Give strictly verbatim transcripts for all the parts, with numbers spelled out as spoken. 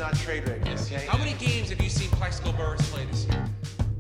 not trade readiness. Yeah. How many games have you seen Plexico Burris play this year?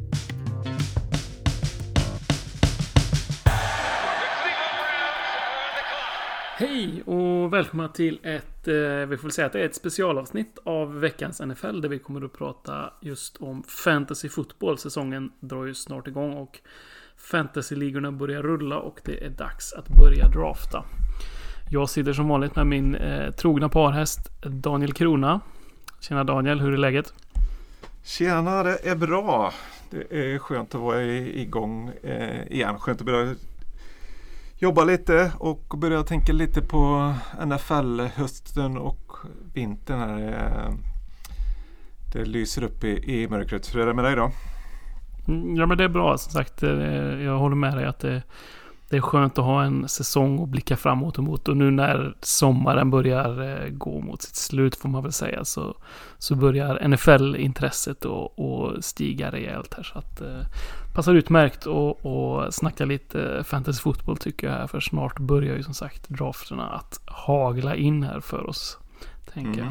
Hej och välkomna till ett, eh, vi får säga att det är ett specialavsnitt av veckans N F L där vi kommer att prata just om fantasy fotboll. Säsongen drar ju snart igång och fantasyligorna börjar rulla och det är dags att börja drafta. Jag sitter som vanligt med min eh, trogna parhäst Daniel Krona. Tjena Daniel, hur är läget? Tjena, det är bra. Det är skönt att vara igång eh, igen. Skönt att börja jobba lite och börja tänka lite på N F L-hösten och vintern här. Eh, det lyser upp i, i mörkret. Hur är det med dig då? Ja, men det är bra. Som sagt, jag håller med dig att det, det är skönt att ha en säsong och blicka framåt och mot. Och nu när sommaren börjar gå mot sitt slut får man väl säga så, så börjar N F L-intresset och, och stiga rejält här. Så att eh, passar utmärkt och, och snacka lite fantasyfotboll tycker jag här. För snart börjar ju som sagt drafterna att hagla in här för oss. Tänker Mm. jag.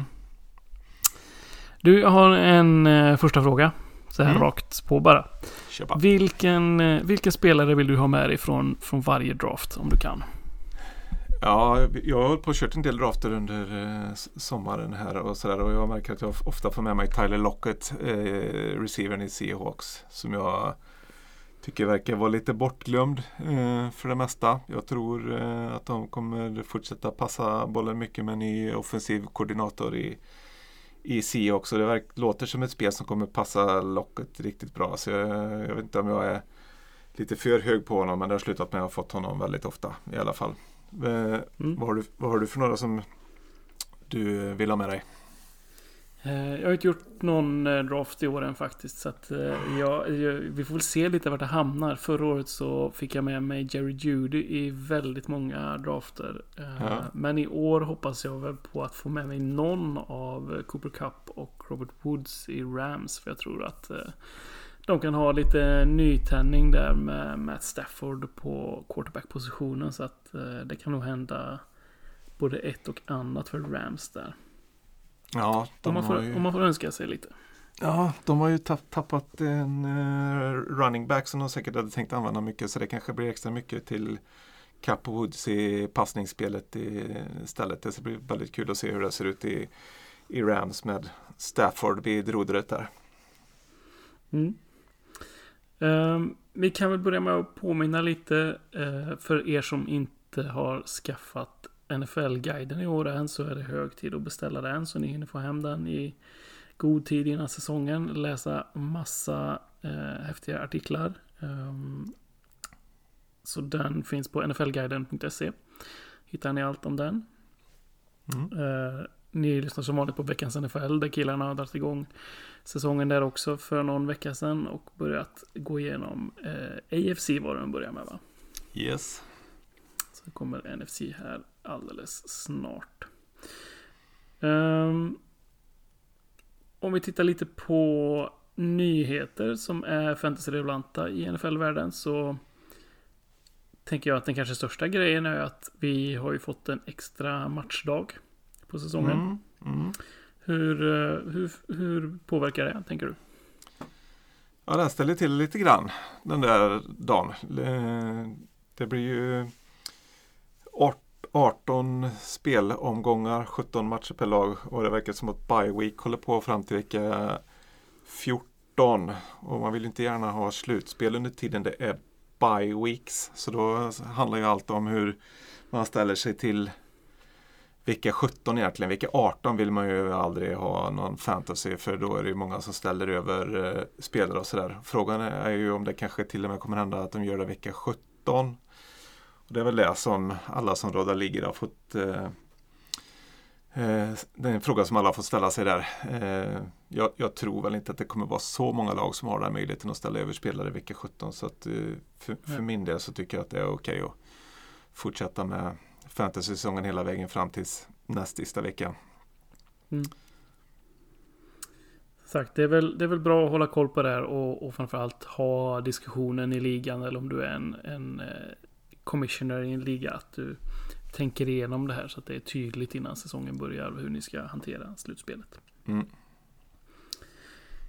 Du, jag har en eh, första fråga. Så här Mm. rakt på bara. Köpa. Vilken, vilka spelare vill du ha med dig från, från varje draft om du kan? Ja, jag har hållit på och kört en del drafter under eh, sommaren här och sådär. Och jag märker att jag ofta får med mig Tyler Lockett, eh, receivern i Seahawks. Som jag tycker verkar vara lite bortglömd eh, för det mesta. Jag tror eh, att de kommer fortsätta passa bollen mycket med en ny offensiv koordinator i i Seahawks. Det verkar, låter som ett spel som kommer passa Lockett riktigt bra. Så jag, jag vet inte om jag är lite för hög på honom, men det har slutat med att jag har fått honom väldigt ofta i alla fall. Eh, mm. vad, har du, vad har du för några som du vill ha med dig? Jag har inte gjort någon draft i år än faktiskt. Så att jag, jag, vi får väl se lite vart det hamnar. Förra året så fick jag med mig Jerry Jeudy i väldigt många drafter. Ja. Men i år hoppas jag väl på att få med mig någon av Cooper Kupp och Robert Woods i Rams. För jag tror att de kan ha lite nytändning där med Matt Stafford på quarterback-positionen. Så att det kan nog hända både ett och annat för Rams där. Ja, om, man får, ju... om man får önska sig lite. Ja, de har ju tapp, tappat en uh, running back som de säkert hade tänkt använda mycket. Så det kanske blir extra mycket till Kupp och Woods i passningsspelet istället. Det blir väldigt kul att se hur det ser ut i, i Rams med Stafford vid rodret där. Mm. Um, vi kan väl börja med att påminna lite uh, för er som inte har skaffat N F L-guiden i år än, så är det hög tid att beställa den så ni hinner få hem den i god tid innan säsongen. Läsa massa eh, häftiga artiklar. Um, så den finns på n f l guiden punkt se. Hittar ni allt om den. Mm. Uh, ni lyssnar som vanligt på veckans N F L där killarna har dragit igång säsongen där också för någon vecka sedan och börjat gå igenom eh, A F C var den börjar med, va? Yes. Så kommer N F C här alldeles snart. Um, om vi tittar lite på nyheter som är fantasy-relevanta i N F L-världen så tänker jag att den kanske största grejen är att vi har ju fått en extra matchdag på säsongen. Mm, mm. Hur, hur, hur påverkar det, tänker du? Ja, den ställer till lite grann den där dagen. Det blir ju arton spelomgångar, sjutton matcher per lag och det verkar som att bye week håller på fram till vecka fjorton och man vill inte gärna ha slutspel under tiden det är bye weeks, så då handlar ju allt om hur man ställer sig till vecka sjutton egentligen. Vecka arton vill man ju aldrig ha någon fantasy för då är det ju många som ställer över eh, spelare och sådär. Frågan är ju om det kanske till och med kommer hända att de gör det vecka sjutton. Och det är väl det som alla som rådar ligger har fått eh, eh, det är en fråga som alla har fått ställa sig där. Eh, jag, jag tror väl inte att det kommer vara så många lag som har den möjligheten att ställa över spelare i vecka sjutton, så att eh, för, för min del så tycker jag att det är okej att fortsätta med fantasy-säsongen hela vägen fram till näst sista veckan. Mm. Sagt, det är väl, det är väl bra att hålla koll på det här och, och framförallt ha diskussionen i ligan, eller om du är en, en eh, commissioner i en liga, att du tänker igenom det här så att det är tydligt innan säsongen börjar hur ni ska hantera slutspelet. Mm.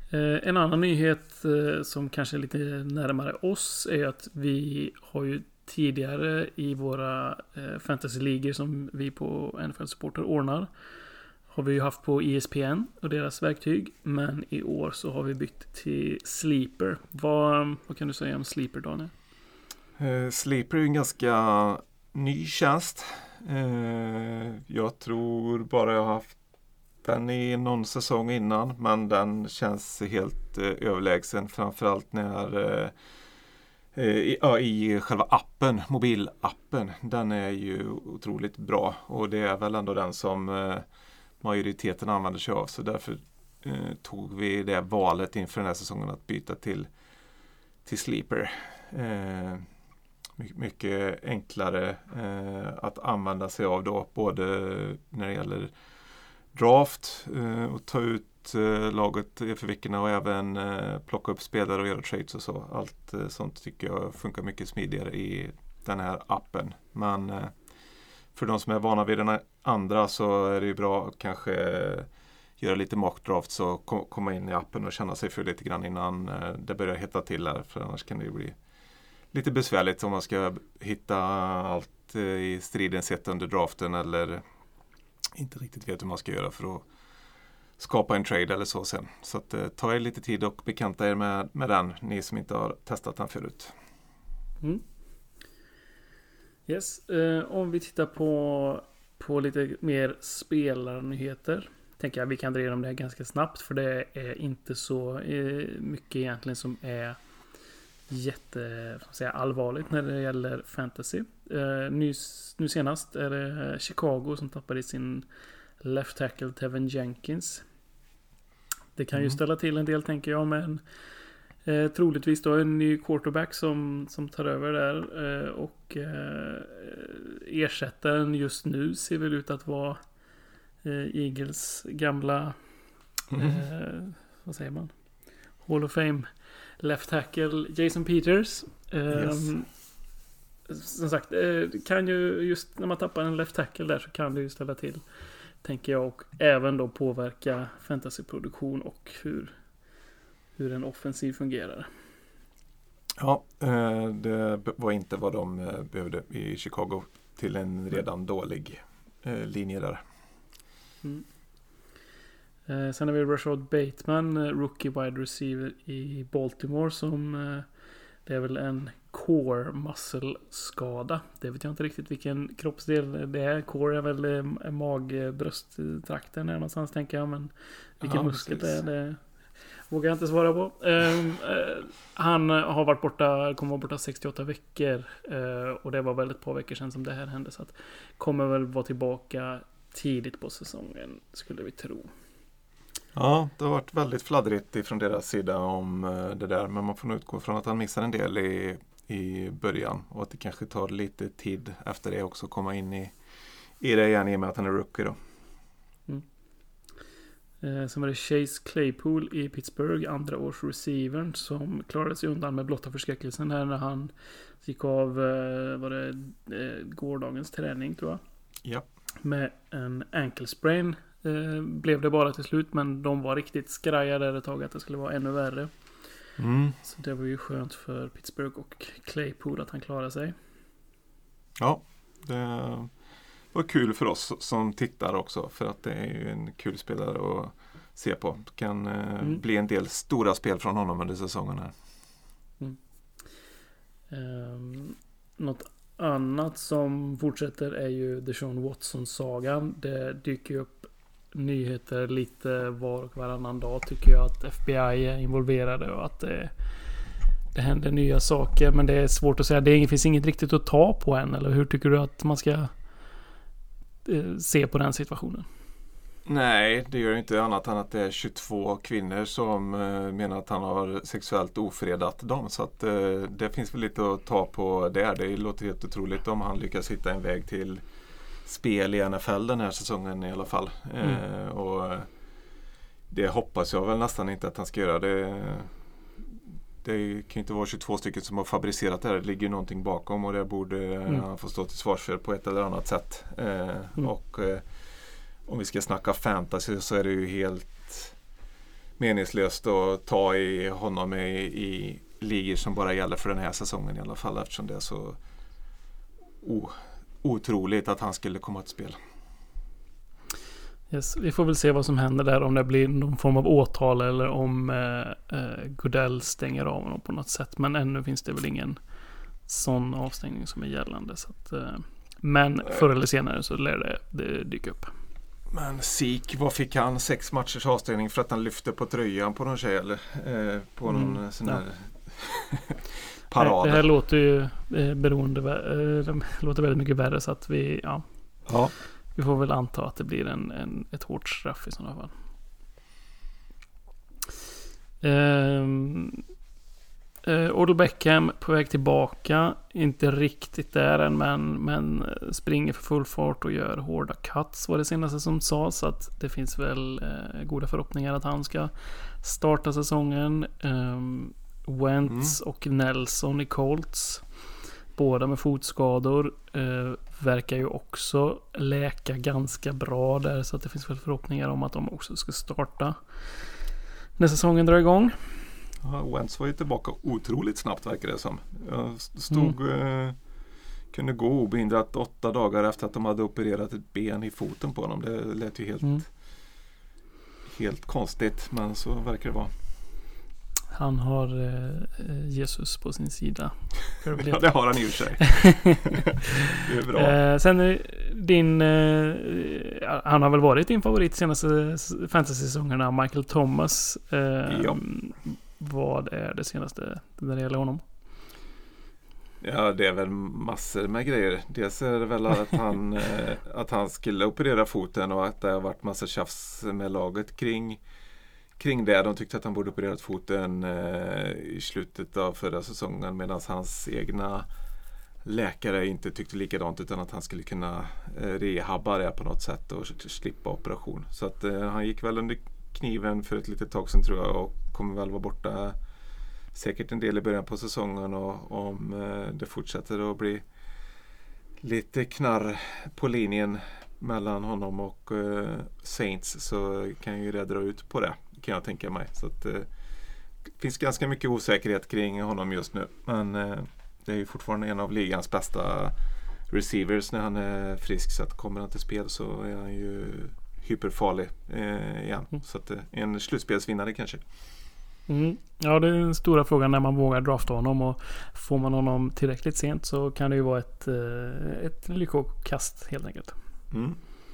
Eh, en annan nyhet eh, som kanske är lite närmare oss är att vi har ju tidigare i våra eh, fantasy-ligor som vi på N F L Supporter ordnar har vi ju haft på E S P N och deras verktyg, men i år så har vi bytt till Sleeper. Vad, vad kan du säga om Sleeper, Daniel? Eh, Sleeper är en ganska ny tjänst. Eh, jag tror bara jag har haft den i någon säsong innan, men den känns helt eh, överlägsen, framförallt när eh, i, ja, i själva appen, mobilappen. Den är ju otroligt bra och det är väl ändå den som eh, majoriteten använder sig av, så därför eh, tog vi det valet inför den här säsongen att byta till, till Sleeper. Eh, my- mycket enklare eh, att använda sig av då, både när det gäller draft eh, och ta ut eh, laget för veckorna och även eh, plocka upp spelare och göra trades och så. Allt eh, sånt tycker jag funkar mycket smidigare i den här appen. Men eh, för de som är vana vid den andra så är det ju bra att kanske göra lite mock drafts och kom, komma in i appen och känna sig för lite grann innan eh, det börjar hetta till här, för annars kan det ju bli lite besvärligt om man ska hitta allt eh, i striden sett under draften eller inte riktigt vet hur man ska göra för att skapa en trade eller så sen. Så att, eh, ta er lite tid och bekanta er med, med den, ni som inte har testat den förut. Mm. Yes, eh, om vi tittar på, på lite mer spelarnyheter. Tänker jag vi kan dra igenom det här ganska snabbt, för det är inte så eh, mycket egentligen som är jätte vad säga, allvarligt när det gäller fantasy. Eh, nu, nu senast är det Chicago som tappade sin left tackle Tevin Jenkins. Det kan mm. ju ställa till en del, tänker jag, men eh, troligtvis då en ny quarterback som, som tar över där eh, och eh, ersättaren just nu ser väl ut att vara eh, Eagles gamla eh, vad säger man? Hall of Fame left tackle Jason Peters. Yes. Um, som sagt, det kan ju just när man tappar en left tackle där så kan det ju ställa till, tänker jag, och även då påverka fantasyproduktion och hur, hur en offensiv fungerar. Ja, det var inte vad de behövde i Chicago till en redan dålig linje där. Mm. Sen har vi Rashad Bateman, rookie wide receiver i Baltimore, som det är väl en core muscle skada. Det vet jag inte riktigt vilken kroppsdel det är. Core är väl mag-brösttrakten någonstans, tänker jag, men vilken ja, muskel det är, det vågar jag inte svara på. Uh, uh, han har varit borta, kommer vara borta sextioåtta veckor uh, och det var väl ett par veckor sedan som det här hände, så att kommer väl vara tillbaka tidigt på säsongen, skulle vi tro. Ja, det har varit väldigt fladdrigt ifrån deras sida om det där, men man får nog utgå från att han missar en del i, i början och att det kanske tar lite tid efter det också att komma in i, i det igen i och med att han är rookie då. Mm. Eh, sen var det Chase Claypool i Pittsburgh, andra års receivern, som klarade sig undan med blotta förskräckelsen här när han gick av eh, var det eh, gårdagens träning, tror jag. Ja. Med en ankle sprain. Eh, blev det bara till slut, men de var riktigt skrajade ett tag att det skulle vara ännu värre. Mm. Så det var ju skönt för Pittsburgh och Claypool att han klarade sig. Ja, det var kul för oss som tittar också, för att det är ju en kul spelare att se på. Det kan eh, mm. bli en del stora spel från honom under säsongen här. Mm. Um, något annat som fortsätter är ju Deshaun Watson-sagan. Det dyker ju upp nyheter lite var och varannan dag, tycker jag, att F B I är involverade och att det, det händer nya saker, men det är svårt att säga. Det finns inget riktigt att ta på än, eller hur tycker du att man ska eh, se på den situationen? Nej, det gör inte annat än att det är tjugotvå kvinnor som eh, menar att han har sexuellt ofredat dem, så att eh, det finns väl lite att ta på där. Det låter helt otroligt om han lyckas hitta en väg till spel i N F L den här säsongen i alla fall. Mm. Eh, och det hoppas jag väl nästan inte att han ska göra. Det, det kan ju inte vara tjugotvå stycken som har fabricerat det här. Det ligger någonting bakom och det borde mm. han få stå till svars för på ett eller annat sätt. Eh, mm. Och eh, om vi ska snacka fantasy så är det ju helt meningslöst att ta i honom i, i ligor som bara gäller för den här säsongen i alla fall, eftersom det är så o, otroligt att han skulle komma till spel. Yes, vi får väl se vad som händer där, om det blir någon form av åtal eller om eh, eh, Goodell stänger av honom på något sätt. Men ännu finns det väl ingen sån avstängning som är gällande. Så att, eh, men förr eller senare så lär det, det dyka upp. Men Sik, vad fick han? Sex matchers avstängning för att han lyfte på tröjan på någon tjej eller eh, på någon mm, sån här ja. parad. Det här låter ju eh, beroende, eh, det låter väldigt mycket värre, så att vi, ja. Ja. Vi får väl anta att det blir en, en, ett hårt straff i sådana fall. Um, uh, Odell Beckham på väg tillbaka. Inte riktigt där än, men, men springer för full fart och gör hårda cuts var det senaste som sa. Så att det finns väl uh, goda förhoppningar att han ska starta säsongen. Um, Wentz mm. och Nelson i Colts. Båda med fotskador. Eh, verkar ju också läka ganska bra där. Så att det finns väl förhoppningar om att de också ska starta när säsongen drar igång. Ja, Wentz var ju tillbaka otroligt snabbt, verkar det som. Jag stod, mm. eh, kunde gå obehindrat åtta dagar efter att de hade opererat ett ben i foten på honom. Det lät ju helt, mm. helt konstigt, men så verkar det vara. Han har eh, Jesus på sin sida. Ja, det har han i och för sig. Det är bra. Eh, sen din... Eh, han har väl varit din favorit senaste fantasy-säsongerna, Michael Thomas. Eh, ja. Vad är det senaste när det gäller honom? Ja, det är väl massor med grejer. Dels är det väl att han, eh, att han skulle operera foten och att det har varit massa tjafs med laget kring kring det. De tyckte att han borde opererat foten eh, i slutet av förra säsongen, medan hans egna läkare inte tyckte likadant, utan att han skulle kunna eh, rehabba det på något sätt och slippa operation. Så att eh, han gick väl under kniven för ett litet tag sedan, tror jag, och kommer väl vara borta säkert en del i början på säsongen, och om eh, det fortsätter att bli lite knarr på linjen mellan honom och eh, Saints, så kan ju det dra ut på det, kan jag tänka mig. Så att, eh, det finns ganska mycket osäkerhet kring honom just nu, men eh, det är ju fortfarande en av ligans bästa receivers när han är frisk, så att kommer han till spel så är han ju hyperfarlig eh, igen. Mm. Så att, eh, en slutspelsvinnare kanske. Mm. Ja, det är den stora frågan när man vågar drafta honom, och får man honom tillräckligt sent så kan det ju vara ett, ett lyckokast helt enkelt. Mm.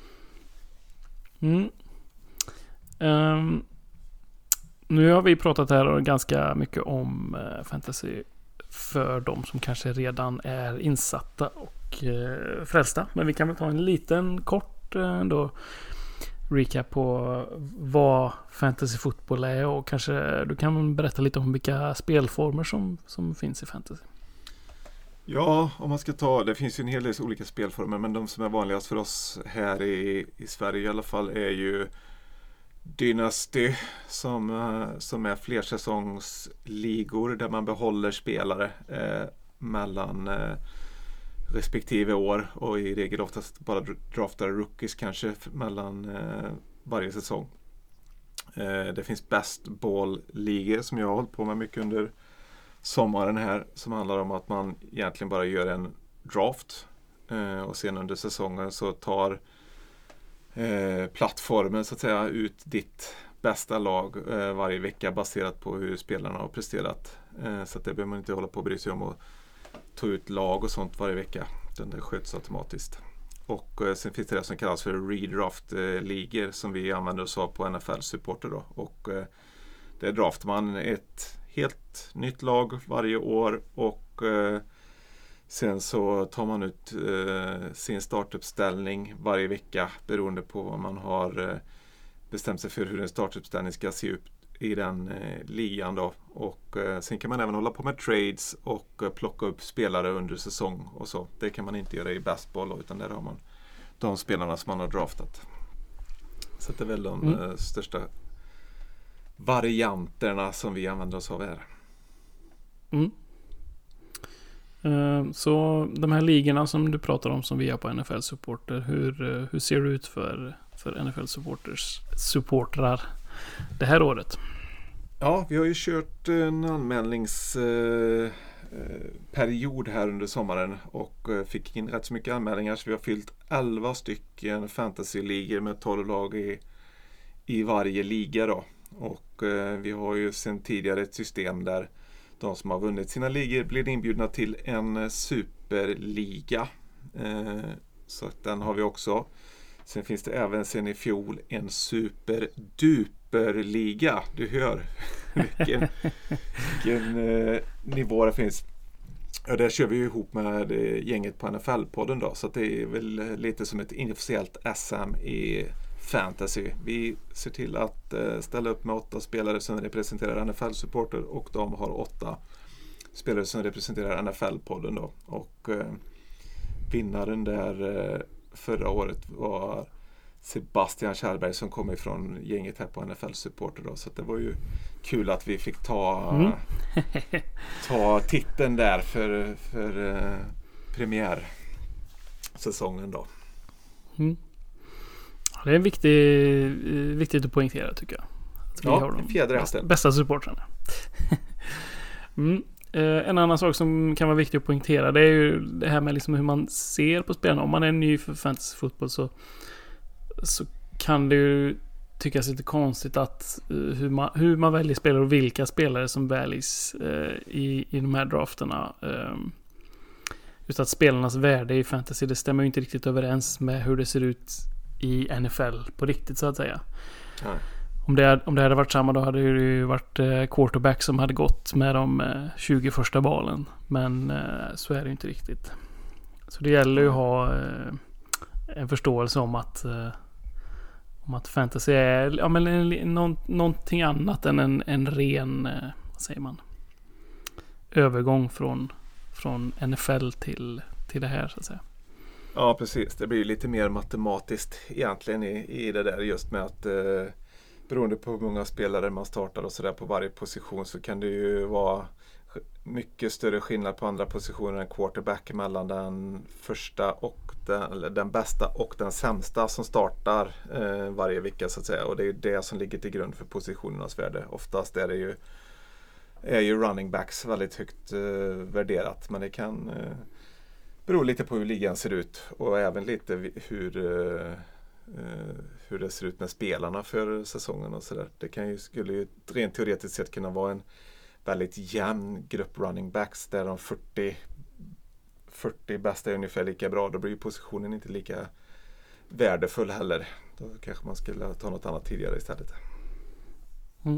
Mm. Um, nu har vi pratat här ganska mycket om uh, fantasy för de som kanske redan är insatta och uh, frälsta, men vi kan väl ta en liten kort uh, ändå recap på vad fantasy fotboll är, och kanske du kan berätta lite om vilka spelformer som, som finns i fantasy. Ja, om man ska ta, det finns ju en hel del olika spelformer, men de som är vanligast för oss här i, i Sverige i alla fall är ju Dynasty, som, som är flersäsongsligor där man behåller spelare eh, mellan eh, respektive år, och i regel oftast bara draftar rookies kanske mellan eh, varje säsong. Eh, det finns best ball-ligor som jag har hållit på med mycket under sommaren här, som handlar om att man egentligen bara gör en draft eh, och sen under säsongen så tar eh, plattformen så att säga ut ditt bästa lag eh, varje vecka baserat på hur spelarna har presterat. Eh, så att det behöver man inte hålla på och bry sig om och ta ut lag och sånt varje vecka. Den där sköts automatiskt. Och eh, sen finns det det som kallas för redraft-ligor eh, som vi använder oss av på N F L-supporter då. Och eh, där draftar man ett helt nytt lag varje år, och eh, sen så tar man ut eh, sin startuppställning varje vecka beroende på vad man har eh, bestämt sig för hur en startuppställning ska se ut i den eh, ligan då. Och eh, sen kan man även hålla på med trades och eh, plocka upp spelare under säsong och så. Det kan man inte göra i basketball då, utan där har man de spelarna som man har draftat. Så det är väl de mm. eh, största varianterna som vi använder oss av här. Mm. Uh, så de här ligorna som du pratar om som vi har på N F L Supporter, hur, uh, hur ser det ut för, för N F L Supporters supportrar det här året. Ja, vi har ju kört en anmälningsperiod här under sommaren och fick in rätt så mycket anmälningar, så vi har fyllt elva stycken fantasy-ligor med tolv lag i, i varje liga då. Och eh, vi har ju sedan tidigare ett system där de som har vunnit sina ligor blir inbjudna till en superliga. Eh, så att den har vi också. Sen finns det även sen i fjol en superduperliga. Du hör vilken, vilken eh, nivå det finns. Ja, där kör vi ju ihop med gänget på N F L-podden då. Så att det är väl lite som ett inofficiellt S M i fantasy. Vi ser till att eh, ställa upp med åtta spelare som representerar N F L-supporter, och de har åtta spelare som representerar N F L-podden då. Och eh, vinnaren där eh, förra året var Sebastian Kjellberg som kom ifrån gänget här på N F L-supporter då. Så att det var ju kul att vi fick ta mm. ta titeln där för, för eh, premiärsäsongen då. Mm. Det är viktig, viktigt att poängtera, tycker jag. Att vi ja, har de bästa, bästa supportrarna. mm. eh, en annan sak som kan vara viktig att poängtera, det är ju det här med liksom hur man ser på spelarna. Om man är ny för fantasyfotboll så, så kan det ju tyckas lite konstigt att uh, hur, man, hur man väljer spelare och vilka spelare som väljs uh, i, i de här drafterna. Um, just att spelarnas värde i fantasy, det stämmer ju inte riktigt överens med hur det ser ut i N F L på riktigt, så att säga. Nej. Om det, om det hade varit samma, då hade det ju varit eh, quarterback som hade gått med de eh, tjugo första valen. Men eh, så är det ju inte riktigt. Så det gäller ju att ha eh, en förståelse om att eh, om att fantasy är ja, men en, någon, någonting annat än en, en ren eh, vad säger man, övergång från, från N F L till, till det här, så att säga. Ja, precis. Det blir lite mer matematiskt egentligen i, i det där, just med att eh, beroende på hur många spelare man startar och sådär på varje position, så kan det ju vara mycket större skillnad på andra positioner än quarterback mellan den första och den, eller den bästa och den sämsta som startar eh, varje vecka, så att säga. Och det är det som ligger till grund för positionernas värde. Oftast är det ju, är ju running backs väldigt högt eh, värderat, men det kan eh, beror lite på hur ligan ser ut, och även lite hur, uh, hur det ser ut med spelarna för säsongen och sådär. Det kan ju, skulle ju rent teoretiskt sett kunna vara en väldigt jämn grupp running backs där de fyrtio, fyrtio bästa är ungefär lika bra. Då blir ju positionen inte lika värdefull heller. Då kanske man skulle ta något annat tidigare istället. Mm.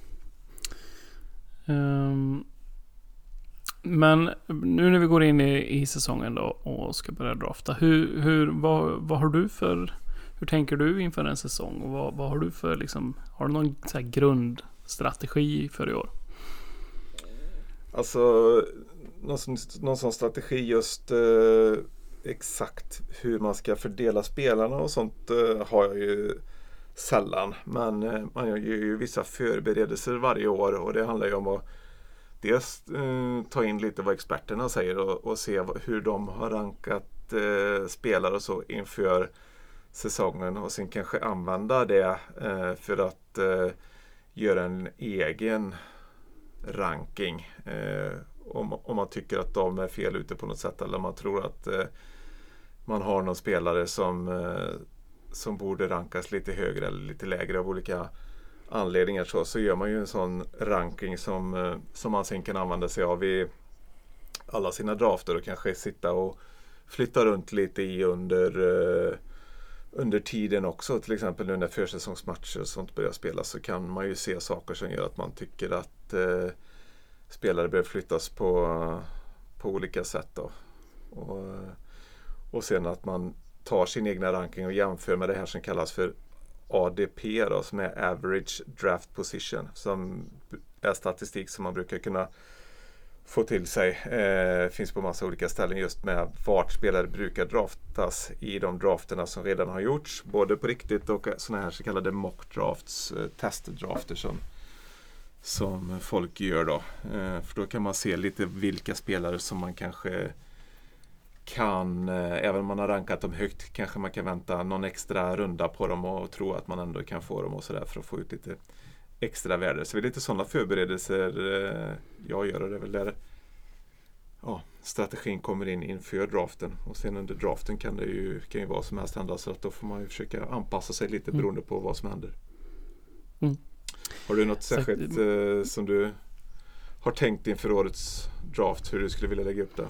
Um. Men nu när vi går in i, i säsongen då och ska börja drafta, hur, hur, vad, vad har du för, hur tänker du inför en säsong, och vad, vad har du för liksom, har du någon så här grundstrategi för i år? Alltså någon, någon sån strategi just eh, exakt hur man ska fördela spelarna och sånt eh, har jag ju sällan, men eh, man gör ju vissa förberedelser varje år, och det handlar ju om att dels eh, ta in lite vad experterna säger och, och se hur de har rankat eh, spelare och så inför säsongen, och sen kanske använda det eh, för att eh, göra en egen ranking eh, om, om man tycker att de är fel ute på något sätt, eller om man tror att eh, man har någon spelare som, eh, som borde rankas lite högre eller lite lägre av olika anledningar, så, så gör man ju en sån ranking som, som man sen kan använda sig av i alla sina drafter, och kanske sitta och flytta runt lite i under, uh, under tiden också. Till exempel nu när försäsongsmatcher och sånt börjar spelas, så kan man ju se saker som gör att man tycker att uh, spelare behöver flyttas på, uh, på olika sätt då. Och, och sen att man tar sin egna ranking och jämför med det här som kallas för A D P då, som är Average Draft Position, som är statistik som man brukar kunna få till sig. Eh, finns på massa olika ställen, just med vart spelare brukar draftas i de drafterna som redan har gjorts, både på riktigt och såna här så kallade mock drafts, eh, testdrafter som, som folk gör då. Eh, för då kan man se lite vilka spelare som man kanske kan, eh, även om man har rankat dem högt, kanske man kan vänta någon extra runda på dem och tro att man ändå kan få dem och sådär för att få ut lite extra värde. Så det är lite sådana förberedelser eh, jag gör, och det är väl där ja, strategin kommer in inför draften. Och sen under draften kan det ju, kan ju vad som helst hända, så att då får man ju försöka anpassa sig lite mm. beroende på vad som händer. Mm. Har du något särskilt eh, som du har tänkt inför årets draft, hur du skulle vilja lägga upp det?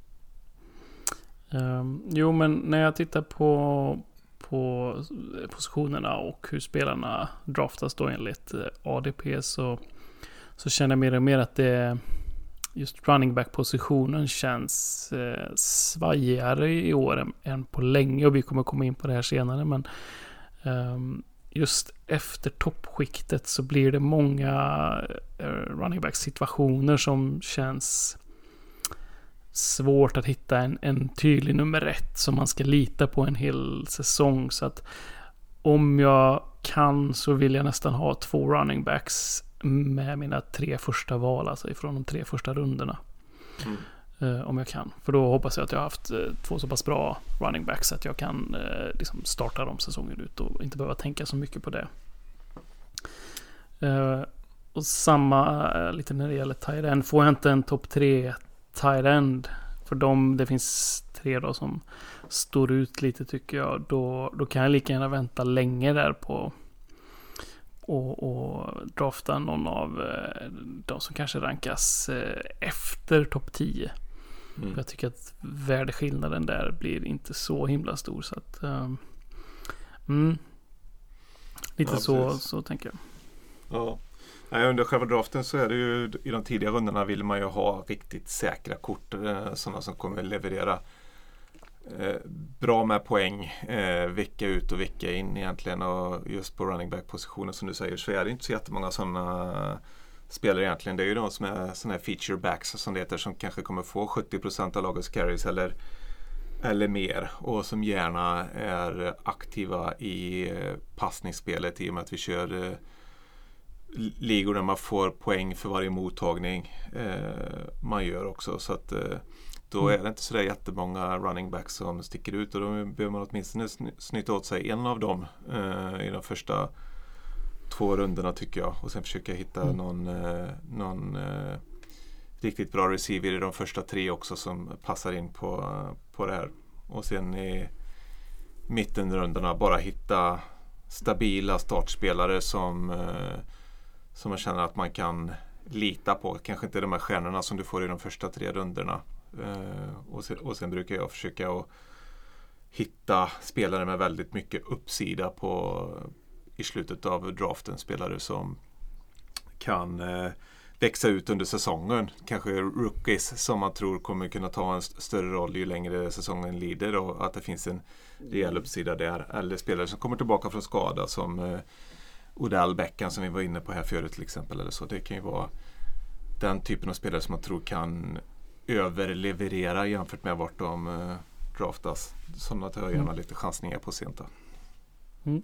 Um, jo, men när jag tittar på, på positionerna och hur spelarna draftas då enligt A D P, så, så känner jag mer och mer att det just running back-positionen känns eh, svajigare i år än, än på länge, och vi kommer komma in på det här senare, men um, just efter toppskiktet så blir det många eh, running back-situationer som känns svårt att hitta en, en tydlig nummer ett som man ska lita på en hel säsong. Så att om jag kan så vill jag nästan ha två running backs med mina tre första val, alltså ifrån de tre första rundorna. Mm. Uh, om jag kan. För då hoppas jag att jag har haft uh, två så pass bra running backs att jag kan uh, liksom starta dem säsongen ut och inte behöva tänka så mycket på det. Uh, och samma uh, lite när det gäller tight end. Får jag inte en topp tre tight end, för dem, det finns tre då som står ut lite tycker jag, då, då kan jag lika gärna vänta länge där på och, och drafta någon av eh, de som kanske rankas eh, efter topp tio. Mm. Jag tycker att värdeskillnaden där blir inte så himla stor, så att um, mm, lite ja, så, så tänker jag. Ja. Nej, under själva draften så är det ju, i de tidiga rundorna vill man ju ha riktigt säkra kort, eh, sådana som kommer leverera eh, bra med poäng eh, vecka ut och vecka in egentligen, och just på running back positionen som du säger så är det inte så jättemånga sådana spelare egentligen. Det är ju de som är sådana här feature backs som det heter, som kanske kommer få sjuttio procent av lagets carries eller, eller mer, och som gärna är aktiva i eh, passningsspelet, i och med att vi kör eh, ligor där man får poäng för varje mottagning eh, man gör också, så att eh, då är det inte så där jättemånga running backs som sticker ut, och då behöver man åtminstone snyta åt sig en av dem eh, i de första två rundorna tycker jag, och sen försöka hitta mm. någon, eh, någon eh, riktigt bra receiver i de första tre också som passar in på, på det här, och sen i mittenrundorna bara hitta stabila startspelare som eh, som man känner att man kan lita på. Kanske inte de här stjärnorna som du får i de första tre rundorna. Eh, och, sen, och sen brukar jag försöka att hitta spelare med väldigt mycket uppsida på, i slutet av draften. Spelare som kan eh, växa ut under säsongen. Kanske rookies som man tror kommer kunna ta en st- större roll ju längre säsongen lider, och att det finns en rejäl uppsida där. Eller spelare som kommer tillbaka från skada som eh, Odell Beckham som vi var inne på här förut till exempel, eller så. Det kan ju vara den typen av spelare som man tror kan överleverera jämfört med vart de uh, draftas. Sådana tar jag gärna mm. lite chansningar på sent. Mm.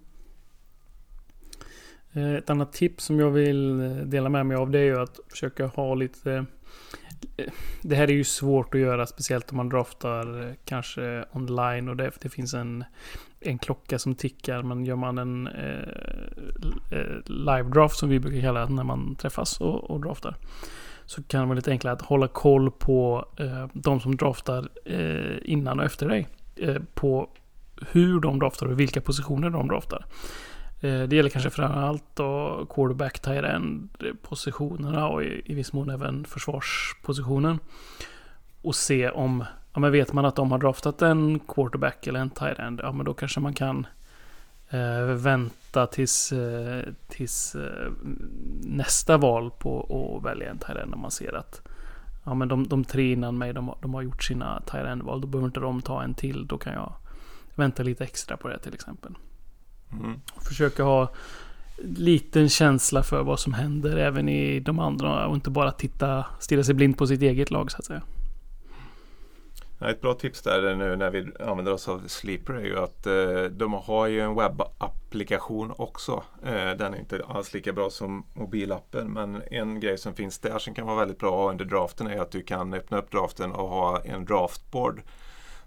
Ett annat tips som jag vill dela med mig av, det är ju att försöka ha lite... Det här är ju svårt att göra, speciellt om man draftar kanske online, och det, det finns en, en klocka som tickar, men gör man en eh, live draft som vi brukar kalla det när man träffas och, och draftar, så kan det vara lite enklare att hålla koll på eh, de som draftar eh, innan och efter dig, eh, på hur de draftar och vilka positioner de draftar. Det gäller kanske framförallt då quarterback, tight end positionerna, och i, i viss mån även försvarspositionen. Och se om, ja, men vet man att de har draftat en quarterback eller en tight end, ja men då kanske man kan eh, vänta tills, eh, tills eh, nästa val på att välja en tight end, när man ser att ja, men de, de tre innan mig, de, de har gjort sina tight end-val, då behöver inte de ta en till, då kan jag vänta lite extra på det till exempel. Mm. Försöka ha liten känsla för vad som händer även i de andra, och inte bara titta, stirra sig blind på sitt eget lag så att säga. Ett bra tips där nu när vi använder oss av Sleeper är ju att eh, de har ju en webbapplikation också. Eh, den är inte alls lika bra som mobilappen, men en grej som finns där som kan vara väldigt bra under draften är att du kan öppna upp draften och ha en draftboard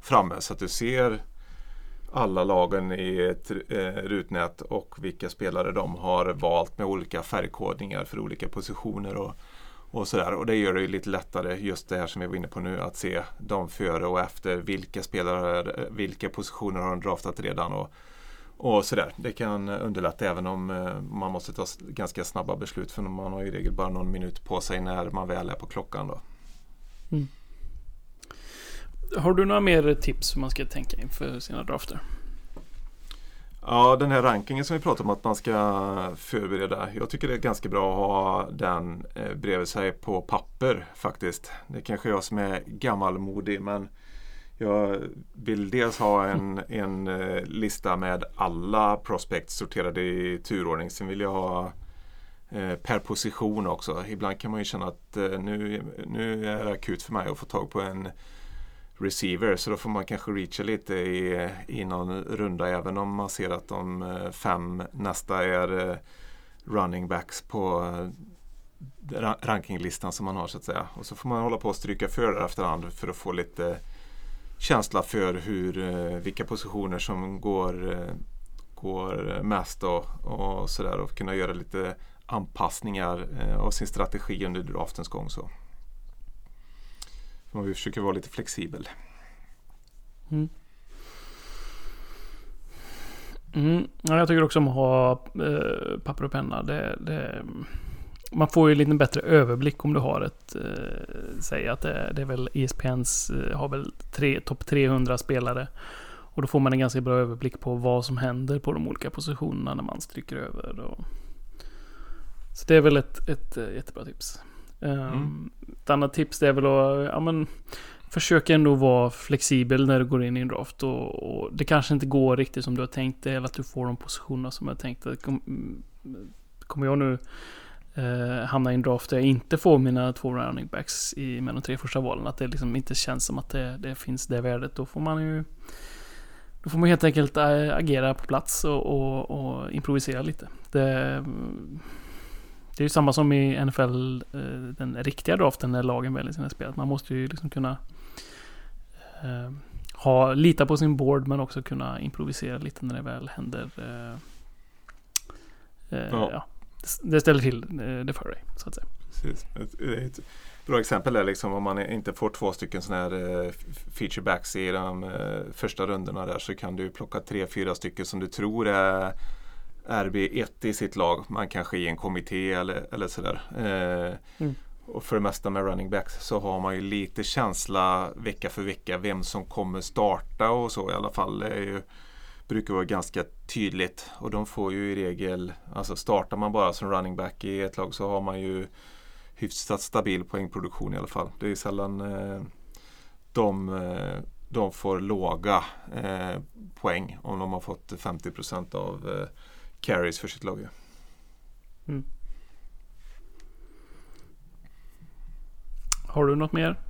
framme så att du ser alla lagen i ett eh, rutnät och vilka spelare de har valt med olika färgkodningar för olika positioner och, och sådär. Och det gör det ju lite lättare just det här som vi var inne på nu, att se dem före och efter, vilka spelare, vilka positioner har de draftat redan och, och sådär. Det kan underlätta även om eh, man måste ta ganska snabba beslut, för man har i regel bara någon minut på sig när man väl är på klockan då. Mm. Har du några mer tips hur man ska tänka inför sina drafter? Ja, den här rankingen som vi pratar om att man ska förbereda. Jag tycker det är ganska bra att ha den eh, bredvid sig på papper faktiskt. Det är kanske jag som är gammalmodig, men jag vill dels ha en, en eh, lista med alla prospects sorterade i turordning. Sen vill jag ha eh, per position också. Ibland kan man ju känna att eh, nu, nu är det akut för mig att få tag på en receiver, så då får man kanske reacha lite i, i någon runda, även om man ser att de fem nästa är running backs på rankinglistan som man har så att säga. Och så får man hålla på och stryka för det efterhand för att få lite känsla för hur, vilka positioner som går, går mest och, och sådär, och kunna göra lite anpassningar av sin strategi under draftens gång så. Och vi försöker vara lite flexibel. Mm. Mm. Ja, jag tycker också om att ha eh, papper och penna. Det, det, man får ju en lite bättre överblick om du har ett, eh, säg att det, det är väl E S P N:s eh, har väl tre, topp trehundra spelare. Och då får man en ganska bra överblick på vad som händer på de olika positionerna när man stryker över. Och... Så det är väl ett, ett, ett jättebra tips. Mm. Ett annat tips är väl att ja, men, försöka ändå vara flexibel när du går in i en draft och, och det kanske inte går riktigt som du har tänkt eller att du får de positionerna som jag tänkte. Kom, kommer jag nu eh, hamna i en draft där jag inte får mina två running backs i, med de tre första valen, att det liksom inte känns som att det, det finns det värdet, då får man ju då får man helt enkelt agera på plats och, och, och improvisera lite. Det Det är ju samma som i N F L, den riktiga draften när lagen väljer sina spel. Man måste ju liksom kunna eh, ha lita på sin board, men också kunna improvisera lite när det väl händer. Eh, eh, ja. Ja, det ställer till eh, det för dig, så att säga. Precis. Ett, ett bra exempel är liksom om man inte får två stycken såna här eh, feature backs i de eh, första rundorna där, så kan du plocka tre, fyra stycken som du tror är R B ett i sitt lag, man kanske i en kommitté eller, eller sådär. Eh, mm. Och för det mesta med running backs så har man ju lite känsla vecka för vecka vem som kommer starta och så i alla fall. Det är ju, brukar vara ganska tydligt, och de får ju i regel, alltså startar man bara som running back i ett lag så har man ju hyfsat stabil poängproduktion i alla fall. Det är sällan eh, de, eh, de får låga eh, poäng om de har fått femtio procent av eh, carries för sitt lag. Mm. Har du något mer?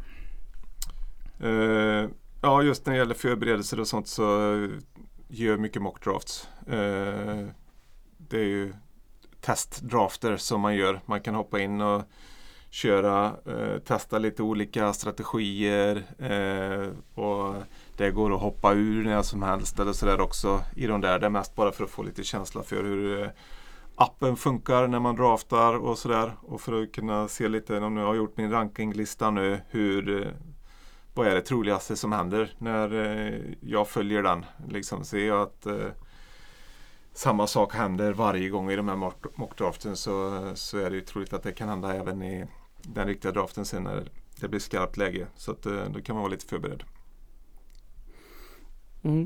Uh, ja, just när det gäller förberedelser och sånt så uh, gör mycket mock drafts. Uh, det är ju testdrafter som man gör. Man kan hoppa in och köra, uh, testa lite olika strategier uh, och det går att hoppa ur när som helst eller sådär också i de där. Det är mest bara för att få lite känsla för hur appen funkar när man draftar och sådär. Och för att kunna se lite, om jag har gjort min rankinglista nu, hur, vad är det troligaste som händer när jag följer den. Liksom ser jag att eh, samma sak händer varje gång i de här mockdraften, så, så är det ju troligt att det kan hända även i den riktiga draften sen när det blir skarpt läge. Så att, då kan man vara lite förberedd. Mm.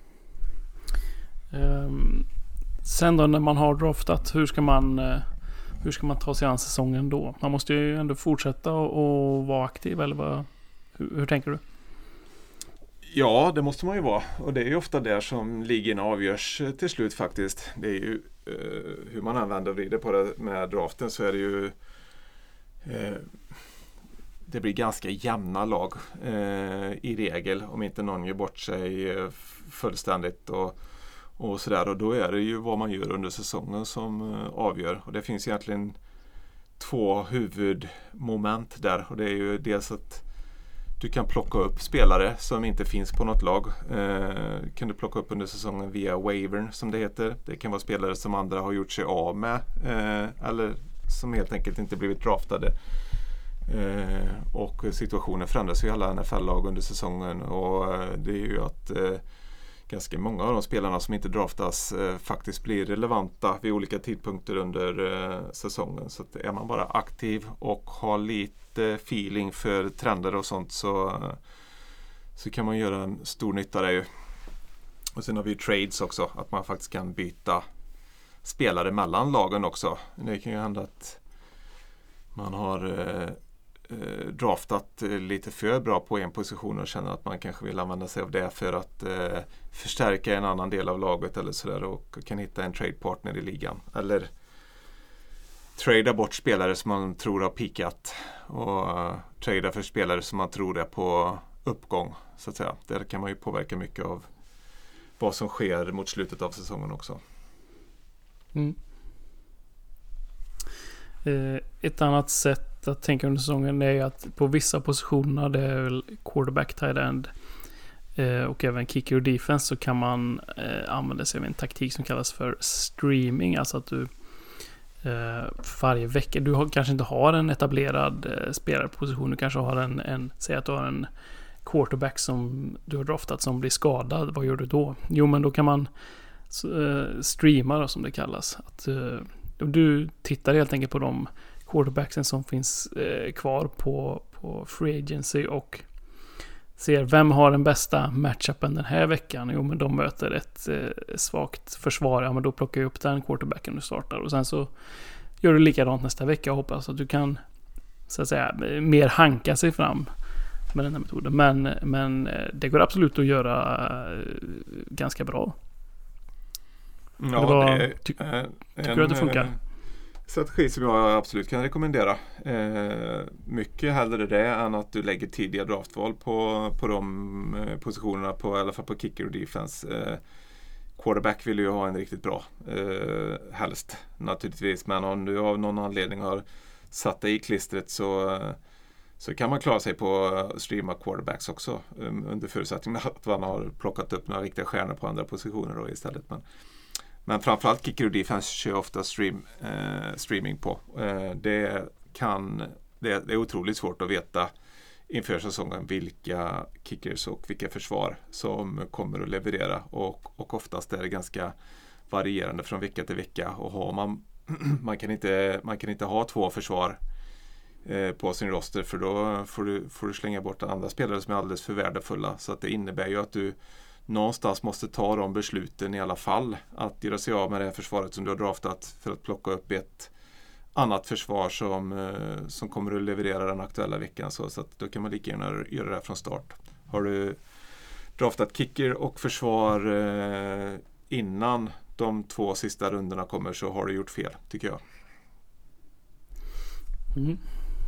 Um, sen då när man har draftat, hur ska man uh, hur ska man ta sig an säsongen då? Man måste ju ändå fortsätta och, och vara aktiv, eller vad, hur, hur tänker du? Ja, det måste man ju vara, och det är ju ofta där som ligan avgörs till slut faktiskt. Det är ju uh, hur man använder och vrider på det med draften, så är det ju uh, det blir ganska jämna lag eh, i regel, om inte någon gör bort sig eh, fullständigt och, och sådär. Och då är det ju vad man gör under säsongen som eh, avgör. Och det finns egentligen två huvudmoment där. Och det är ju dels att Du kan plocka upp spelare som inte finns på något lag. Eh, kan du plocka upp under säsongen via waivern som det heter. Det kan vara spelare som andra har gjort sig av med. Eh, eller som helt enkelt inte blivit draftade. Eh, och situationen förändras i alla N F L-lag under säsongen. Och eh, det är ju att eh, ganska många av de spelarna som inte draftas eh, faktiskt blir relevanta vid olika tidpunkter under eh, säsongen. Så att är man bara aktiv och har lite feeling för trender och sånt så, så kan man göra en stor nytta där ju. Och sen har vi ju trades också, att man faktiskt kan byta spelare mellan lagen också. Det kan ju hända att man har eh, eh, draftat lite för bra på en position och känner att man kanske vill använda sig av det för att eh, förstärka en annan del av laget eller sådär, och kan hitta en tradepartner i ligan. Eller trada bort spelare som man tror har pikat och uh, trada för spelare som man tror är på uppgång, så att säga. Där kan man ju påverka mycket av vad som sker mot slutet av säsongen också. Mm. Eh, ett annat sätt att tänka under säsongen är att på vissa positioner, det är väl quarterback, tight end eh, och även kicker och defense, så kan man eh, använda sig av en taktik som kallas för streaming, alltså att du Uh, varje vecka, du har, kanske inte har en etablerad uh, spelarposition, du kanske har en, en säg att du har en quarterback som du har draftat som blir skadad, vad gör du då? Jo, men då kan man uh, streama då, som det kallas, att uh, du tittar helt enkelt på de quarterbacksen som finns uh, kvar på, på free agency och ser vem har den bästa matchupen den här veckan. Jo, men de möter ett eh, svagt försvar. Ja, men då plockar jag upp den quarterbacken du startar. Och sen så gör du likadant nästa vecka och hoppas att du kan, så att säga, mer hanka sig fram med den här metoden. Men, men det går absolut att göra eh, ganska bra. Ja, det var, det är, ty- äh, tycker en, du att det funkar? Strategi som jag absolut kan rekommendera. Eh, mycket hellre det än att du lägger tidiga draftval på, på de eh, positionerna, på, i alla fall på kicker och defense. Eh, quarterback vill ju ha en riktigt bra eh, helst naturligtvis, men om du av någon anledning har satt dig i klistret så, så kan man klara sig på att streama quarterbacks också, um, under förutsättning att man har plockat upp några riktiga stjärnor på andra positioner då istället. Men Men framförallt kicker och defense kör ofta stream, eh, streaming på. Eh, det, kan, det, det är otroligt svårt att veta inför säsongen vilka kickers och vilka försvar som kommer att leverera. Och, och oftast är det ganska varierande från vecka till vecka. Och har man, man, kan inte, man kan inte ha två försvar eh, på sin roster, för då får du, får du slänga bort andra spelare som är alldeles för värdefulla. Så att det innebär ju att du någonstans måste ta de besluten i alla fall, att göra sig av med det här försvaret som du har draftat för att plocka upp ett annat försvar som, eh, som kommer att leverera den aktuella veckan. Så, så att då kan man lika gärna göra det här från start. Har du draftat kicker och försvar eh, innan de två sista rundorna kommer, så har du gjort fel, tycker jag. Mm.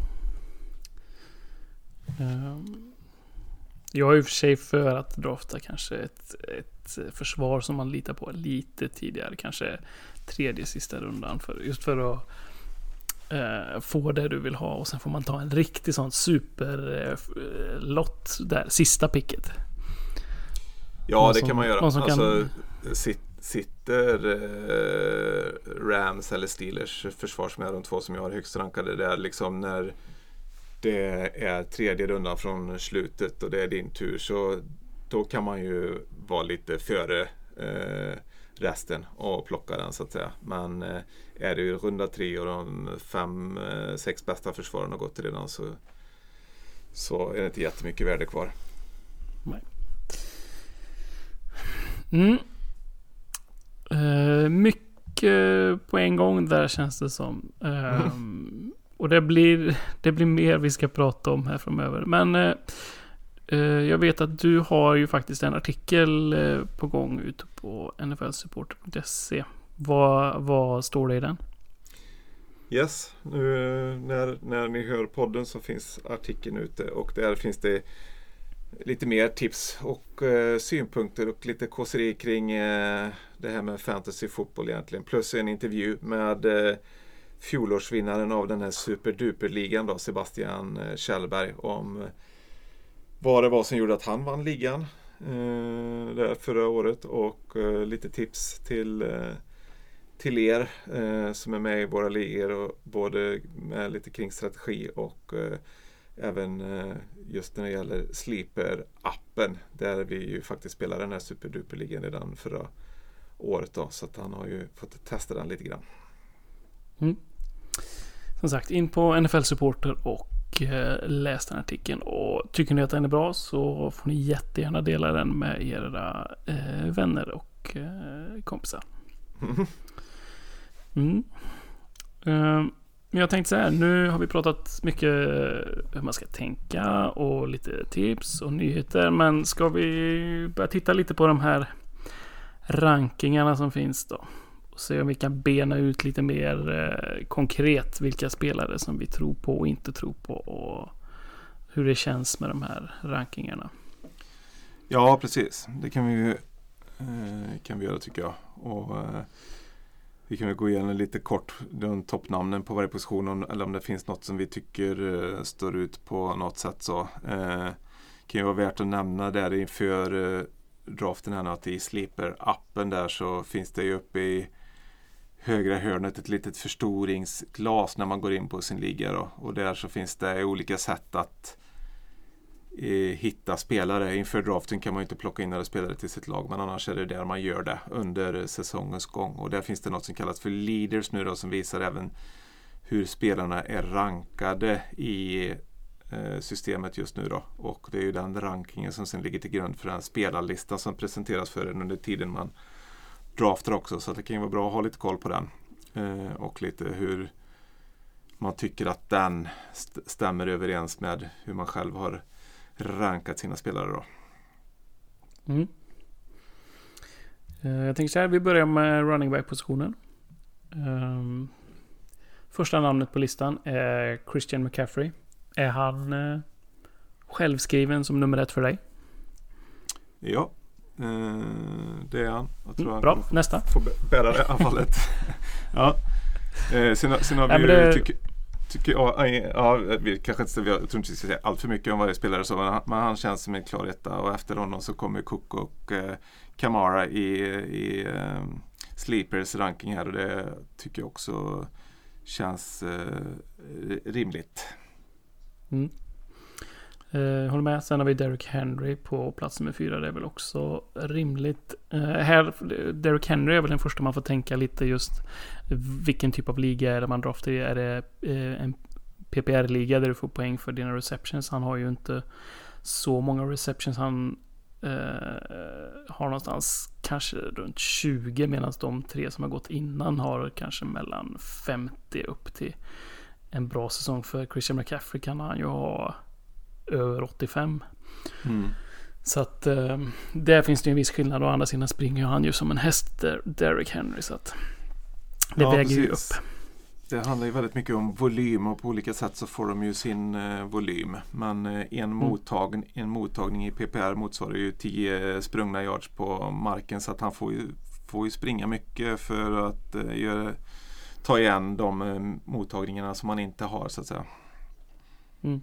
Um. Jag är i och för sig för att drafta kanske ett, ett försvar som man litar på lite tidigare, kanske tredje sista rundan, för, just för att eh, få det du vill ha, och sen får man ta en riktig sån superlott eh, där, sista picket. Ja, någon det som, kan man göra. Alltså, kan... sit, sitter eh, Rams eller Steelers försvar, som är de två som jag har högst rankade där, liksom när det är tredje rundan från slutet och det är din tur, så då kan man ju vara lite före eh, resten och plocka den, så att säga. Men eh, är det ju runda tre och de fem, eh, sex bästa försvaren har gått redan, så, så är det inte jättemycket värde kvar. Nej. Mm. Uh, mycket på en gång där, känns det som. Uh, mm. Och det blir, det blir mer vi ska prata om här framöver. Men eh, jag vet att du har ju faktiskt en artikel eh, på gång ute på N F L supporter punkt se. Vad, vad står det i den? Yes, nu när, när ni hör podden så finns artikeln ute, och där finns det lite mer tips och eh, synpunkter och lite kåseri kring eh, det här med fantasy fotboll egentligen. Plus en intervju med eh, fjolårsvinnaren av den här superduperligan då, Sebastian Kjellberg, om vad det var som gjorde att han vann ligan eh, där förra året och eh, lite tips till, eh, till er eh, som är med i våra ligor och både med lite kring strategi och eh, även eh, just när det gäller Sleeper-appen där vi ju faktiskt spelade den här superduperligan redan förra året då, så att han har ju fått testa den lite grann. Mm. Som sagt, in på N F L Supporter och eh, läs den artikeln. Och tycker ni att den är bra så får ni jättegärna dela den med era eh, vänner och eh, kompisar. Mm. Uh, men jag tänkte så här, nu har vi pratat mycket hur man ska tänka och lite tips och nyheter. Men ska vi börja titta lite på de här rankingarna som finns då? Och se om vi kan bena ut lite mer eh, konkret vilka spelare som vi tror på och inte tror på och hur det känns med de här rankingarna. Ja, precis. Det kan vi ju eh, kan vi göra tycker jag. Och eh, vi kan väl gå igenom lite kort de toppnamnen på varje position om, eller om det finns något som vi tycker eh, står ut på något sätt så. Eh, kan ju vara värt att nämna där inför eh, draften här att i Sleeper-appen där så finns det ju uppe i högra hörnet ett litet förstoringsglas när man går in på sin liga då. Och där så finns det olika sätt att eh, hitta spelare. Inför draften kan man ju inte plocka in alla spelare till sitt lag, men annars är det där man gör det under säsongens gång. Och där finns det något som kallas för leaders nu då, som visar även hur spelarna är rankade i eh, systemet just nu då. Och det är ju den rankingen som sen ligger till grund för den spelarlista som presenteras för en under tiden man draftar också, så det kan ju vara bra att ha lite koll på den eh, och lite hur man tycker att den st- stämmer överens med hur man själv har rankat sina spelare då. Mm. Uh, jag tänker så här, vi börjar med running back-positionen. Um, första namnet på listan är Christian McCaffrey. Är han uh, självskriven som nummer ett för dig? Ja. Uh, det är han. Jag tror mm, han bra, nästa. Får bära det anfallet. ja. Uh, sen, sen har vi ja, ju, det... tycker, tycker jag, ja, vi kanske inte, jag tror inte vi ska säga allt för mycket om varje spelare så, men han, men han känns som en klar etta och efter honom så kommer Cook och uh, Kamara i, i um, Sleepers ranking här och det tycker jag också känns uh, rimligt. Mm. Uh, håller med. Sen har vi Derrick Henry på plats nummer fyra. Det är väl också rimligt. Uh, här, Derrick Henry är väl den första man får tänka lite just vilken typ av liga är det man draftar i. Är det uh, en P P R-liga där du får poäng för dina receptions? Han har ju inte så många receptions. Han uh, har någonstans kanske runt tjugo medan de tre som har gått innan har kanske mellan femtio upp till en bra säsong. För Christian McCaffrey kan han ju ha över åttiofem. Mm. Så att eh, där finns det ju en viss skillnad. Och andra sidan springer han ju som en häst där, Derrick Henry, så att det ja, väger precis. ju upp. Det handlar ju väldigt mycket om volym och på olika sätt så får de ju sin eh, volym. Men eh, en, mm. mottagn, en mottagning i P P R motsvarar ju tio sprungna yards på marken, så att han får ju, får ju springa mycket för att eh, göra, ta igen de eh, mottagningarna som man inte har så att säga. Mm.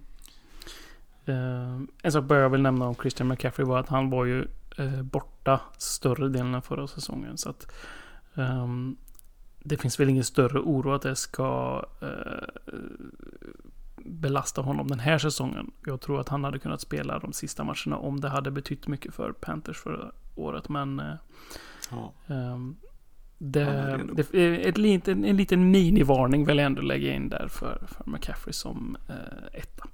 Uh, en sak bör jag väl nämna om Christian McCaffrey var att han var ju uh, borta större delen av förra säsongen, så att um, det finns väl ingen större oro att det ska uh, belasta honom den här säsongen. Jag tror att han hade kunnat spela de sista matcherna om det hade betytt mycket för Panthers förra året, men uh, ja. um, det, det är ett liten, en liten minivarning vill jag ändå lägga in där för, för McCaffrey som uh, etta.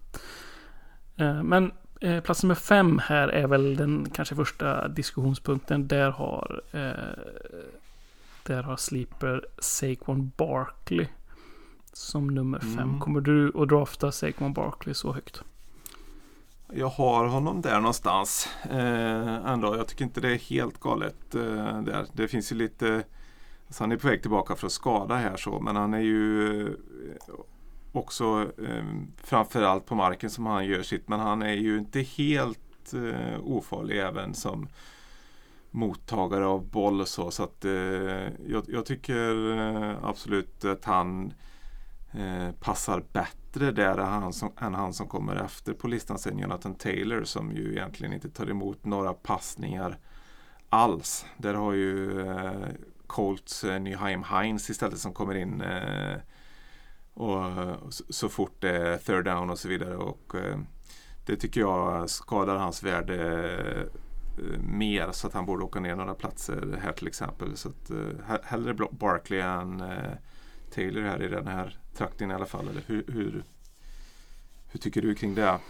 Men eh, plats nummer fem här är väl den kanske första diskussionspunkten. Där har eh, där har Sleeper Saquon Barkley som nummer fem. Mm. Kommer du att drafta Saquon Barkley så högt? Jag har honom där någonstans. Eh, ändå, jag tycker inte det är helt galet eh, där. Det finns ju lite, alltså han är på väg tillbaka för att skada här så, men han är ju eh, också eh, framförallt på marken som han gör sitt, men han är ju inte helt eh, ofarlig även som mottagare av boll och så, så att eh, jag, jag tycker eh, absolut att han eh, passar bättre där än han, som, än han som kommer efter på listan sen, Jonathan Taylor, som ju egentligen inte tar emot några passningar alls. Där har ju eh, Colts eh, Nyheim Hines istället som kommer in eh, och så, så fort det är third down och så vidare, och eh, det tycker jag skadar hans värde eh, mer, så att han borde åka ner några platser här till exempel. Så att eh, hellre Barkley än eh, Taylor här i den här trakten i alla fall. Eller hur, hur, hur tycker du kring det?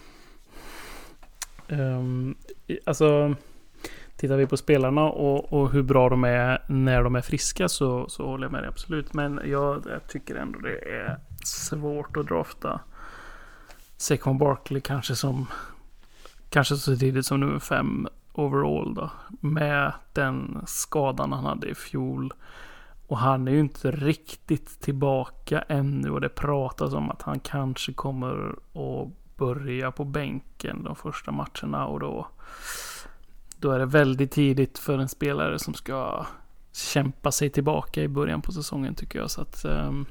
Um, alltså tittar vi på spelarna och, och hur bra de är när de är friska, så, så håller jag med dig absolut. Men jag, jag tycker ändå det är svårt att drafta Saquon Barkley kanske som kanske så tidigt som nummer fem overall då, med den skadan han hade i fjol. Och han är ju inte riktigt tillbaka ännu, och det pratas om att han kanske kommer att börja på bänken de första matcherna, och då Då är det väldigt tidigt för en spelare som ska kämpa sig tillbaka i början på säsongen, tycker jag. Så att um,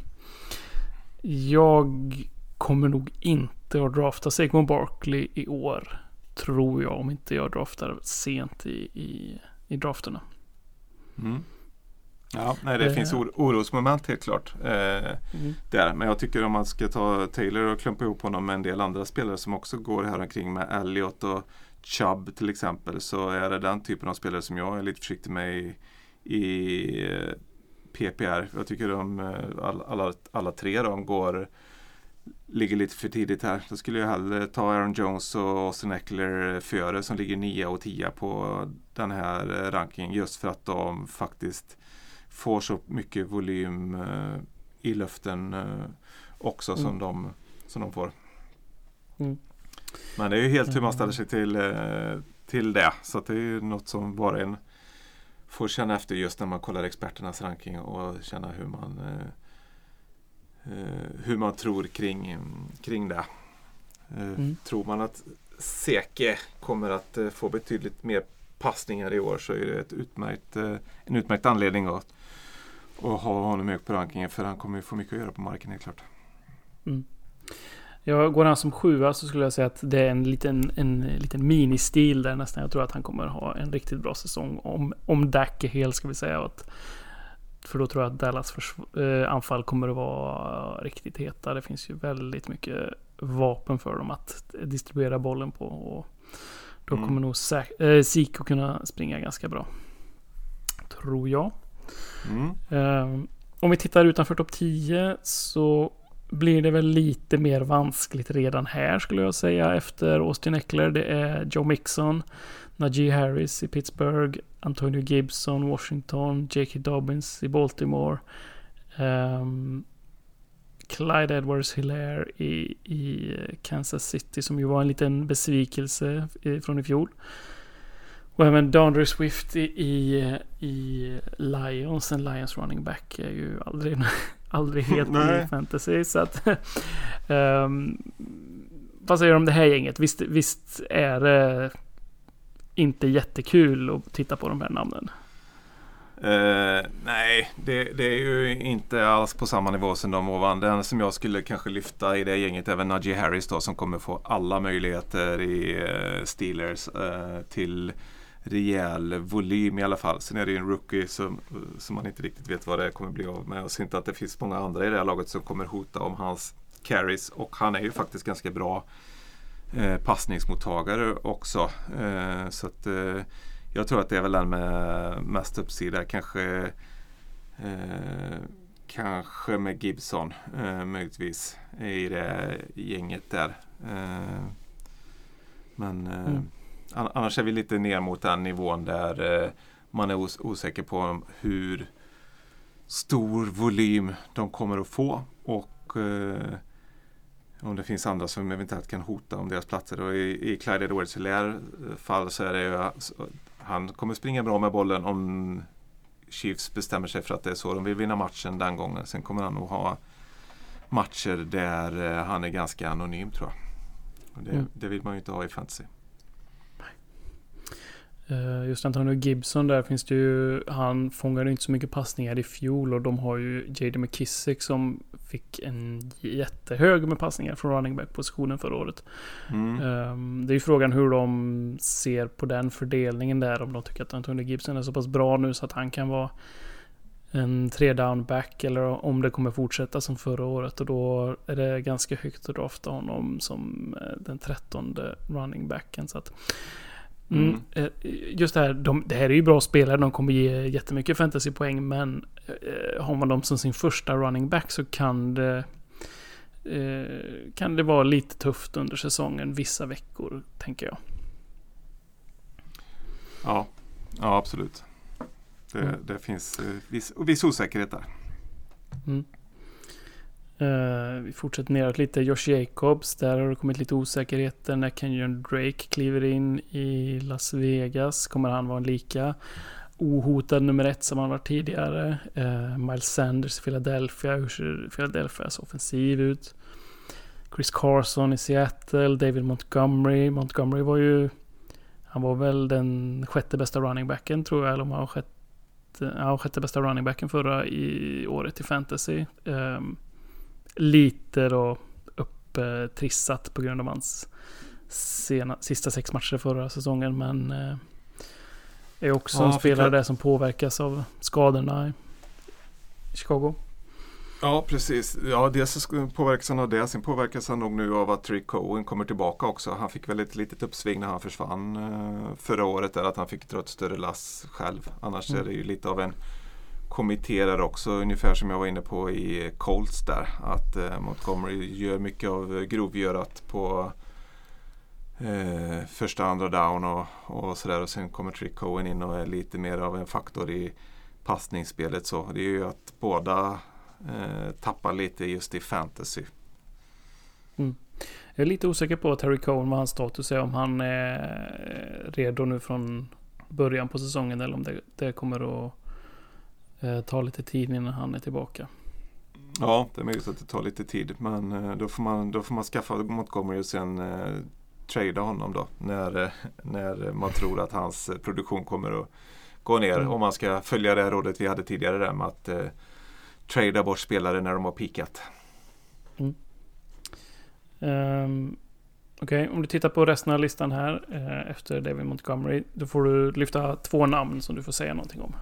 jag kommer nog inte att drafta Saquon Barkley i år, tror jag, om inte jag draftar sent i, i, i drafterna. Mm. Ja, nej, det uh, finns or- orosmoment helt klart eh, mm. där. Men jag tycker om man ska ta Taylor och klumpa ihop honom med en del andra spelare som också går här omkring med Elliott och Chubb till exempel, så är det den typen av spelare som jag är lite försiktig med i, i P P R. Jag tycker de alla, alla, alla tre de går ligger lite för tidigt här. Då skulle jag hellre ta Aaron Jones och Austin Eckler före, som ligger nio och tio på den här rankingen, just för att de faktiskt får så mycket volym uh, i luften uh, också mm. som, de, som de får. Mm. Men det är ju helt hur man ställer sig till, till det. Så att det är ju något som var en får känna efter just när man kollar experternas ranking och känna hur man hur man tror kring, kring det. Mm. Tror man att Seke kommer att få betydligt mer passningar i år, så är det ett utmärkt, en utmärkt anledning att, att ha honom högt på rankingen, för han kommer ju få mycket att göra på marken, helt klart. Mm. Jag går han som sjua, så skulle jag säga att det är en liten, en liten ministil där nästan. Jag tror att han kommer ha en riktigt bra säsong om, om Dak är hel, ska vi säga. Att, för då tror jag att Dallas försv- äh, anfall kommer att vara riktigt heta. Det finns ju väldigt mycket vapen för dem att distribuera bollen på. Och då mm. kommer nog äh, Zico kunna springa ganska bra, tror jag. Mm. Um, om vi tittar utanför topp tio, så blir det väl lite mer vanskligt redan här, skulle jag säga, efter Austin Eckler. Det är Joe Mixon, Najee Harris i Pittsburgh, Antonio Gibson, Washington, J K. Dobbins i Baltimore, um, Clyde Edwards-Hilaire i, i Kansas City, som ju var en liten besvikelse i, från i fjol. Och även DeAndre Swift i, i, i Lions. En Lions running back är ju aldrig, aldrig helt i fantasy. Så att, um, vad säger du om det här gänget? Visst, visst är det inte jättekul att titta på de här namnen? Uh, nej, det, det är ju inte alls på samma nivå som de ovan. Den som jag skulle kanske lyfta i det gänget är även Najee Harris då, som kommer få alla möjligheter i uh, Steelers uh, till rejäl volym i alla fall. Sen är det ju en rookie som, som man inte riktigt vet vad det kommer bli av med. Jag ser inte att det finns många andra i det här laget som kommer hota om hans carries, och han är ju faktiskt ganska bra eh, passningsmottagare också. Eh, så att eh, jag tror att det är väl den med mest uppsida. Kanske eh, kanske med Gibson eh, möjligtvis i det gänget där. Eh, men eh, mm. Annars är vi lite ner mot den nivån där eh, man är os- osäker på hur stor volym de kommer att få, och eh, om det finns andra som eventuellt kan hota om deras platser. Och i, i Clyde Edwards-Hilaire fall så är det ju, han kommer springa bra med bollen om Chiefs bestämmer sig för att det är så de vill vinna matchen den gången. Sen kommer han nog ha matcher där eh, han är ganska anonym, tror jag. Och det, mm. det vill man ju inte ha i fantasy. Just Antonio Gibson, där finns det ju, han fångade inte så mycket passningar i fjol, och de har ju J D McKissick som fick en jättehög med passningar från running back-positionen förra året. Mm. Um, det är ju frågan hur de ser på den fördelningen där, om de tycker att Antonio Gibson är så pass bra nu så att han kan vara en tre down back, eller om det kommer fortsätta som förra året, och då är det ganska högt att drafta honom som den trettonde running backen. Så att Mm. Mm. Just det här, de, det här är ju bra spelare, de kommer ge jättemycket fantasypoäng, men eh, har man dem som sin första running back så kan det eh, kan det vara lite tufft under säsongen vissa veckor, tänker jag. Ja, ja absolut. Det, mm. det finns eh, viss, viss osäkerhet där. Mm. Uh, vi fortsätter neråt lite. Josh Jacobs, där har det kommit lite osäkerheter när Kenyon Drake kliver in i Las Vegas. Kommer han vara en lika ohotad nummer ett som han var tidigare? Uh, Miles Sanders i Philadelphia, hur ser Philadelphias offensiv ut? Chris Carson i Seattle, David Montgomery. Montgomery var ju, han var väl den sjätte bästa running backen, tror jag, eller om han var sjätte, ja, sjätte bästa running backen förra i året i fantasy. Um, Lite då upptrissat på grund av hans sena, sista sex matcher förra säsongen, men eh, är också ja, en spelare där som påverkas av skadorna i Chicago. Ja, precis. Ja, dels påverkas han av det. Sen påverkas han nog nu av att Tariq Cohen kommer tillbaka också. Han fick väl ett litet uppsving när han försvann eh, förra året, där att han fick dra ett större lass själv. Annars mm. är det ju lite av en kommitterar också, ungefär som jag var inne på i Colts där, att eh, Montgomery gör mycket av grovgörat på eh, första, andra down och, och sådär, och sen kommer Tariq Cohen in och är lite mer av en faktor i passningsspelet, så det är ju att båda eh, tappar lite just i fantasy. Mm. Jag är lite osäker på Tariq Cohen, vad hans status är, om han är redo nu från början på säsongen eller om det, det kommer att ta lite tid innan han är tillbaka. Ja, det är möjligt att det tar lite tid, men eh, då får man, då får man skaffa Montgomery och sen eh, trada honom då när, eh, när man tror att hans produktion kommer att gå ner. Mm. Om man ska följa det rådet vi hade tidigare där med att eh, trada bort spelare när de har peakat. Mm. Um, Okej, okay. Om du tittar på resten av listan här eh, efter David Montgomery, då får du lyfta två namn som du får säga någonting om.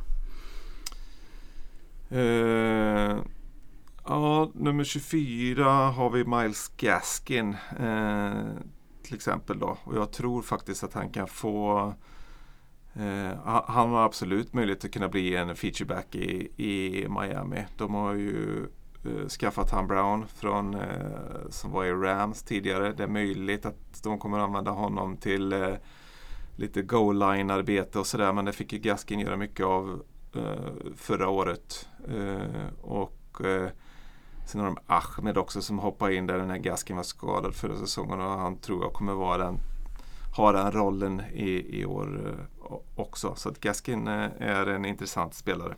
Uh, ja, nummer tjugofyra har vi Myles Gaskin uh, till exempel då, och jag tror faktiskt att han kan få uh, han har absolut möjlighet att kunna bli en featureback i, i Miami. De har ju uh, skaffat han Brown från uh, som var i Rams tidigare. Det är möjligt att de kommer använda honom till uh, lite goal-line-arbete och sådär, men det fick ju Gaskin göra mycket av förra året, och sen har de Ahmed också som hoppar in där den här Gaskin var skadad förra säsongen, och han tror jag kommer vara den, ha den rollen i, i år också, så att Gaskin är en intressant spelare.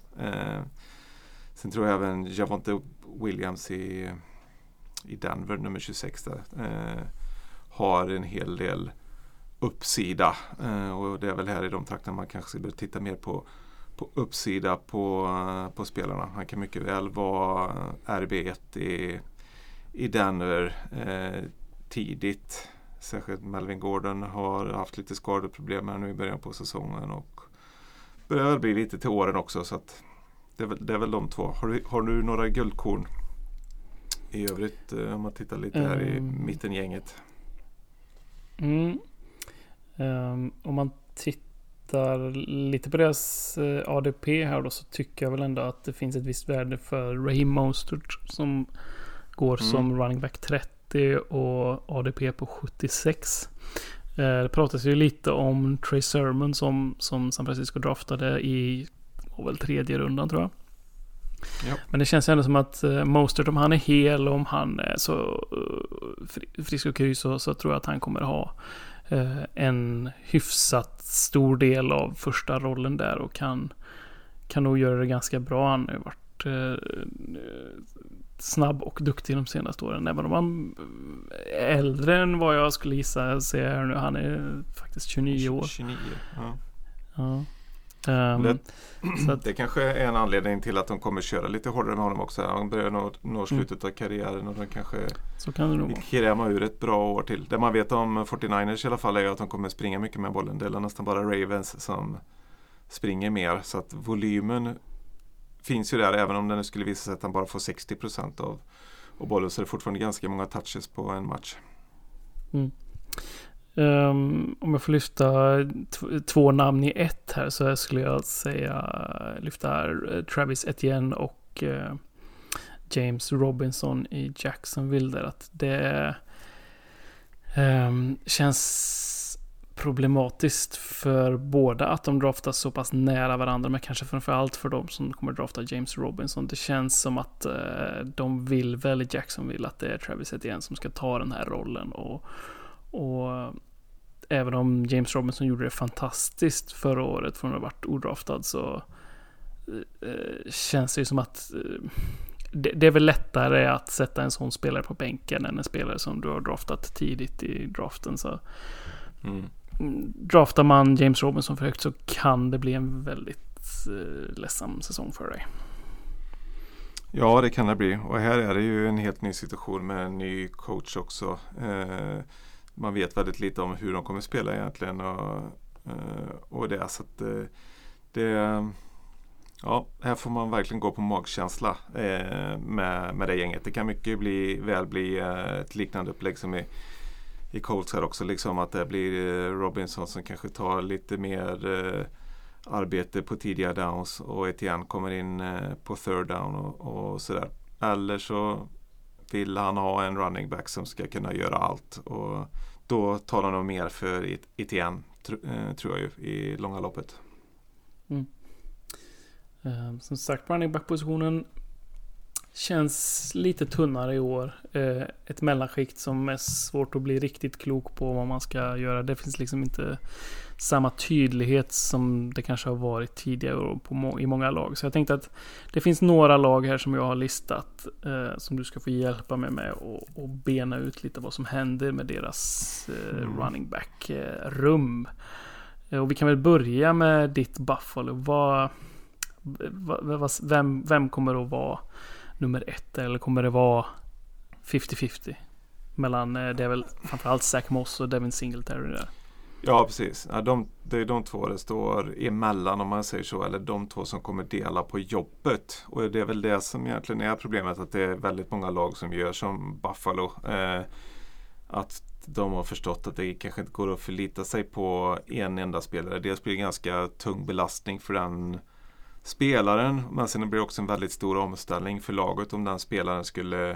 Sen tror jag även Javonte Williams i, i Denver, nummer tjugosex där, har en hel del uppsida, och det är väl här i de trakterna man kanske bör titta mer på på uppsida på, på spelarna. Han kan mycket väl vara R B ett i, i Denver eh, tidigt. Särskilt Melvin Gordon har haft lite skadeproblem här nu i början på säsongen och börjar bli lite till åren också, så att det är väl, det är väl de två. Har du, har du några guldkorn i övrigt eh, om man tittar lite här i um, mittengänget? Mm. Um, om man tittar lite på deras A D P här då, så tycker jag väl ändå att det finns ett visst värde för Raheem Mostert som går mm. som running back trettio och A D P på sjuttiosex. Det pratas ju lite om Trey Sermon som, som San Francisco draftade i väl tredje rundan, tror jag. Ja. Men det känns ändå som att Mostert, om han är hel och om han är så frisk och kry, så, så tror jag att han kommer ha en hyfsat stor del av första rollen där och kan, kan nog göra det ganska bra. Han har ju varit eh, snabb och duktig de senaste åren, även om han är äldre än vad jag skulle gissa. Se här nu, han är faktiskt tjugonio år. tjugonio, ja. Ja. Um, det, så att, det kanske är en anledning till att de kommer köra lite hårdare med honom också. Han börjar nå, nå slutet av karriären och de kanske så kan det nog vill kräma ur ett bra år till. Det man vet om fyrtionioers i alla fall är att de kommer springa mycket med bollen. Det är nästan bara Ravens som springer mer. Så att volymen finns ju där, även om den skulle visa sig att han bara får sextio procent av, av bollen, så är det fortfarande ganska många touches på en match. Mm. Um, om jag får lyfta t- två namn i ett här, så skulle jag säga lyfta Travis Etienne och uh, James Robinson i Jacksonville där, att det um, känns problematiskt för båda att de draftas så pass nära varandra, men kanske framförallt för de som kommer drafta James Robinson. Det känns som att uh, de vill väl i Jacksonville att det är Travis Etienne som ska ta den här rollen, och Och även om James Robinson gjorde det fantastiskt förra året från att ha varit odraftad, så eh, känns det ju som att eh, det, det är väl lättare att sätta en sån spelare på bänken än en spelare som du har draftat tidigt i draften. Så Mm. draftar man James Robinson för högt så kan det bli en väldigt eh, ledsam säsong för dig. Ja, det kan det bli. Och här är det ju en helt ny situation med en ny coach också. Eh, man vet väldigt lite om hur de kommer spela egentligen. Och, eh, och det är så att eh, det... Ja, här får man verkligen gå på magkänsla eh, med, med det gänget. Det kan mycket bli, väl bli eh, ett liknande upplägg som i, i Colts här också. Liksom att det blir eh, Robinson som kanske tar lite mer... Eh, arbete på tidiga downs och Etienne kommer in eh, på third down och, och sådär. Eller så vill han ha en running back som ska kunna göra allt, och då tar han nog mer för Etienne tr- eh, tror jag ju, i långa loppet. Mm. Um, som sagt, running back-positionen känns lite tunnare i år. Uh, ett mellanskikt som är svårt att bli riktigt klok på vad man ska göra. Det finns liksom inte samma tydlighet som det kanske har varit tidigare på må- i många lag. Så jag tänkte att det finns några lag här som jag har listat uh, som du ska få hjälpa mig med och, och bena ut lite vad som händer med deras uh, mm. running back-rum. Uh, och vi kan väl börja med ditt Buffalo. Vad, vad, vad, vem, vem kommer att vara nummer ett, eller kommer det vara femtio femtio mellan, det är väl framförallt Zach Moss och Devin Singletary där? Ja, precis. Ja, de, det är de två det står emellan, om man säger så, eller de två som kommer dela på jobbet. Och det är väl det som egentligen är problemet, att det är väldigt många lag som gör som Buffalo. Eh, att de har förstått att det kanske inte går att förlita sig på en enda spelare. Dels blir det ganska tung belastning för den spelaren, men sen blir det också en väldigt stor omställning för laget om den spelaren skulle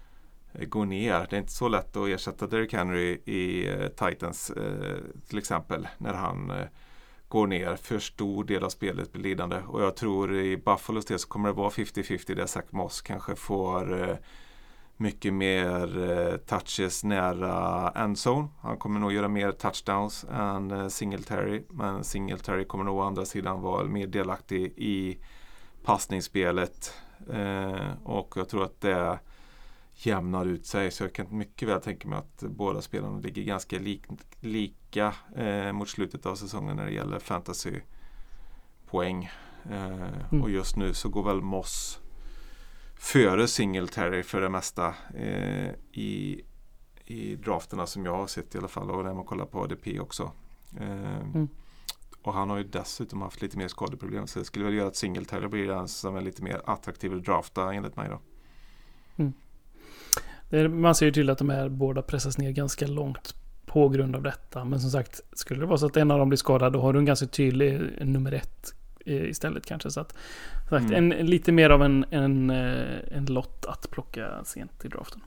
gå ner. Det är inte så lätt att ersätta Derrick Henry i eh, Titans eh, till exempel, när han eh, går ner. För stor del av spelet blir lidande, och jag tror i Buffalos del så kommer det vara femtio femtio där Zach Moss kanske får eh, mycket mer eh, touches nära endzone. Han kommer nog göra mer touchdowns än eh, Singletary, men Singletary kommer nog å andra sidan vara mer delaktig i passningsspelet, eh, och jag tror att det jämnar ut sig, så jag kan mycket väl tänka mig att båda spelarna ligger ganska lik, lika eh, mot slutet av säsongen när det gäller fantasypoäng. Eh, mm. Och just nu så går väl Moss före Singletary för det mesta eh, i, i drafterna som jag har sett i alla fall, och när man kollar på A D P också. Eh, mm. Och han har ju dessutom haft lite mer skadeproblem, så det skulle väl göra att Singletary blir den som är lite mer attraktiv att drafta enligt mig då. Mm. Det är, man ser ju till att de här båda pressas ner ganska långt på grund av detta, men som sagt, skulle det vara så att en av dem blir skadad, då har du en ganska tydlig nummer ett istället kanske, så att sagt, mm. en, lite mer av en, en, en lott att plocka sent i draften.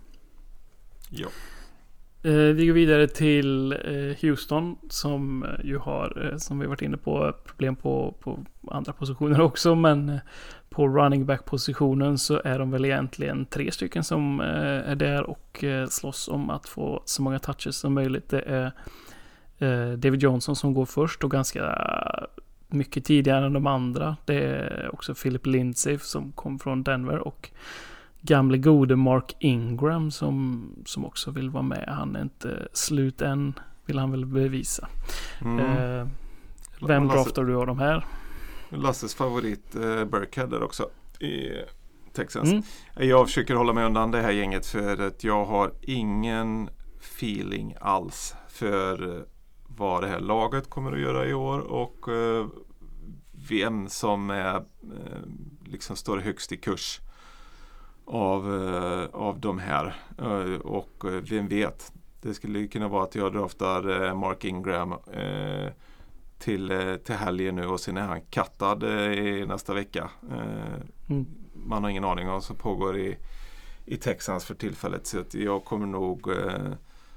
Ja. Eh, vi går vidare till eh, Houston, som ju har, eh, som vi varit inne på, problem på, på andra positioner också, men eh, på running back positionen så är de väl egentligen tre stycken som eh, är där och eh, slåss om att få så många touches som möjligt. Det är eh, David Johnson som går först och ganska mycket tidigare än de andra. Det är också Philip Lindsay som kom från Denver, och gamle gode Mark Ingram som, som också vill vara med. Han är inte slut än, vill han väl bevisa. Mm. Eh, vem draftar du av de här? Lasses favorit eh, Burkhead där också i Texans. Mm. Jag försöker hålla mig undan det här gänget för att jag har ingen feeling alls för vad det här laget kommer att göra i år och eh, vem som är, eh, liksom står högst i kurs av, eh, av de här. Eh, och eh, vem vet, det skulle kunna vara att jag draftar eh, Mark Ingram eh, till, eh, till helgen nu och sen är han kattad eh, i nästa vecka. Eh, Mm. Man har ingen aning om vad som pågår i, i Texans för tillfället, så att jag kommer nog eh,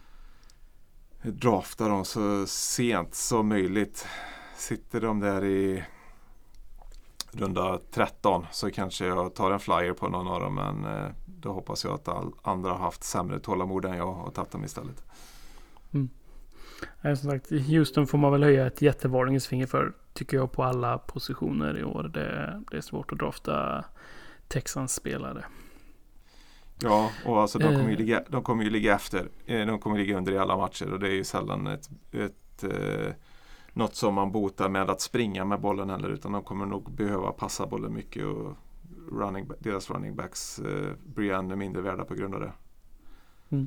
drafta dem så sent som möjligt. Sitter de där i runda tretton så kanske jag tar en flyer på någon av dem, men eh, då hoppas jag att all, andra har haft sämre tålamod än jag och tagit dem istället. Mm. Ja, som sagt, Houston får man väl höja ett jättevarningens finger för, tycker jag, på alla positioner i år. Det, det är svårt att drafta Texans spelare. Ja, och alltså de kommer ju Eh. ligga, de kommer ju ligga efter. Eh, De kommer ligga under i alla matcher och det är ju sällan ett, ett eh, något som man botar med att springa med bollen heller, utan de kommer nog behöva passa bollen mycket och running, deras running backs eh, blir ännu mindre värda på grund av det. Mm.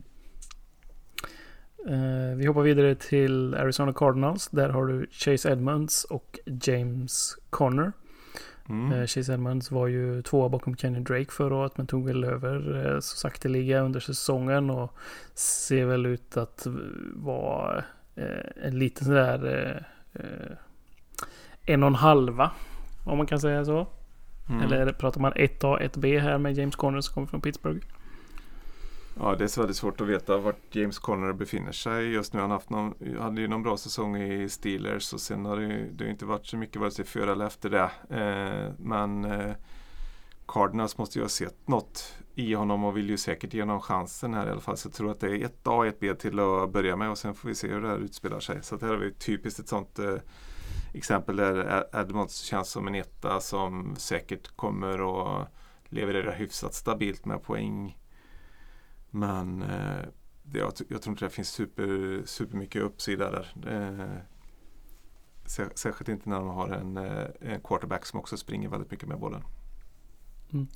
Eh, vi hoppar vidare till Arizona Cardinals. Där har du Chase Edmonds och James Conner. Mm. Eh, Chase Edmonds var ju tvåa bakom Kenny Drake förra året, men tog väl över eh, så sakteliga under säsongen och ser väl ut att vara eh, en liten sådär eh, eh, en och en halva, om man kan säga så. Mm. Eller pratar man ett A, ett B här med James Conner som kommer från Pittsburgh? Ja, det är så väldigt svårt att veta vart James Conner befinner sig just nu. Han haft någon, hade ju någon bra säsong i Steelers och sen har det ju det har inte varit så mycket vare sig före eller efter det. Eh, men eh, Cardinals måste ju ha sett något i honom och vill ju säkert ge honom chansen här i alla fall. Så jag tror att det är ett A, ett B till att börja med och sen får vi se hur det här utspelar sig. Så det här är ju typiskt ett sånt eh, exempel där Edmonds känns som en etta som säkert kommer att leverera hyfsat stabilt med poäng. Men eh, det, jag, jag tror inte det finns super, super mycket uppsida där. Eh, särskilt inte när de har en, en quarterback som också springer väldigt mycket med bollen. Mm.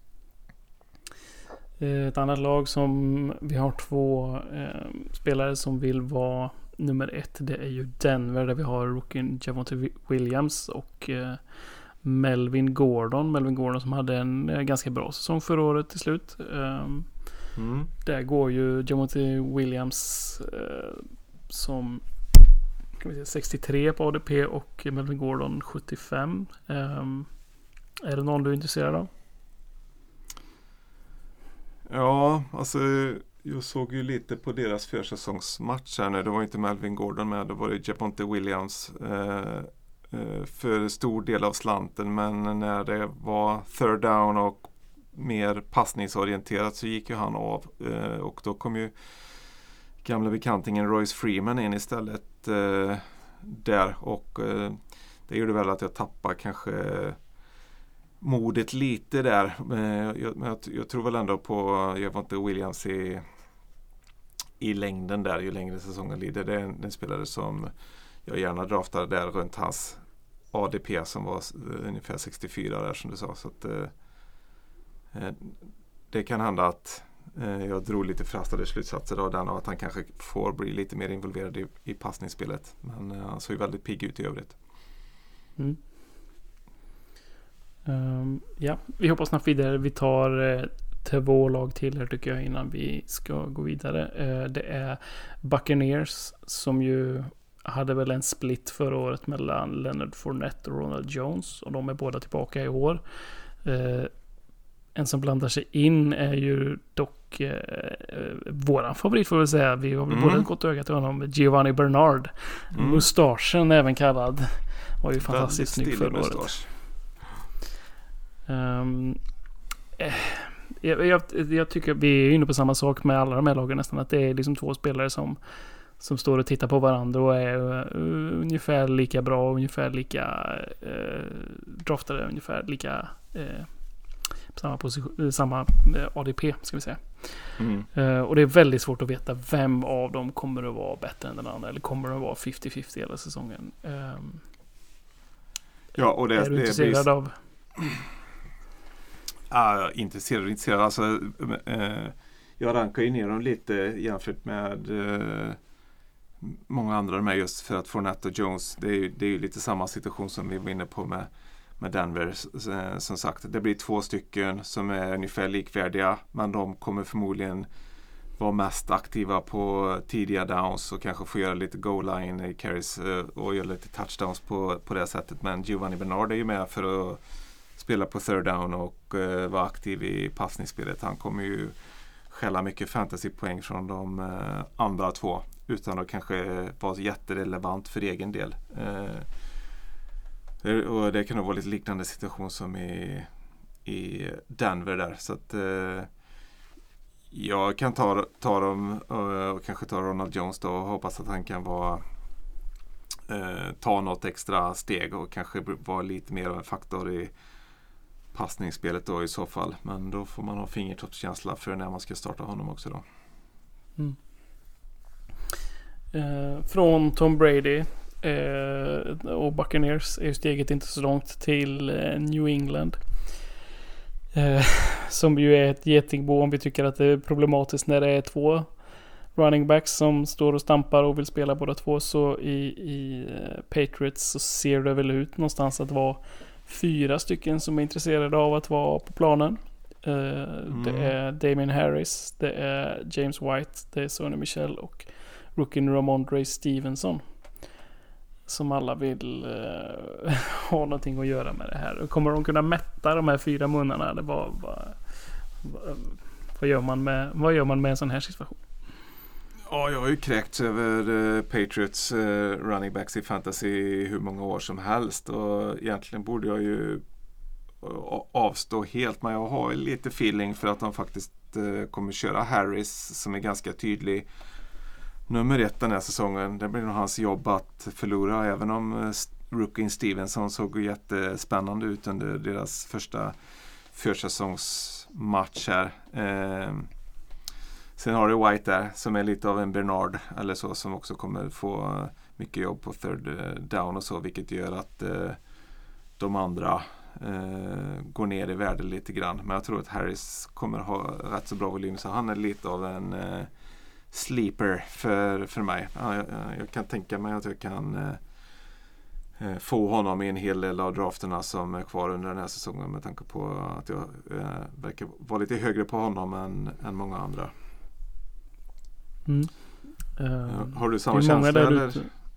Ett annat lag som vi har två eh, spelare som vill vara nummer ett, det är ju Denver, där vi har rookien Javonte Williams och eh, Melvin Gordon. Melvin Gordon som hade en eh, ganska bra säsong förra året till slut. Um, Mm. Där går ju Javonte Williams eh, som kan vi säga, sextiotre på A D P och Melvin Gordon sjuttiofem. Um, är det någon du är intresserad av? Ja, alltså jag såg ju lite på deras försäsongsmatch här nu. Det var inte Melvin Gordon med, då var det Javonte Williams eh, eh, för stor del av slanten, men när det var third down och mer passningsorienterat så gick ju han av eh, och då kom ju gamla bekantingen Royce Freeman in istället eh, där och eh, det gjorde väl att jag tappade kanske modet lite där, men jag, jag, jag tror väl ändå på Javonte Williams i, i längden där, ju längre säsongen lider. Det är en, en spelare som jag gärna draftade där runt hans A D P som var uh, ungefär sextiofyra där som du sa, så att uh, det kan hända att uh, jag drog lite förhastade slutsatser av den och att han kanske får bli lite mer involverad i, i passningsspelet, men uh, han såg ju väldigt pigg ut i övrigt. Mm. Um, ja, vi hoppar snabbt vidare. Vi tar uh, två lag till här tycker jag innan vi ska gå vidare. Uh, det är Buccaneers som ju hade väl en split förra året mellan Leonard Fournette och Ronald Jones och de är båda tillbaka i år. Uh, en som blandar sig in är ju dock uh, våran favorit får vi säga. Vi har väl Mm. båda gått ögat till honom. Giovanni Bernard. Mm. Mustaschen även kallad. Var ju fantastiskt snygg stilig förra året. mustasch. Um, eh, jag, jag, jag tycker vi är inne på samma sak med alla de här lagen nästan, att det är liksom två spelare som, som står och tittar på varandra och är uh, ungefär lika bra, ungefär lika uh, draftade, ungefär lika uh, samma, position, samma uh, A D P ska vi säga. Mm. Uh, och det är väldigt svårt att veta vem av dem kommer att vara bättre än den andra, eller kommer att vara femtio femtio hela säsongen. Um, Ja, och det, är du det intresserad blir... av? Ja, intresserad och intresserad. Alltså, eh, jag rankar ju ner dem lite jämfört med eh, många andra med just för att Fournette och Jones, det är ju det är ju lite samma situation som vi var inne på med, med Denver. Som sagt, det blir två stycken som är ungefär likvärdiga, men de kommer förmodligen vara mest aktiva på tidiga downs och kanske få göra lite goal line carries och göra lite touchdowns på, på det sättet. Men Giovanni Bernard är ju med för att spela på third down och uh, vara aktiv i passningsspelet. Han kommer ju skälla mycket fantasypoäng från de uh, andra två utan att kanske vara jätterelevant för egen del. Uh, det, och det kan nog vara lite liknande situation som i, i Denver där. Så att uh, jag kan ta, ta dem uh, och kanske ta Ronald Jones då och hoppas att han kan vara uh, ta något extra steg och kanske vara lite mer av en faktor i passningsspelet då i så fall. Men då får man ha fingertoppskänsla för när man ska starta honom också då. Mm. Eh, från Tom Brady eh, och Buccaneers är ju steget inte så långt till eh, New England. Eh, som ju är ett getingbo om vi tycker att det är problematiskt när det är två running backs som står och stampar och vill spela båda två. Så i, i eh, Patriots så ser det väl ut någonstans att vara fyra stycken som är intresserade av att vara på planen. Uh, mm. Det är Damien Harris, det är James White, det är Sony Michel och rookien Ramondre Stevenson. Som alla vill uh, ha någonting att göra med det här. Kommer de kunna mätta de här fyra munnarna? Det var, var, var, vad, gör man med, vad gör man med en sån här situation? Ja, jag har ju kräkts över uh, Patriots uh, running backs i fantasy hur många år som helst och egentligen borde jag ju uh, avstå helt, men jag har lite feeling för att de faktiskt uh, kommer köra Harris som är ganska tydlig nummer ett den här säsongen. Det blir nog hans jobb att förlora, även om uh, rookien Stevenson såg jättespännande ut under deras första försäsongsmatch här. Uh, Sen har du White där som är lite av en Bernard eller så, som också kommer få mycket jobb på third down och så, vilket gör att eh, de andra eh, går ner i värde lite grann. Men jag tror att Harris kommer ha rätt så bra volym, så han är lite av en eh, sleeper för, för mig. Ja, jag, jag kan tänka mig att jag kan eh, få honom i en hel del av drafterna som är kvar under den här säsongen, med tanke på att jag eh, verkar vara lite högre på honom än, än många andra. Mm. Uh, har du samma känsla eller?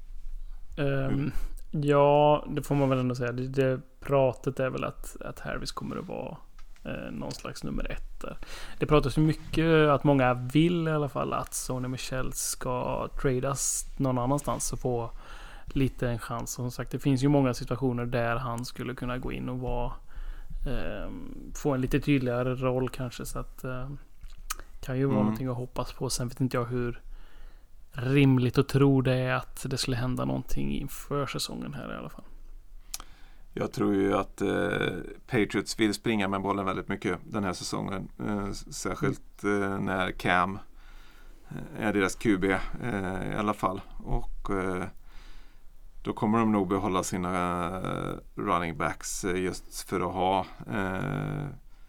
Um, ja, det får man väl ändå säga. Det, det pratet är väl att, att Harris kommer att vara eh, någon slags nummer ett där. Det pratas ju mycket att många vill i alla fall att Sony Michel ska tradas någon annanstans och få lite en chans. Som sagt, det finns ju många situationer där han skulle kunna gå in och vara eh, få en lite tydligare roll kanske, så att eh, kan ju vara mm. någonting att hoppas på. Sen vet inte jag hur rimligt att tro det är att det skulle hända någonting inför säsongen här i alla fall. Jag tror ju att eh, Patriots vill springa med bollen väldigt mycket den här säsongen. Eh, särskilt eh, när Cam är deras Q B eh, i alla fall. Och eh, då kommer de nog behålla sina eh, running backs eh, just för att ha eh,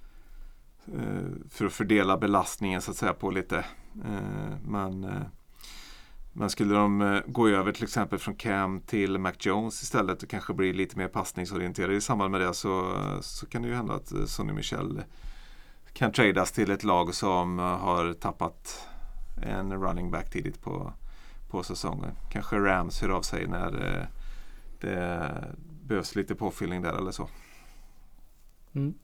för att fördela belastningen så att säga på lite. Men, men skulle de gå över till exempel från Cam till Mac Jones istället och kanske bli lite mer passningsorienterade i samband med det, så, så kan det ju hända att Sony Michel kan tradas till ett lag som har tappat en running back tidigt på, på säsongen. Kanske Rams hör av sig när det, det behövs lite påfyllning där eller så. Mm.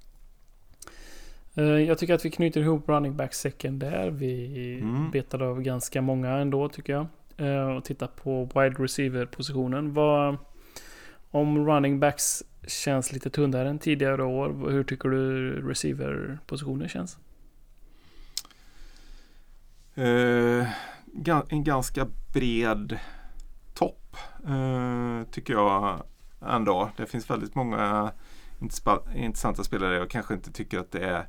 Jag tycker att vi knyter ihop running back säcken där. Vi mm. betade av ganska många ändå tycker jag. Och tittar på wide receiver positionen. Vad, om running backs känns lite tunnare än tidigare år, hur tycker du receiver positionen känns? Uh, en ganska bred topp uh, tycker jag ändå. Det finns väldigt många intressanta spelare. Jag kanske inte tycker att det är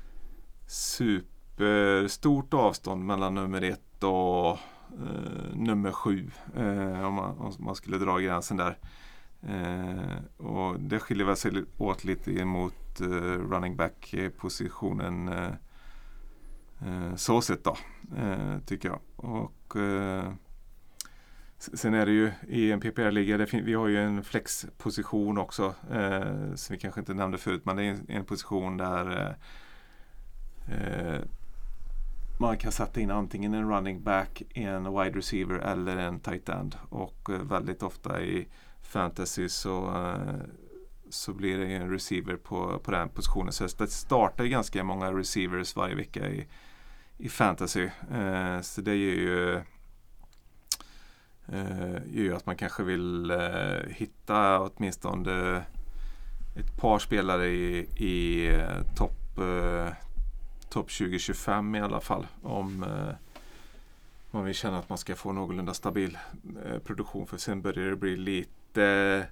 superstort avstånd mellan nummer ett och eh, nummer sju eh, om, man, om man skulle dra gränsen där. Eh, och det skiljer väl sig åt lite emot eh, running back-positionen eh, eh, så sett då, eh, tycker jag. Och eh, sen är det ju i en P P R-liga, fin- vi har ju en flex-position också, eh, som vi kanske inte nämnde förut, men det är en, en position där eh, man kan sätta in antingen en running back, en wide receiver eller en tight end. Och eh, väldigt ofta i fantasy så, eh, så blir det en receiver på, på den positionen. Så det startar ganska många receivers varje vecka i, i fantasy. Eh, så det är ju eh, gör ju att man kanske vill eh, hitta åtminstone ett par spelare i, i eh, topp eh, topp tjugo tjugofem i alla fall, om eh, man vill känna att man ska få någorlunda stabil eh, produktion, för sen börjar det bli lite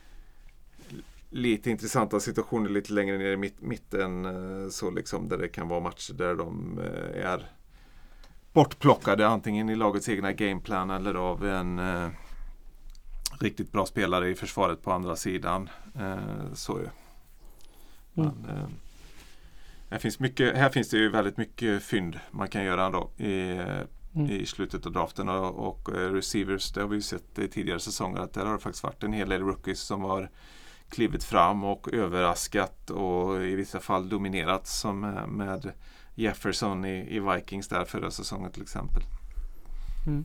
lite intressanta situationer lite längre ner i mitt, mitten eh, så liksom, där det kan vara matcher där de eh, är bortplockade antingen i lagets egna gameplan eller av en eh, riktigt bra spelare i försvaret på andra sidan. Eh, så ju. Men, eh, Här finns, mycket, här finns det ju väldigt mycket fynd man kan göra då i, mm. i slutet av draften och, och uh, receivers, det har vi ju sett i tidigare säsonger att där har det faktiskt varit en hel del rookies som har klivit fram och överraskat och i vissa fall dominerat, som med, med Jefferson i, i Vikings där förra säsongen till exempel. Mm.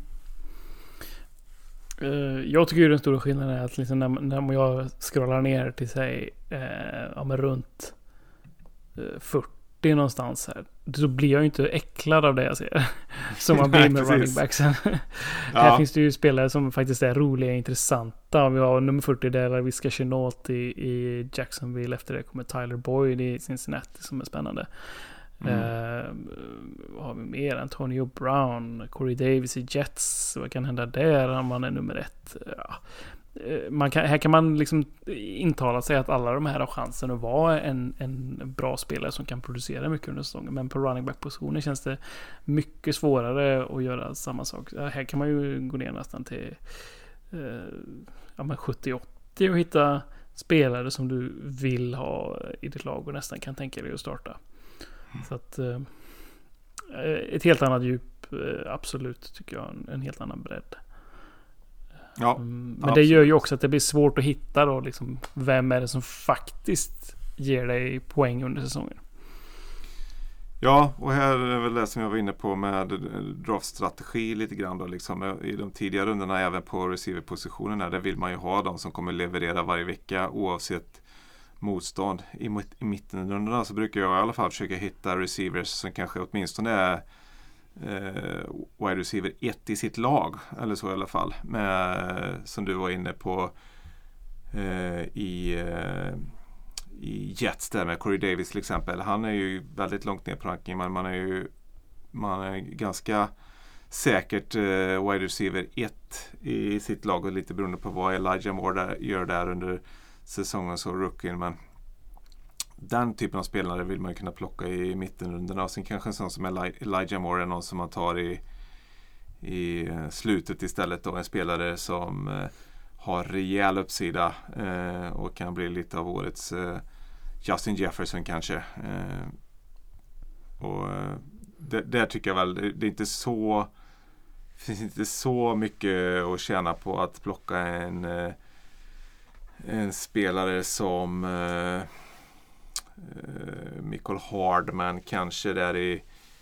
Uh, jag tycker ju den stora skillnaden är att liksom när, när jag scrollar ner till sig uh, ja, men runt uh, fyrtio någonstans här, så blir jag ju inte äcklad av det jag ser som man blir med running backsen. Ja. Här finns det ju spelare som faktiskt är roliga och intressanta. Vi har nummer fyrtio där vi ska Chenault i, i Jacksonville, efter det kommer Tyler Boyd i Cincinnati som är spännande. Mm. Uh, vad har vi mer? Antonio Brown, Corey Davis i Jets, vad kan hända där om man är nummer ett? Ja. Man kan, här kan man liksom intala sig att alla de här har chansen att vara en, en bra spelare som kan producera mycket under säsongen, men på running back-positionen känns det mycket svårare att göra samma sak. Här kan man ju gå ner nästan till eh, ja, men sjuttio åttio och hitta spelare som du vill ha i ditt lag och nästan kan tänka dig att starta. Mm. Så att eh, ett helt annat djup, eh, absolut, tycker jag, en, en helt annan bredd. Ja, mm, men absolut. Det gör ju också att det blir svårt att hitta då, liksom, vem är det som faktiskt ger dig poäng under säsongen. Ja, och här är väl det som jag var inne på med draftstrategi lite grann då, liksom, i de tidiga rundorna även på receiverpositionerna, där vill man ju ha de som kommer leverera varje vecka oavsett motstånd. I, i mitten av rundorna så brukar jag i alla fall försöka hitta receivers som kanske åtminstone är Uh, wide receiver ett i sitt lag eller så i alla fall, med, som du var inne på uh, i, uh, i Jets där med Corey Davis till exempel. Han är ju väldigt långt ner på rankingen, men man är ju man är ganska säkert uh, wide receiver ett i sitt lag, och lite beroende på vad Elijah Moore där, gör där under säsongen så rookie, men den typen av spelare vill man ju kunna plocka i mittenrundan, och sen kanske en sån som Eli- Elijah Moore är någon som man tar i, i slutet istället då, en spelare som eh, har rejäl uppsida eh, och kan bli lite av årets eh, Justin Jefferson kanske. Eh, och det, där tycker jag väl det, det är inte så finns inte så mycket att tjäna på att plocka en eh, en spelare som eh, Uh, Michael Hardman kanske där i,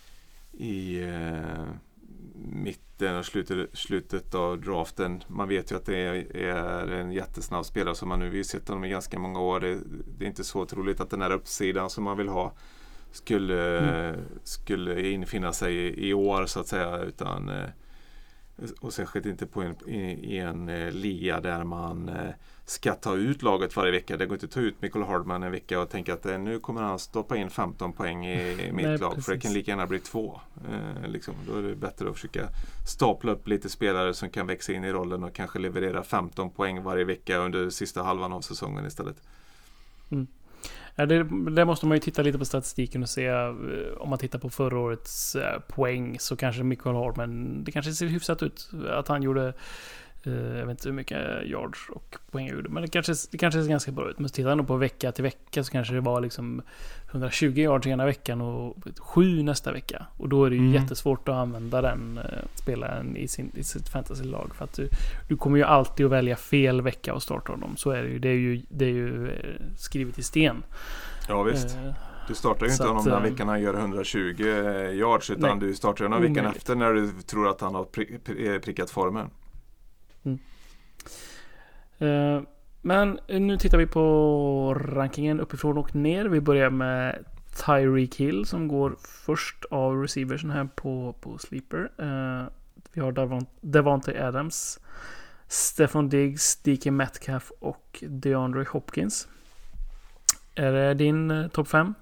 i uh, mitten och slutet, slutet av draften. Man vet ju att det är, är en jättesnabb spelare som man nu har sett honom i ganska många år. Det, det är inte så troligt att den här uppsidan som man vill ha skulle, mm. skulle infinna sig i, i år så att säga, utan uh, och särskilt inte på en, i, i en uh, liga där man uh, ska ta ut laget varje vecka. Det går inte att ta ut Michael Hardman en vecka och tänka att eh, nu kommer han stoppa in femton poäng i, i mitt Nej, lag, precis. För det kan lika gärna bli två. Eh, liksom. Då är det bättre att försöka stapla upp lite spelare som kan växa in i rollen och kanske leverera femton poäng varje vecka under sista halvan av säsongen istället. Mm. Ja, det, det måste man ju titta lite på statistiken och se, om man tittar på förra årets poäng så kanske Michael Hardman, det kanske ser hyfsat ut att han gjorde Uh, jag vet inte hur mycket yards och poäng jag gjorde. Men det kanske, det kanske ser ganska bra ut. Men tittar jag på vecka till vecka så kanske det var liksom hundratjugo yards ena veckan och sju nästa vecka. Och då är det ju mm. jättesvårt att använda den uh, spelaren i, sin, i sitt fantasylag. För att du, du kommer ju alltid att välja fel vecka och starta honom. Så är det ju. Det är ju, det är ju uh, skrivet i sten. Ja visst. Uh, Du startar ju inte honom den veckan han gör hundratjugo yards utan nej, du startar honom veckan efter när du tror att han har pri- pri- prickat formen. Mm. Uh, men nu tittar vi på rankingen uppifrån och ner. Vi börjar med Tyreek Hill som går först av receiversen här på, på Sleeper. Uh, vi har Davant- Davante Adams, Stefon Diggs, D K Metcalf och DeAndre Hopkins. Är det din uh, topp fem?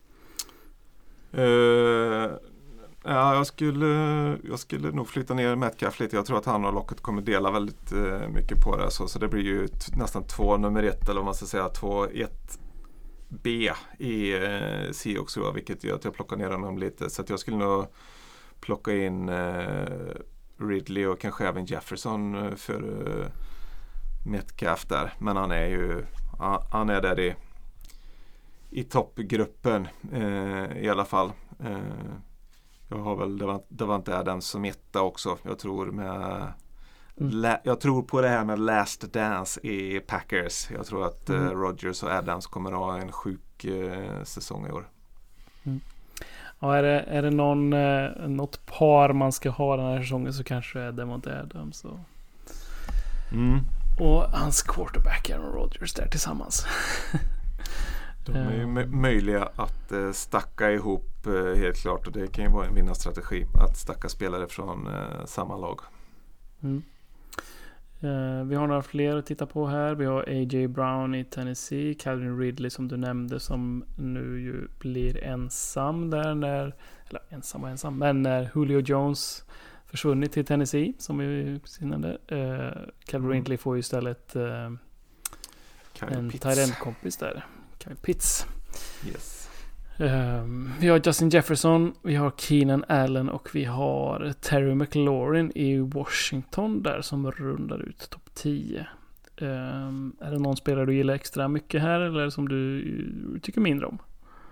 Uh, ja, jag skulle jag skulle nog flytta ner Metcalf lite. Jag tror att han och Lockett kommer dela väldigt uh, mycket på det. Så, så det blir ju t- nästan två nummer ett eller vad man ska säga, två ett B i uh, Seahawks, vilket gör att jag plockar ner honom lite. Så att jag skulle nog plocka in uh, Ridley och kanske även Jefferson uh, för uh, Metcalf där. Men han är ju uh, han är där i i toppgruppen eh, i alla fall. Eh, jag har väl Davant- Davante Adams som etta också. Jag tror med mm. la- jag tror på det här med Last Dance i Packers. Jag tror att mm. eh, Rodgers och Adams kommer att ha en sjuk eh, säsong i år. Mm. Ja, är det, är det någon, eh, något par man ska ha den här säsongen så kanske är Davante Adams och, mm. och hans quarterback Aaron Rodgers där tillsammans. De är ju m- möjliga att eh, stacka ihop eh, helt klart, och det kan ju vara en vinnarstrategi att stacka spelare från eh, samma lag. Mm. Uh, vi har några fler att titta på här. Vi har A J Brown i Tennessee, Calvin Ridley som du nämnde som nu ju blir ensam där när, eller ensam och ensam, men när Julio Jones försvunnit till Tennessee som vi precis nämnde. Uh, Calvin mm. Ridley får ju istället uh, en tight end-kompis där. Kyle Pitts. Yes. Um, vi har Justin Jefferson, vi har Keenan Allen och vi har Terry McLaurin i Washington där som rundar ut topp tio. Um, är det någon spelare du gillar extra mycket här eller som du tycker mindre om?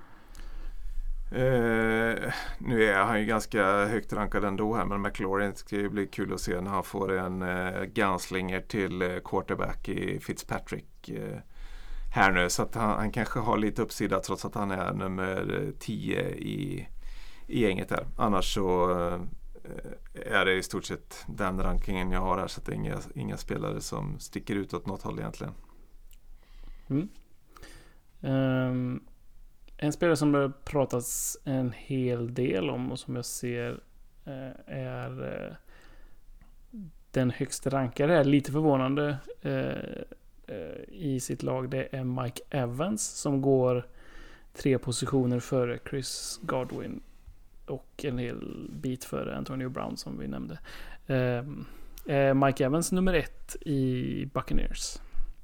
Uh, nu är han ju ganska högt rankad ändå här, men McLaurin ska ju bli kul att se när han får en uh, gunslinger till uh, quarterback i Fitzpatrick uh, här nu, så att han, han kanske har lite uppsida trots att han är nummer tio i, i gänget här. Annars så uh, är det i stort sett den rankingen jag har här, så att det är inga, inga spelare som sticker ut åt något håll egentligen. Mm. Um, en spelare som det pratas en hel del om och som jag ser uh, är uh, den högst rankade, är lite förvånande uh, i sitt lag, det är Mike Evans som går tre positioner före Chris Godwin och en hel bit före Antonio Brown som vi nämnde. Eh, Mike Evans nummer ett i Buccaneers.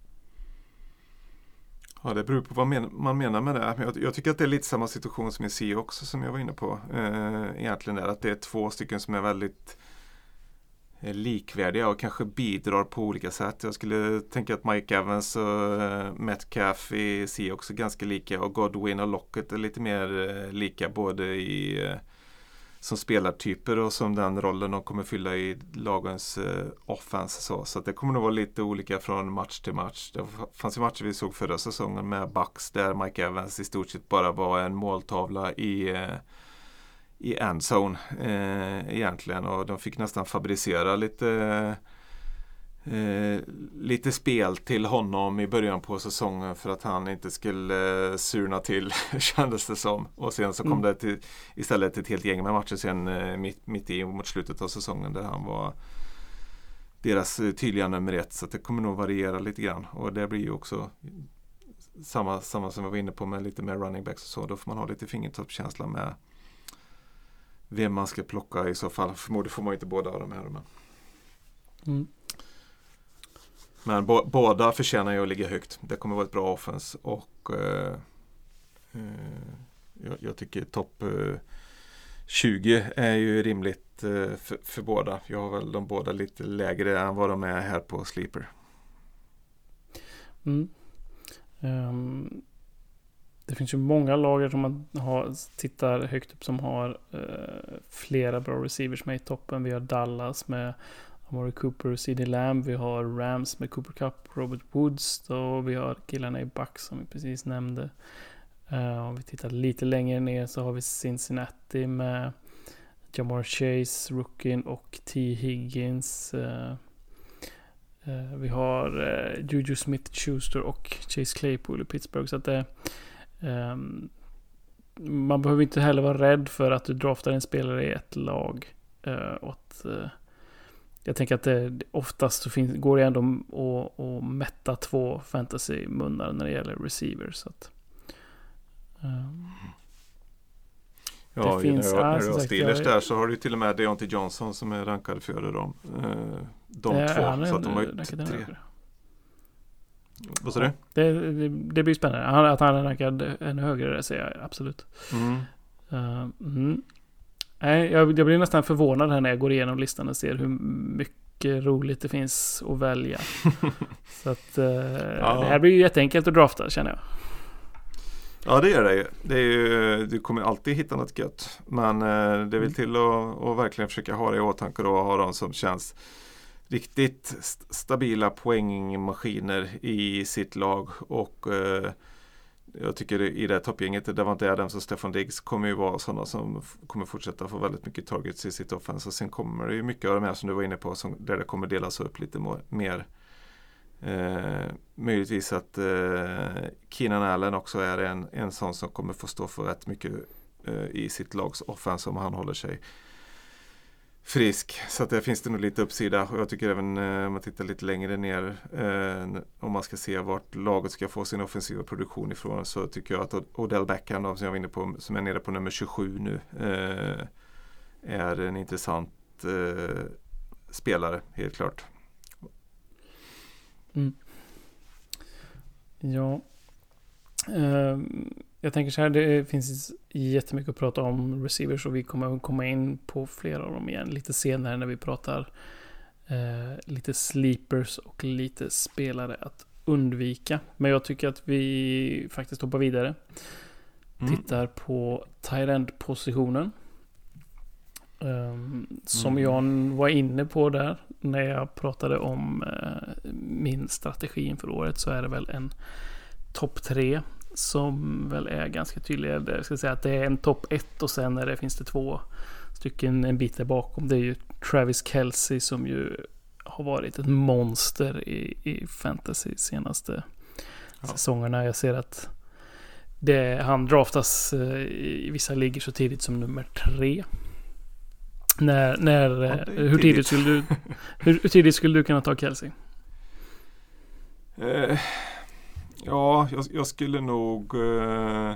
Ja, det beror på vad men- man menar med det. Jag, jag tycker att det är lite samma situation som i C också som jag var inne på. Eh, egentligen är att det är två stycken som är väldigt likvärdiga och kanske bidrar på olika sätt. Jag skulle tänka att Mike Evans och uh, Metcalf i C också är ganska lika, och Godwin och Lockett är lite mer uh, lika både i uh, som spelartyper och som den rollen de kommer fylla i lagens uh, offense. Så, så att det kommer nog vara lite olika från match till match. Det fanns ju matcher vi såg förra säsongen med Bucks där Mike Evans i stort sett bara var en måltavla i uh, i endzone eh, egentligen, och de fick nästan fabricera lite eh, lite spel till honom i början på säsongen för att han inte skulle eh, surna till kändes det som, och sen så kom mm. det till, istället ett helt gäng med matcher sen eh, mitt, mitt i mot slutet av säsongen där han var deras eh, tydliga nummer ett, så att det kommer nog variera lite grann, och det blir ju också samma, samma som vi var inne på med lite mer running backs och så, då får man ha lite fingertoppskänsla med vem man ska plocka i så fall. Förmodligen får man inte båda av de här. Men, mm. men bo- båda förtjänar ju att ligga högt. Det kommer vara ett bra offense. Och eh, eh, jag, jag tycker topp eh, tjugo är ju rimligt eh, för, för båda. Jag har väl de båda lite lägre än vad de är här på Sleeper. Mm. Um, det finns ju många lager som man har, tittar högt upp som har uh, flera bra receivers med i toppen. Vi har Dallas med Amari Cooper och C D Lamb. Vi har Rams med Cooper Kupp, Robert Woods och vi har killarna i Bucks som vi precis nämnde. Uh, om vi tittar lite längre ner så har vi Cincinnati med Jamar Chase, Rookien och T. Higgins. Uh, uh, vi har uh, Juju Smith-Schuster och Chase Claypool i Pittsburgh. Så att det, um, man behöver inte heller vara rädd för att du draftar en spelare i ett lag. Uh, och att, uh, jag tänker att det oftast så finns, går det ändå att, att mätta två fantasy-munnar när det gäller receivers. Så att, um, ja, det finns, när du, när du har sagt, Steelers jag, där så har du till och med Deontay Johnson som är rankad före dem. Uh, de äh, två, är, så att de har ju tre. högre. Vad sa du? Det, det, det blir spännande. Han, att han är rankad ännu högre, det säger jag absolut. Mm. Uh, mm. Nej, jag, jag blir nästan förvånad här när jag går igenom listan och ser hur mycket roligt det finns att välja. Så att uh, ja. Det här blir ju jätteenkelt att drafta, känner jag. Ja, det är det ju. Det är ju, du kommer alltid hitta något gött. Men uh, det vill till att, att verkligen försöka ha det i åtanke och ha de som känns riktigt st- stabila poängmaskiner i sitt lag. Och uh, jag tycker i det toppgänget, Davante Adams och Stefan Diggs kommer ju vara sådana som f- kommer fortsätta få väldigt mycket targets i sitt offense. Och sen kommer det ju mycket av de här som du var inne på som, där det kommer delas upp lite mo- mer. Eh, möjligtvis att eh, Keenan Allen också är en, en sån som kommer få stå för rätt mycket eh, i sitt lags offense om han håller sig frisk. Så att där finns det nog lite uppsida. Och jag tycker även eh, om man tittar lite längre ner eh, om man ska se vart laget ska få sin offensiva produktion ifrån, så tycker jag att Odell Beckham då, som jag var inne på, som är nere på nummer tjugosju nu eh, är en intressant eh, spelare, helt klart. Mm. Ja. Uh, jag tänker så här, det finns jättemycket att prata om receivers och vi kommer komma in på flera av dem igen lite senare när vi pratar uh, lite sleepers och lite spelare att undvika. Men jag tycker att vi faktiskt hoppar vidare. Mm. Tittar på tight end-positionen. Um, som mm. Jan var inne på där när jag pratade om uh, min strategi inför året, så är det väl en topp tre som väl är ganska tydlig. Jag ska säga att det är en topp ett och sen är det, finns det två stycken en bit där bakom. Det är ju Travis Kelce som ju har varit ett monster i, i fantasy senaste ja. säsongerna. Jag ser att det, han draftas uh, i vissa ligor så tidigt som nummer tre. När, när, ja, hur, tidigt skulle du, hur, hur tidigt skulle du kunna ta Kelce? Eh, ja, jag, jag skulle nog eh,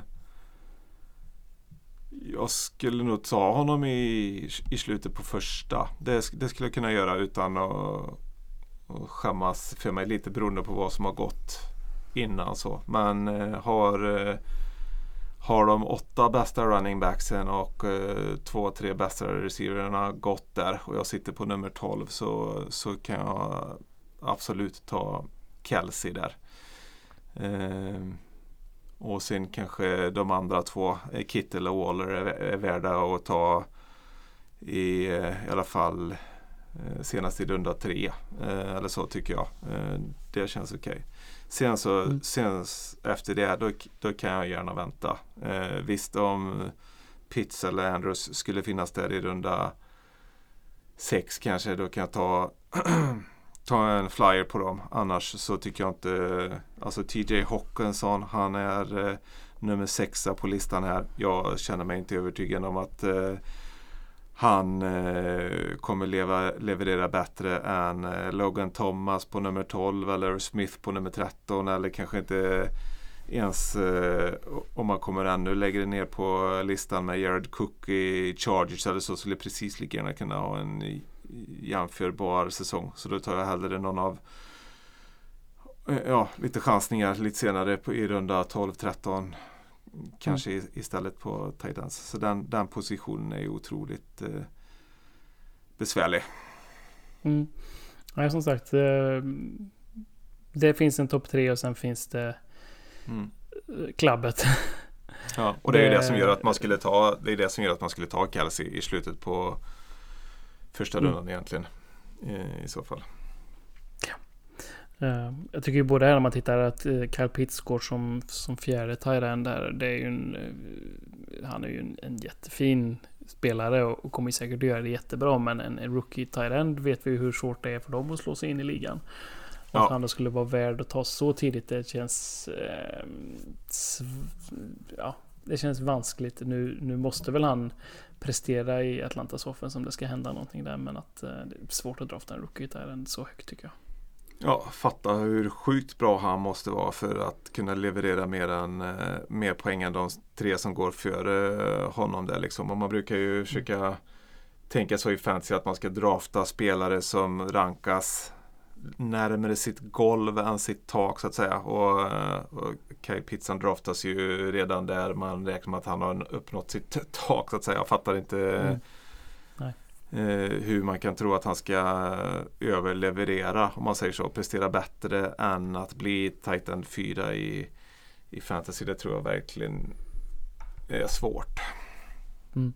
jag skulle nog ta honom i, i slutet på första. Det, det skulle jag kunna göra utan att, att skämmas för mig, lite beroende på vad som har gått innan så. Men eh, har eh, Har de åtta bästa running backsen och eh, två, tre bästa receiverna gått där och jag sitter på nummer tolv, så, så kan jag absolut ta Kelce där. Eh, och sen kanske de andra två, Kittle och Waller, är, är värda att ta i, i alla fall eh, senast i runda tre. Eh, eller så tycker jag. Eh, det känns okej. Okay. Sen så mm. sen efter det då, då kan jag gärna vänta. Eh, visst om Pitts eller Andrews skulle finnas där i runda sex kanske, då kan jag ta ta en flyer på dem. Annars så tycker jag inte, alltså T J Hawkinson, han är eh, nummer sexa på listan här. Jag känner mig inte övertygad om att eh, han eh, kommer leva, leverera bättre än eh, Logan Thomas på nummer tolv eller Smith på nummer tretton, eller kanske inte ens eh, om man kommer ännu lägre ner på listan med Jared Cook i Chargers eller så, skulle precis lika gärna kunna ha en jämförbar säsong. Så då tar jag hellre någon av eh, ja, lite chansningar lite senare på, i runda tolv tretton kanske mm. istället på tight ends. Så den, den positionen är ju otroligt eh, besvärlig. Mm. Ja, som sagt, det, det finns en topp tre och sen finns det mm. klabbet. Ja, och det är ju det som gör att man skulle ta det är det som gör att man skulle ta Kelsey i slutet på första rundan mm. egentligen i, i så fall. Ja. Uh, jag tycker ju både här när man tittar att uh, Kyle Pitts går som, som fjärde tight end där, det är ju en uh, han är ju en, en jättefin spelare och, och kommer säkert göra det jättebra, men en, en rookie tight end vet vi ju hur svårt det är för dem att slå sig in i ligan. Och ja. Att han då skulle vara värd att ta så tidigt, det känns eh, sv- ja, det känns vanskligt. Nu, nu måste väl han prestera i Atlantas offense om det ska hända någonting där, men att eh, det är svårt att drafta en rookie där än så högt tycker jag. Ja, fatta hur sjukt bra han måste vara för att kunna leverera mer, än, eh, mer poäng än de tre som går före eh, honom där liksom. Och man brukar ju mm. försöka tänka så i fantasy att man ska drafta spelare som rankas närmare sitt golv än sitt tak så att säga, och, och Kyle Pitts draftas ju redan där man räknar med att han har uppnått sitt tak så att säga. Jag fattar inte mm. Nej. Eh, hur man kan tro att han ska överleverera, om man säger så, prestera bättre än att bli tight end fyra i, i fantasy. Det tror jag verkligen är svårt. Mm.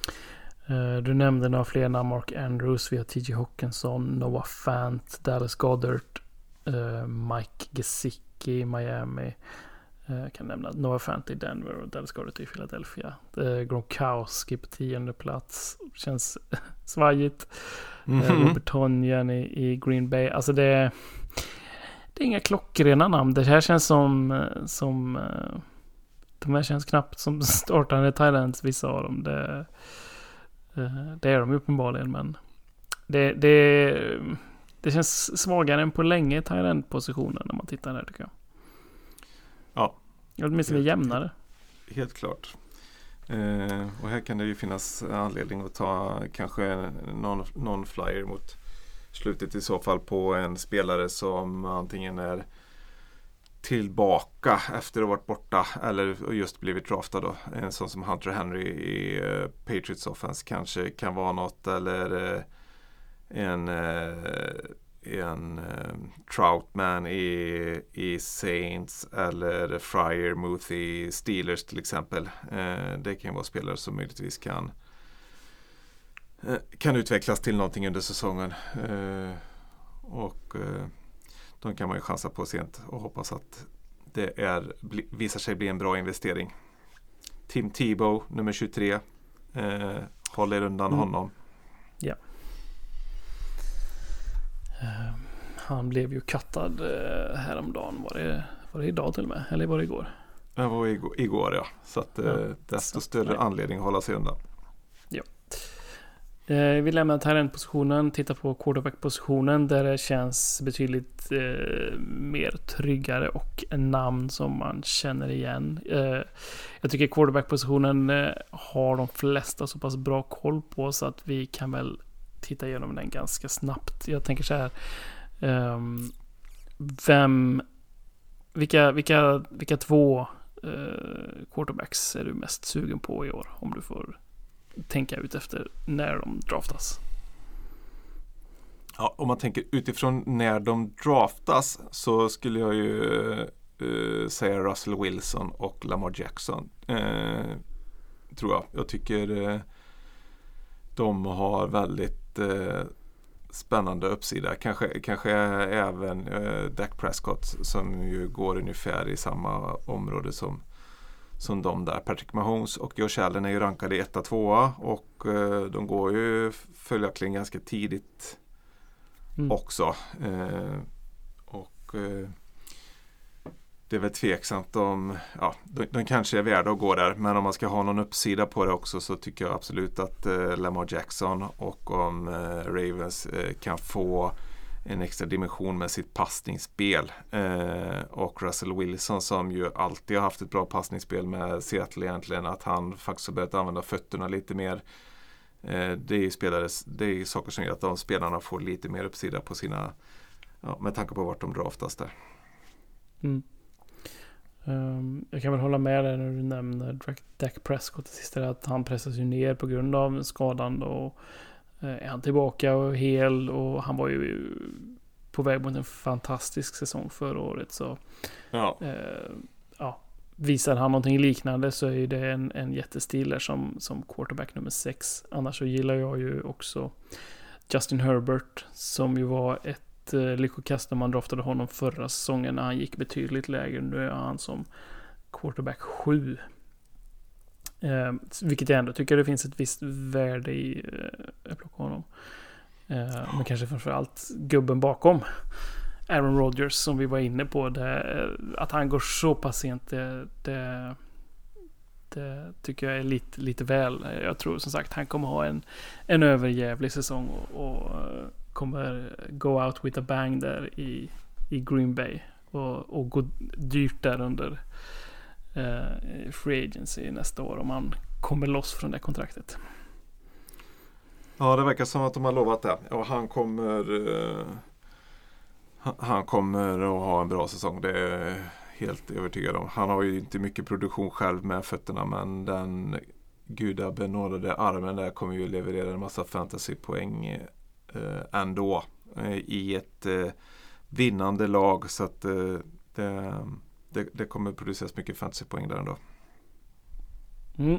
Du nämnde några fler namn, Mark Andrews, vi har T J Hawkinson, Noah Fant, Dallas Goedert, uh, Mike Gesicki i Miami, uh, kan nämna Noah Fant i Denver och Dallas Goedert i Philadelphia. uh, Gronkowski på tionde plats, känns svajigt. mm-hmm. uh, Robert Tonyan i, i Green Bay, alltså det, det är inga klockrena namn. Det här känns som som uh, de här känns knappt som startande Thailands, vissa av dem. Det Det är de uppenbarligen, men det, det, det känns svagare än på länge i Thailand-positionen när man tittar där tycker jag. Ja. Åtminstone jämnare. Helt klart. Eh, och här kan det ju finnas anledning att ta kanske någon, någon flyer mot slutet i så fall på en spelare som antingen är tillbaka efter att ha varit borta eller just blivit draftad då. En sån som Hunter Henry i uh, Patriots offense kanske kan vara något, eller uh, en uh, en uh, Troutman i, i Saints eller Friermuth i Steelers till exempel. Uh, det kan vara spelare som möjligtvis kan uh, kan utvecklas till någonting under säsongen. Uh, och uh, de kan man ju chansa på sent och hoppas att det är, bli, visar sig bli en bra investering. Tim Tebow, nummer tjugotre. Eh, håller undan mm. honom. Ja. Uh, han blev ju kattad uh, häromdagen. Var det, var det idag till och med? Eller var det igår? Det var igår, igår ja. Så att uh, ja, desto så, större nej. anledning att hålla sig undan. Ja. Eh, vi lämnar talentpositionen, tittar på quarterback-positionen där det känns betydligt eh, mer tryggare och en namn som man känner igen. Eh, jag tycker quarterback-positionen eh, har de flesta så pass bra koll på så att vi kan väl titta igenom den ganska snabbt. Jag tänker så här, eh, vem, vilka, vilka, vilka två eh, quarterbacks är du mest sugen på i år, om du får tänka ut efter när de draftas? Ja, om man tänker utifrån när de draftas så skulle jag ju uh, säga Russell Wilson och Lamar Jackson. Uh, tror jag. Jag tycker uh, de har väldigt uh, spännande uppsida. Kanske, kanske även uh, Dak Prescott som ju går ungefär i samma område som som de där. Patrick Mahomes och Josh Allen är ju rankade etta tvåa och eh, de går ju följaktligen ganska tidigt mm. också. Eh, och eh, det är väl tveksamt om ja, de, de kanske är värda att gå där, men om man ska ha någon uppsida på det också så tycker jag absolut att eh, Lamar Jackson och om eh, Ravens eh, kan få en extra dimension med sitt passningsspel. Eh, och Russell Wilson som ju alltid har haft ett bra passningsspel med Seattle egentligen, att han faktiskt har börjat använda fötterna lite mer. Eh, det är ju spelare, det är saker som gör att de spelarna får lite mer uppsida på sina, ja, med tanke på vart de draftas där. Mm. Um, jag kan väl hålla med dig när du nämner Dak Prescott till sist, att han pressas ju ner på grund av skadan, och uh, är han tillbaka och hel, och han var ju på väg mot en fantastisk säsong förra året, så ja. Uh, ja, visar han någonting liknande så är det en, en jättestil som, som quarterback nummer sex. Annars så gillar jag ju också Justin Herbert, som ju var ett eh, lyckokast när man draftade honom förra säsongen när han gick betydligt lägre. Nu är han som quarterback sju. Eh, vilket jag ändå tycker det finns ett visst värde i eh, att plocka honom. Eh, men kanske framförallt gubben bakom Aaron Rodgers som vi var inne på. Det, att han går så pass sent, det, det, det tycker jag är lite, lite väl. Jag tror som sagt han kommer ha en, en överjävlig säsong och, och kommer go out with a bang där i, i Green Bay och, och gå dyrt där under eh, free agency nästa år om han kommer loss från det kontraktet. Ja, det verkar som att de har lovat det. Och han kommer eh, han kommer att ha en bra säsong. Det är jag helt övertygad om. Han har ju inte mycket produktion själv med fötterna, men den gudabenådade armen där kommer ju leverera en massa fantasypoäng eh, ändå eh, i ett eh, vinnande lag, så att eh, det, det, det kommer produceras mycket fantasypoäng där ändå. Mm.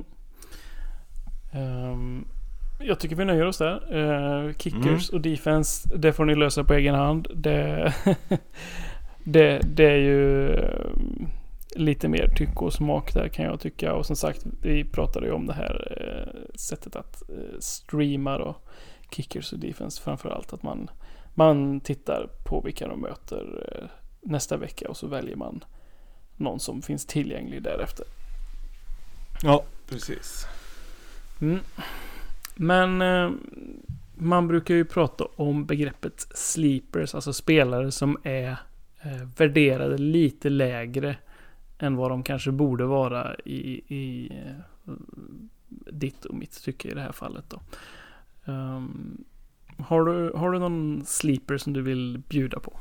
Um, jag tycker vi nöjer oss där. Uh, kickers mm. och defense, det får ni lösa på egen hand. Det, det, det är ju um, lite mer tycke och smak där kan jag tycka. Och som sagt, vi pratade ju om det här uh, sättet att uh, streama då, kickers och defense. Framförallt att man, man tittar på vilka de möter uh, nästa vecka och så väljer man någon som finns tillgänglig därefter. Ja, precis. Mm. Men eh, man brukar ju prata om begreppet sleepers, alltså spelare som är eh, värderade lite lägre än vad de kanske borde vara i, i eh, ditt och mitt tycke i det här fallet då. Um, har du, har du någon sleeper som du vill bjuda på?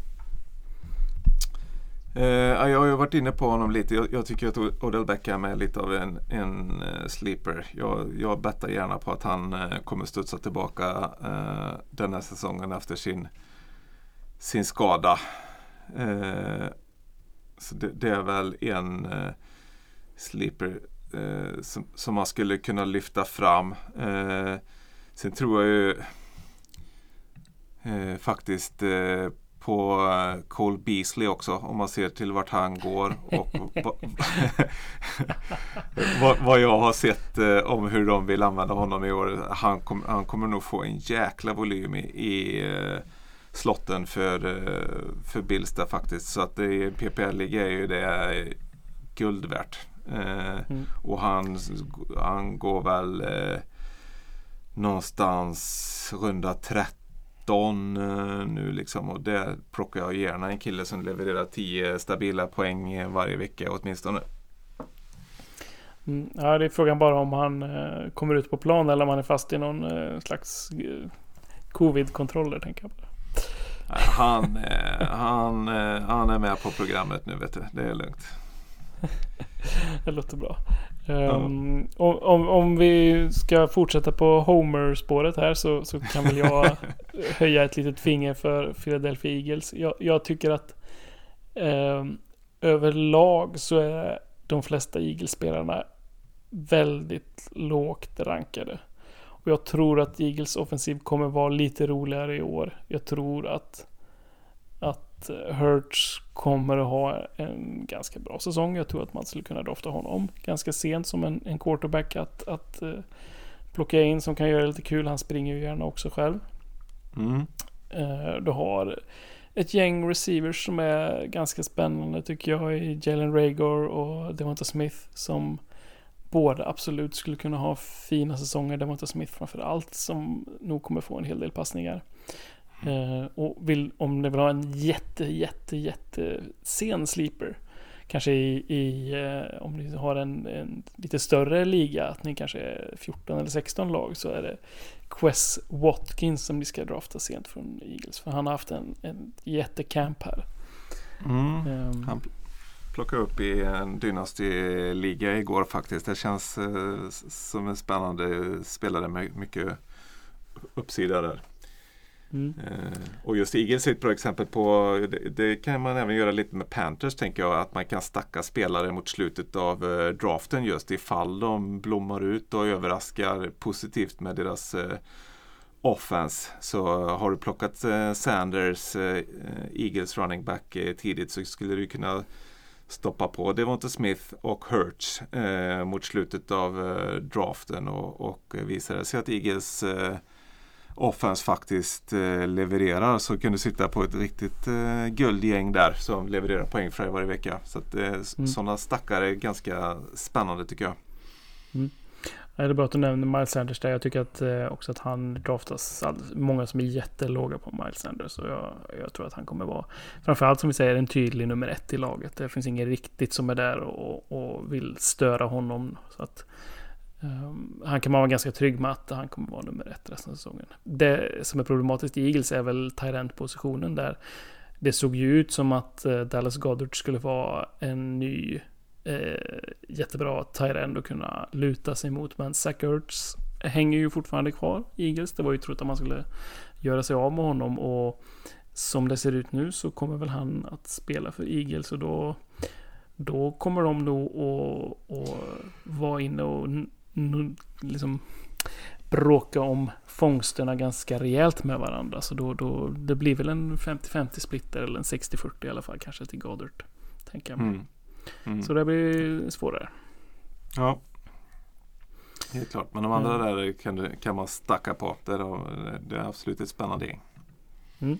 Uh, jag har ju varit inne på honom lite. Jag, jag tycker att Odell Beckham är lite av en, en uh, sleeper. Jag, jag bettar gärna på att han uh, kommer studsa tillbaka uh, den här säsongen efter sin, sin skada. Uh, så det, det är väl en uh, sleeper uh, som, som man skulle kunna lyfta fram. Uh, sen tror jag ju uh, faktiskt uh, på Cole Beasley också, om man ser till vart han går och vad, vad jag har sett eh, om hur de vill använda honom i år. Han, kom, han kommer nog få en jäkla volym i, i eh, slotten för, eh, för Bills där faktiskt. Så att det i P P R-liga är ju det guld värt. Eh, mm. Och han, han går väl eh, någonstans runda trettio nu liksom, och där plockar jag gärna en kille som levererar tio stabila poäng varje vecka åtminstone. Mm, ja, det är frågan bara om han eh, kommer ut på plan eller om han är fast i någon eh, slags eh, covid-kontroller, tänker jag på. Han, eh, han, eh, han är med på programmet nu, vet du. Det är lugnt. Det låter bra. Um, om, om, om vi ska fortsätta på Homer-spåret här så, så kan väl jag höja ett litet finger för Philadelphia Eagles. Jag, jag tycker att um, överlag så är de flesta Eagles-spelarna väldigt lågt rankade. Och jag tror att Eagles offensiv kommer vara lite roligare i år. Jag tror att att Hurts kommer att ha en ganska bra säsong. Jag tror att man skulle kunna drafta honom ganska sent som en, en quarterback att, att uh, plocka in som kan göra det lite kul. Han springer ju gärna också själv. Mm. Uh, du har ett gäng receivers som är ganska spännande tycker jag i Jalen Reagor och Devonta Smith som båda absolut skulle kunna ha fina säsonger. Devonta Smith framför allt som nog kommer få en hel del passningar. Uh, och vill, om ni vill ha en jätte, jätte, jätte sen sleeper kanske i, i uh, om ni har en, en lite större liga att ni kanske är fjorton eller sexton lag så är det Quez Watkins som ni ska drafta sent från Eagles för han har haft en, en jättecamp här. Mm. Um, han plocka upp i en Dynasty-liga igår faktiskt. Det känns eh, som en spännande spelare med mycket uppsida där. Mm. Eh, och just Eagles är ett bra exempel på, det, det kan man även göra lite med Panthers tänker jag, att man kan stacka spelare mot slutet av eh, draften just ifall de blommar ut och överraskar positivt med deras eh, offense. Så har du plockat eh, Sanders, eh, Eagles running back eh, tidigt, så skulle du kunna stoppa på Devonta Smith och Hurts eh, mot slutet av eh, draften och, och visar sig att Eagles eh, offense faktiskt eh, levererar, så kan du sitta på ett riktigt eh, guldgäng där som levererar poäng för dig varje vecka. Så att eh, mm. sådana stackar är ganska spännande tycker jag. Mm. Det är bra att du nämner Miles Sanders där. Jag tycker att eh, också att han draftas många som är jättelåga på Miles Sanders, och jag, jag tror att han kommer vara framförallt som vi säger en tydlig nummer ett i laget. Det finns ingen riktigt som är där och, och vill störa honom, så att um, han kan vara ganska trygg med att han kommer vara nummer ett resten av säsongen. Det som är problematiskt i Eagles är väl tight end-positionen där. Det såg ju ut som att uh, Dallas Goedert skulle vara en ny Eh, jättebra tight end att kunna luta sig mot, men Zach Ertz hänger ju fortfarande kvar i Eagles. Det var ju trott att man skulle göra sig av med honom, och som det ser ut nu så kommer väl han att spela för Eagles, och då, då kommer de nog att, att vara inne och n- n- liksom bråka om fångsterna ganska rejält med varandra, så då, då det blir väl en femtio femtio splitter eller en sextio fyrtio i alla fall kanske till Goddard, tänker jag. Mm. Mm. Så det blir svårare. Ja, helt klart. Men de andra mm. där kan, du, kan man stacka på. Det är, det är absolut ett spännande gäng. Mm.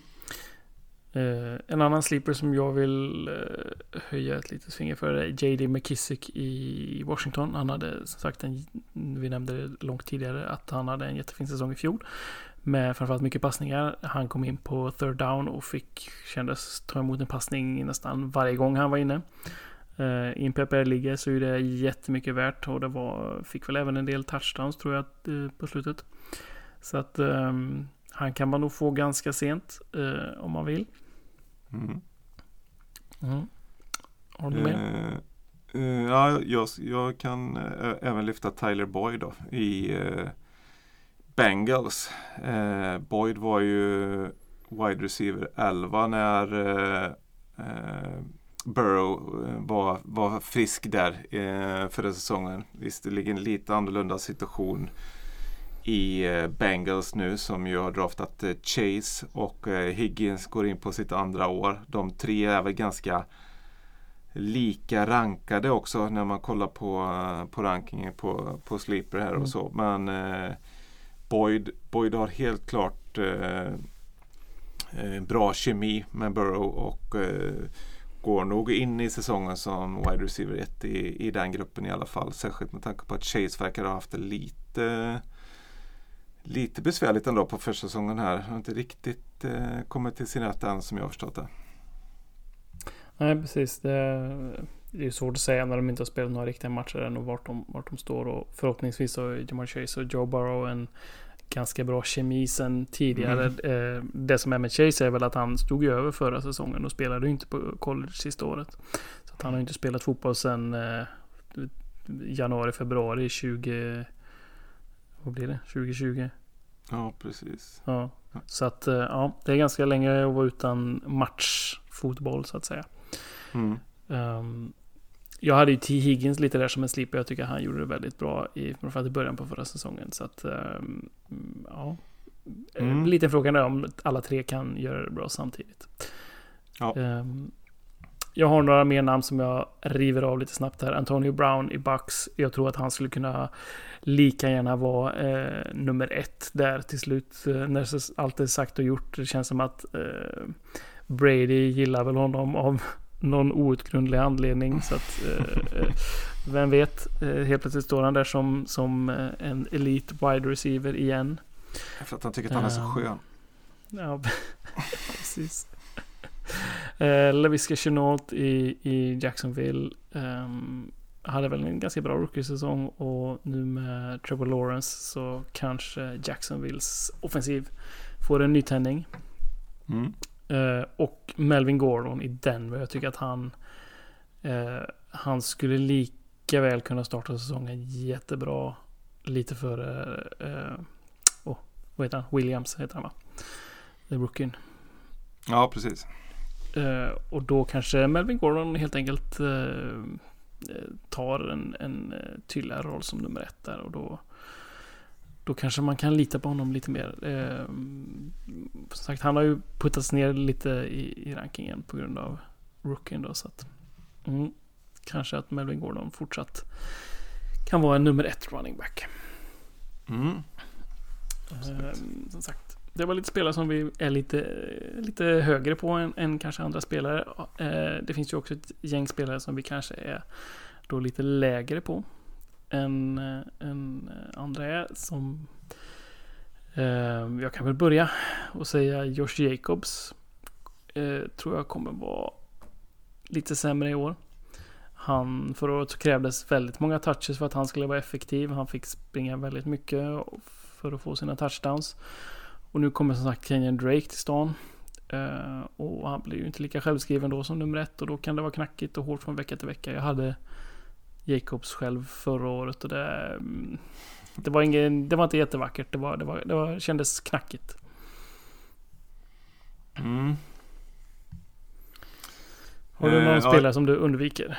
Eh, en annan sleeper som jag vill eh, höja ett litet finger för är J D McKissick i Washington. Han hade som sagt, en, vi nämnde det långt tidigare, att han hade en jättefin säsong i fjol med framförallt mycket passningar. Han kom in på third down och fick kändes ta emot en passning nästan varje gång han var inne. Uh, I en P P R-liga så är det jättemycket värt, och det var, fick väl även en del touchdowns tror jag uh, på slutet. Så att um, han kan man nog få ganska sent uh, om man vill. Mm. Mm. Har du med? Uh, uh, ja, jag, jag kan uh, även lyfta Tyler Boyd då, i uh, Bengals. Uh, Boyd var ju wide receiver elva när uh, uh, Burrow var, var frisk där eh, förra säsongen. Visst, det ligger en lite annorlunda situation i eh, Bengals nu, som ju har draftat eh, Chase och eh, Higgins går in på sitt andra år. De tre är väl ganska lika rankade också när man kollar på, uh, på rankingen på, på sleeper här mm. och så. Men eh, Boyd, Boyd har helt klart eh, eh, bra kemi med Burrow och eh, går nog in i säsongen som wide receiver ett i, i den gruppen i alla fall. Särskilt med tanke på att Chase verkar ha haft det lite lite besvärligt ändå på första säsongen här. Har inte riktigt eh, kommit till sin rätt än som jag har förstått det. Nej, precis. Det, det är ju svårt att säga när de inte har spelat några riktiga matcher än och vart de, vart de står. Och förhoppningsvis så är Jamar Chase och Joe Burrow en ganska bra kemi sen tidigare. Mm. Eh, det som är med Chase är väl att han stod ju över förra säsongen och spelade ju inte på college sista året. Så att han har inte spelat fotboll sen eh, januari, februari tjugo vad blir det? tjugo tjugo. Ja, precis. Ja. Så att ja, det är ganska länge att vara utan matchfotboll så att säga. Mm. Um, jag hade ju T. Higgins lite där som en sleeper. Jag tycker han gjorde det väldigt bra i, framförallt i början på förra säsongen. Så att um, ja, mm. lite frågan är om alla tre kan göra det bra samtidigt. Ja. Um, jag har några mer namn som jag river av lite snabbt här. Antonio Brown i Bucks. Jag tror att han skulle kunna lika gärna vara eh, nummer ett där till slut. Eh, när allt är sagt och gjort. Det känns som att eh, Brady gillar väl honom av någon outgrundlig anledning. Så att, eh, vem vet. Eh, helt plötsligt står han där som, som eh, en elite wide receiver igen. För att han tycker att han är så skön. Ja, precis. Uh, LaVisca Chenault i, i Jacksonville um, hade väl en ganska bra rookie-säsong, och nu med Trevor Lawrence så kanske Jacksonvilles offensiv får en nytändning. Mm. Uh, och Melvin Gordon i Denver, jag tycker att han Eh, han skulle lika väl kunna starta säsongen jättebra lite före eh, oh, vad heter han? Williams heter han va? The rookien. Ja, precis. Eh, och då kanske Melvin Gordon helt enkelt eh, tar en, en tydligare roll som nummer ett där och då då kanske man kan lita på honom lite mer. Eh, som sagt, han har ju puttats ner lite i, i rankingen på grund av rookien då, så att mm, kanske att Melvin Gordon fortsatt kan vara en nummer ett running back. Mm. Eh, som sagt, det var lite spelare som vi är lite, lite högre på än, än kanske andra spelare. Eh, det finns ju också ett gäng spelare som vi kanske är då lite lägre på än, än andra är. Som, eh, jag kan väl börja och säga Josh Jacobs. Eh, tror jag kommer vara lite sämre i år. Han, förra året så krävdes väldigt många touches för att han skulle vara effektiv. Han fick springa väldigt mycket för att få sina touchdowns. Och nu kommer som sagt Kenyon Drake till stan. Uh, och han blir ju inte lika självskriven då som nummer ett. Och då kan det vara knackigt och hårt från vecka till vecka. Jag hade Jacobs själv förra året. Och det, det, var, ingen, det var inte jättevackert. Det, var, det, var, det var, kändes knackigt. Mm. Har du någon uh, spelare ja. som du undviker?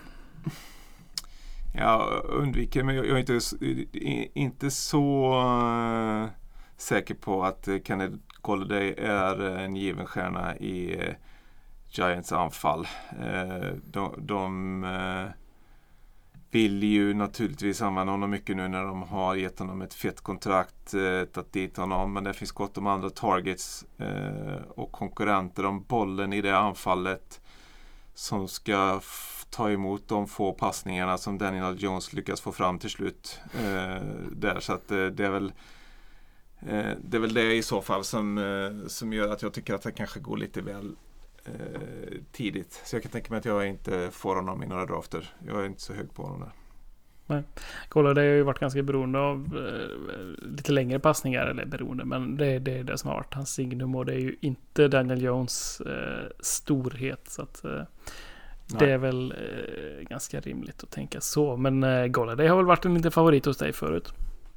Jag undviker, men jag är inte, inte så uh, säker på att Kenneth Golladay är en given stjärna i uh, Giants anfall. Uh, de de uh, vill ju naturligtvis använda honom mycket nu när de har gett honom ett fett kontrakt, uh, tagit dit honom, men det finns gott om andra targets uh, och konkurrenter om bollen i det anfallet som ska f- ta emot de få passningarna som Daniel Jones lyckas få fram till slut eh, där, så att eh, det är väl eh, det är väl det i så fall som, eh, som gör att jag tycker att det kanske går lite väl eh, tidigt, så jag kan tänka mig att jag inte får honom i några drafter. Jag är inte så hög på honom där. Nej. Kolla, det har ju varit ganska beroende av eh, lite längre passningar, eller beroende, men det, det är det som har varit hans signum, och det är ju inte Daniel Jones eh, storhet, så att eh, det är väl eh, ganska rimligt att tänka så. Men eh, Golladay har väl varit en liten favorit hos dig förut?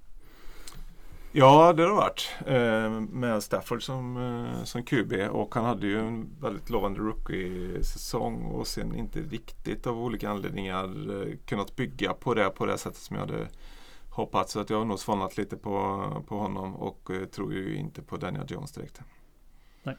Ja, det har varit eh, med Stafford som, eh, som Q B, och han hade ju en väldigt lovande rookie-säsong och sen inte riktigt av olika anledningar eh, kunnat bygga på det på det sättet som jag hade hoppats, så att jag har nog svalnat lite på, på honom och eh, tror ju inte på Daniel Jones direkt. Nej.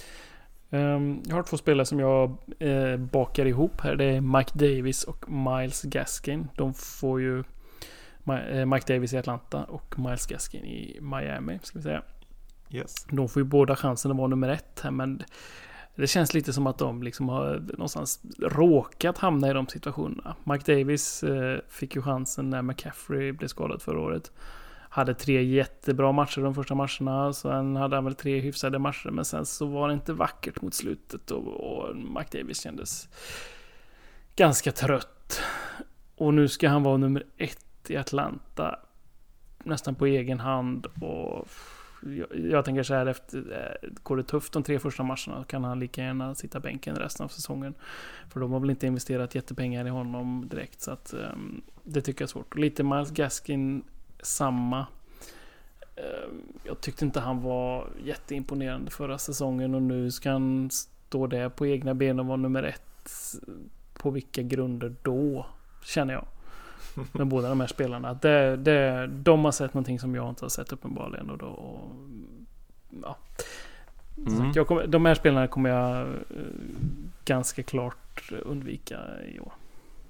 Um, jag har två spelare som jag eh, bakar ihop här. Det är Mike Davis och Myles Gaskin. De får ju Mike Davis i Atlanta och Myles Gaskin i Miami, ska vi säga. Yes. De får ju båda chansen att vara nummer ett här, men det känns lite som att de liksom har någonstans råkat hamna i de situationerna. Mike Davis eh, fick ju chansen när McCaffrey blev skadad förra året. Hade tre jättebra matcher de första matcherna, sen hade han väl tre hyfsade matcher, men sen så var det inte vackert mot slutet, och, och Mike Davis kändes ganska trött. Och nu ska han vara nummer ett i Atlanta nästan på egen hand, och jag, jag tänker så här, efter går det tufft de tre första matcherna kan han lika gärna sitta bänken resten av säsongen, för de har väl inte investerat jättepengar i honom direkt, så att um, det tycker jag är svårt. Och lite Myles Gaskin samma. um, jag tyckte inte han var jätteimponerande förra säsongen, och nu ska han stå där på egna ben och vara nummer ett. På vilka grunder då, känner jag, med båda de här spelarna. Det, det, de har sett någonting som jag inte har sett uppenbarligen, och då och, ja. Mm. Så jag kommer, de här spelarna kommer jag uh, ganska klart undvika i år.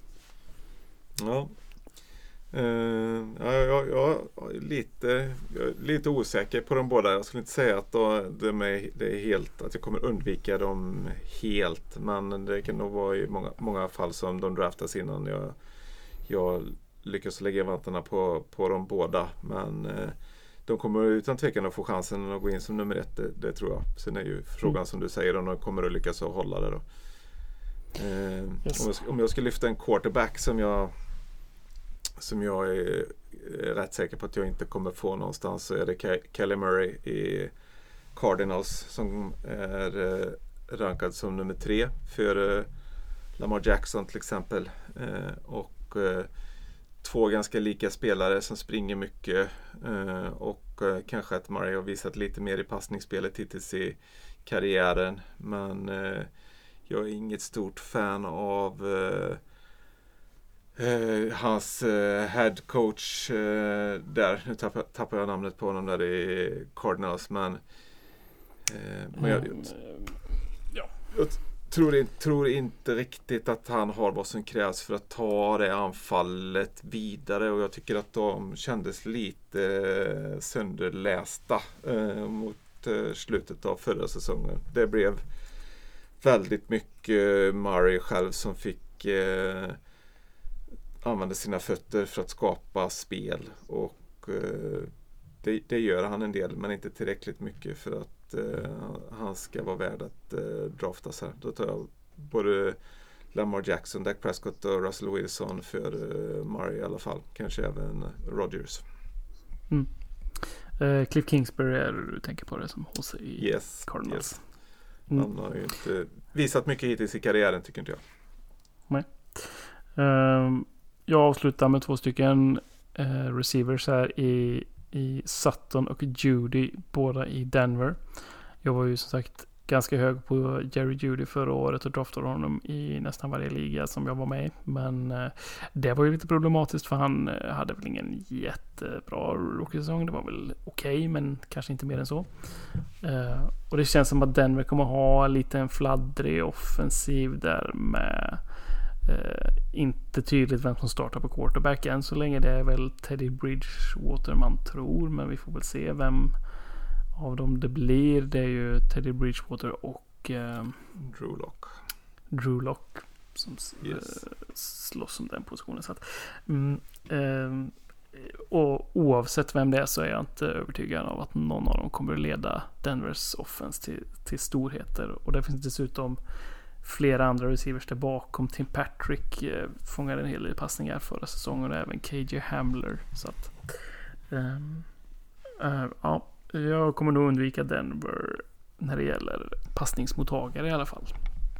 Ja. Uh, ja, jag, jag är lite, jag är lite osäker på de båda. Jag skulle inte säga att då, de är, det är helt, att jag kommer undvika dem helt, men det kan nog vara i många, många fall som de draftas innan jag jag lyckas lägga vantarna på, på de båda, men eh, de kommer utan tvekan att få chansen att gå in som nummer ett, det, det tror jag. Sen är ju frågan mm. som du säger, om de kommer att lyckas att hålla det då. Eh, yes. om, jag, om jag ska lyfta en quarterback som jag som jag är, är rätt säker på att jag inte kommer få någonstans, så är det Ke- Kelly Murray i Cardinals som är eh, rankad som nummer tre för eh, Lamar Jackson till exempel. Eh, och eh, två ganska lika spelare som springer mycket. Eh, och eh, kanske att Murray har visat lite mer i passningsspelet hittills i karriären. Men eh, jag är inget stort fan av eh, eh, hans eh, head coach eh, där. Nu tappar, tappar jag namnet på honom där i Cardinals. Men, eh, men jag, Mm, ja. jag tror, in, tror inte riktigt att han har vad som krävs för att ta det anfallet vidare. Och jag tycker att de kändes lite eh, sönderlästa eh, mot eh, slutet av förra säsongen. Det blev väldigt mycket Murray själv som fick eh, använda sina fötter för att skapa spel. Och eh, det, det gör han en del, men inte tillräckligt mycket för att eh, han ska vara värd att eh, draftas här. Då tar jag både Lamar Jackson, Dak Prescott och Russell Wilson för eh, Murray i alla fall. Kanske även Rodgers. Mm. Uh, Cliff Kingsbury är du tänker på det som H C i yes, Cardinals. Yes. Mm. Han har ju inte visat mycket hittills i karriären, tycker inte jag. Nej. Uh, jag avslutar med två stycken uh, receivers här i, i Sutton och Judy, båda i Denver. Jag var ju som sagt ganska hög på Jerry Judy förra året och draftade honom i nästan varje liga som jag var med i. Men uh, det var ju lite problematiskt för han uh, hade väl ingen jättebra rookie-säsong. Det var väl okej, okay, men kanske inte mer än så. Uh, och det känns som att Denver kommer ha lite en fladdrig offensiv där med Uh, inte tydligt vem som startar på quarterback än så länge. Det är väl Teddy Bridgewater man tror, men vi får väl se vem av dem det blir. Det är ju Teddy Bridgewater och uh, Drew Lock. Drew Lock som yes. uh, slåss om den positionen. Så att, mm, uh, och oavsett vem det är så är jag inte övertygad av att någon av dem kommer att leda Denvers offense till, till storheter. Och det finns dessutom flera andra receivers där bakom. Tim Patrick eh, fångade en hel del passningar förra säsongen och även K J Hamler. Så att, um, uh, ja, jag kommer nog undvika Denver när det gäller passningsmottagare i alla fall.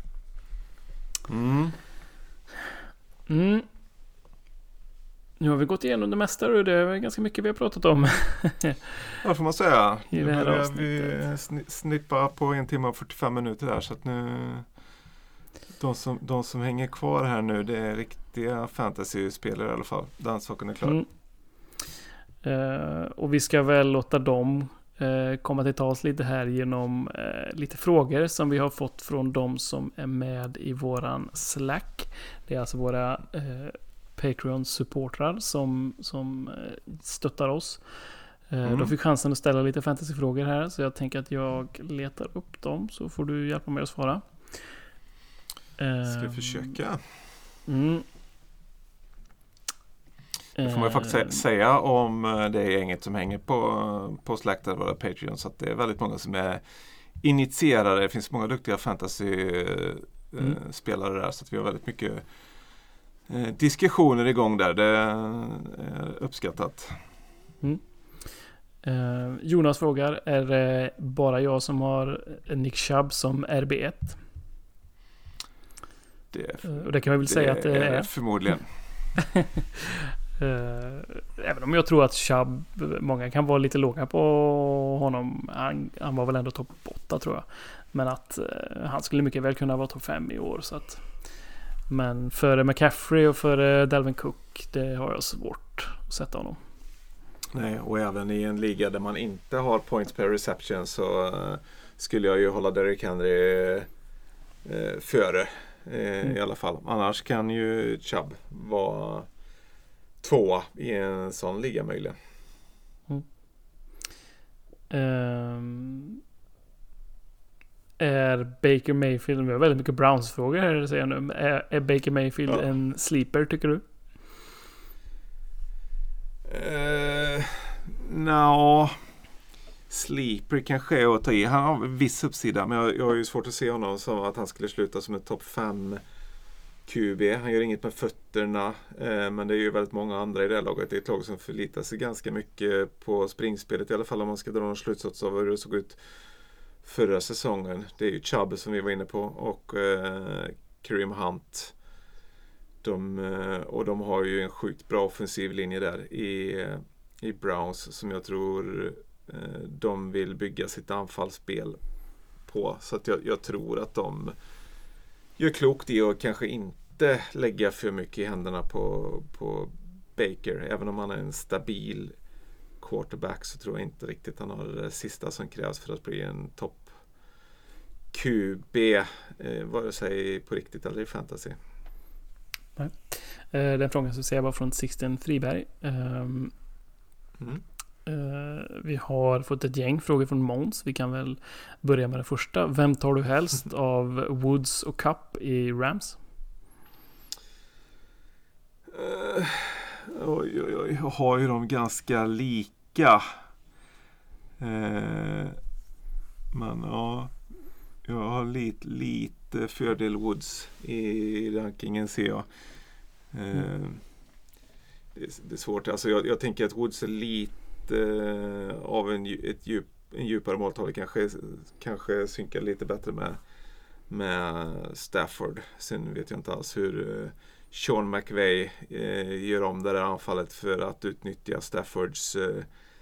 Mm. Mm. Nu har vi gått igenom det mesta och det är ganska mycket vi har pratat om. Ja, får man säga. I det här avsnittet. Vi snippar på en timme och fyrtiofem minuter där, så att nu de som, de som hänger kvar här nu, det är riktiga fantasy-spelare i alla fall. Den saken är klar. Mm. Uh, och vi ska väl låta dem uh, komma till tals lite här genom uh, lite frågor som vi har fått från de som är med i våran Slack. Det är alltså våra uh, Patreon-supportrar som, som uh, stöttar oss. Uh, mm. De fick chansen att ställa lite fantasyfrågor här, så jag tänker att jag letar upp dem, så får du hjälpa mig att svara. Ska vi försöka? Mm. Det får man ju faktiskt säga om det gänget som hänger på, på Slack där, våra Patreon, så att det är väldigt många som är initierade. Det finns många duktiga fantasy-spelare mm. där, så att vi har väldigt mycket eh, diskussioner igång där. Det är uppskattat. Mm. Eh, Jonas frågar, är det bara jag som har Nick Chubb som R B ett? Det, och det kan man väl det säga att det är, är förmodligen. Även om jag tror att Chubb, många kan vara lite låga på honom. Han, han var väl ändå topp åtta tror jag. Men att uh, han skulle mycket väl kunna vara topp fem i år. Så att, men före McCaffrey och före Dalvin Cook, det har jag svårt att sätta honom. Nej, och även i en liga där man inte har points per reception så uh, skulle jag ju hålla Derrick Henry uh, före. Mm. I alla fall. Annars kan ju Chubb vara två i en sån liga möjligen. Mm. Um, är Baker Mayfield, vi har väldigt mycket Browns-frågor här, säger jag nu. Är, är Baker Mayfield ja. en sleeper, tycker du? Uh, Nå, sleeper kanske är att ta i. Han har en viss uppsida, men jag, jag har ju svårt att se honom som att han skulle sluta som en topp fem Q B. Han gör inget med fötterna, eh, men det är ju väldigt många andra i det här laget. Det är ett lag som förlitar sig ganska mycket på springspelet, i alla fall om man ska dra någon slutsats av hur det såg ut förra säsongen. Det är ju Chubb som vi var inne på, och eh, Kareem Hunt. De, och de har ju en sjukt bra offensiv linje där i, i Browns som jag tror de vill bygga sitt anfallsspel på. Så att jag, jag tror att de gör klokt i att kanske inte lägga för mycket i händerna på, på Baker. Även om han är en stabil quarterback så tror jag inte riktigt han har det sista som krävs för att bli en topp Q B eh, vare sig på riktigt eller i fantasy. Nej. Eh, den frågan som säger var från Sixten Friberg. Um, mm. eh, vi har fått ett gäng frågor från Måns. Vi kan väl börja med det första. Vem tar du helst av Woods och Cup i Rams? Uh, oj, oj, oj. Jag har ju dem ganska lika. Uh, men ja, jag har lite, lite fördel Woods i rankingen ser jag. Uh, mm. det, är, det är svårt. Alltså jag, jag tänker att Woods är lite uh, av en, ett djup, en djupare måltavla. Kanske, kanske synkar lite bättre med, med Stafford. Sen vet jag inte alls hur uh, Sean McVay uh, gör om det där anfallet för att utnyttja Staffords uh,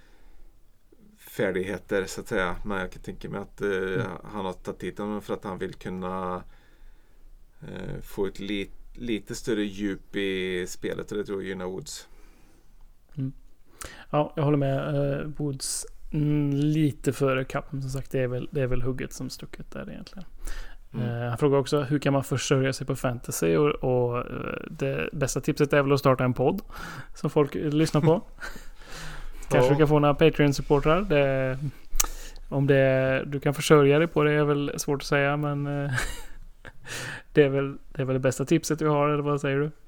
färdigheter så att säga. Men jag kan tänka mig att uh, mm. han har tagit titeln för att han vill kunna uh, få ett lit, lite större djup i spelet och det tror jag gynnar Woods. Mm. Ja, jag håller med. Uh, Woods mm, lite före Cup, som sagt det är väl, det är väl hugget som stucket där egentligen. Mm. Uh, han frågar också hur kan man försörja sig på fantasy och, och uh, det bästa tipset är väl att starta en podd som folk lyssnar på. Kanske ja. Du kan få några Patreon-supportrar. Det, om det, du kan försörja dig på det är väl svårt att säga, men uh, det, är väl, det är väl det bästa tipset du har, eller vad säger du?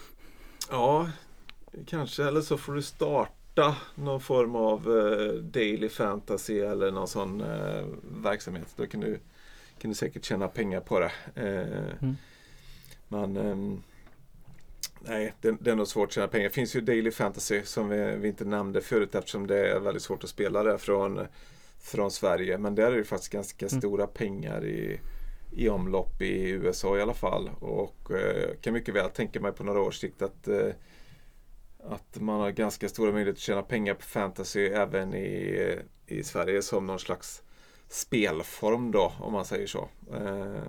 Ja, kanske. Eller så får du starta någon form av uh, daily fantasy eller någon sån uh, verksamhet. Då kan du, kan du säkert tjäna pengar på det. Uh, mm. Men um, nej, det, det är nog svårt att tjäna pengar. Det finns ju daily fantasy som vi, vi inte nämnde förut eftersom det är väldigt svårt att spela det från, från Sverige. Men där är det faktiskt ganska mm. stora pengar i i omlopp i U S A i alla fall och eh, kan mycket väl tänka mig på några års sikt att, eh, att man har ganska stora möjligheter att tjäna pengar på fantasy även i, i Sverige som någon slags spelform då, om man säger så. Eh,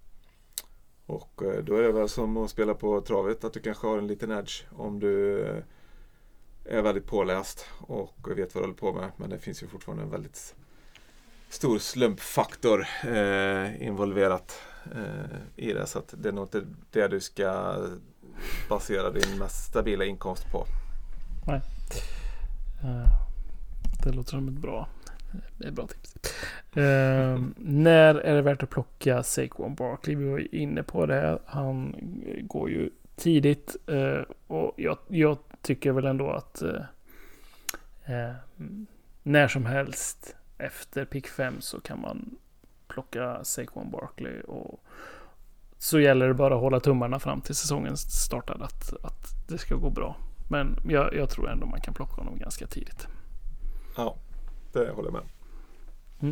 och eh, då är det väl som att spela på travet att du kanske har en liten edge om du eh, är väldigt påläst och vet vad du håller på med, men det finns ju fortfarande en väldigt stor slumpfaktor eh, involverat eh, i det, så att det är nog inte det du ska basera din mest stabila inkomst på. Nej. Uh, det låter som ett bra det är ett bra tips. Uh, när är det värt att plocka Saquon Barkley? Vi var inne på det. Han går ju tidigt uh, och jag, jag tycker väl ändå att uh, uh, när som helst efter pick fem så kan man plocka Saquon Barkley och så gäller det bara att hålla tummarna fram till säsongen startade att, att det ska gå bra. Men jag, jag tror ändå man kan plocka honom ganska tidigt. Ja, det håller jag med. Mm.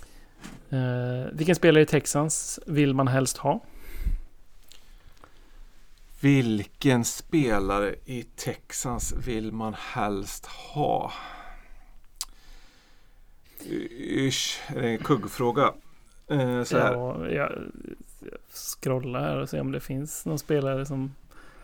Eh, vilken spelare i Texans vill man helst ha? Vilken spelare i Texans vill man helst ha? Ish, är det en kuggfråga? Eh, så här. Ja, jag, jag scrollar här och ser om det finns någon spelare som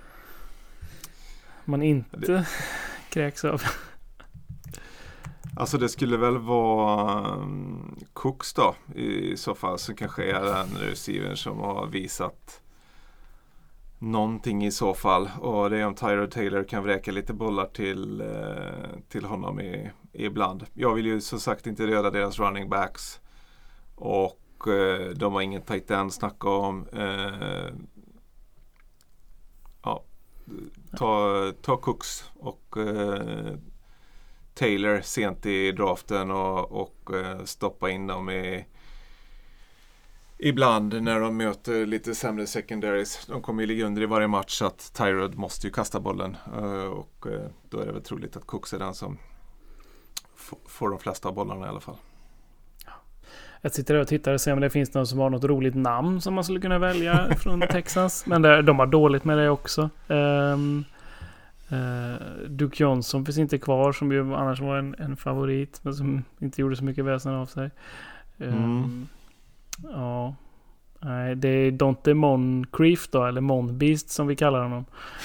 man inte det... kräks av. Alltså det skulle väl vara um, Cooks då i så fall, som kanske är den receiver som har visat någonting i så fall, och det är om Tyrod Taylor kan vräka lite bollar till, eh, till honom i, ibland. Jag vill ju som sagt inte röra deras running backs och eh, de har ingen tight end snacka om. Eh, ja, ta, ta Cooks och eh, Taylor sent i draften och, och eh, stoppa in dem i ibland när de möter lite sämre secondaries. De kommer ju ligga under i varje match så att Tyrod måste ju kasta bollen. Uh, och uh, då är det väl troligt att Cooks är den som f- får de flesta av bollarna i alla fall. Jag sitter där och tittar och ser om det finns någon som har något roligt namn som man skulle kunna välja från Texans. Men det, de har dåligt med det också. Um, uh, Duke Johnson finns inte kvar, som ju annars var en, en favorit, men som inte gjorde så mycket väsen av sig. Um, mm. Ja. Nej, det är Dante Moncrief då, eller Monbeast som vi kallar honom.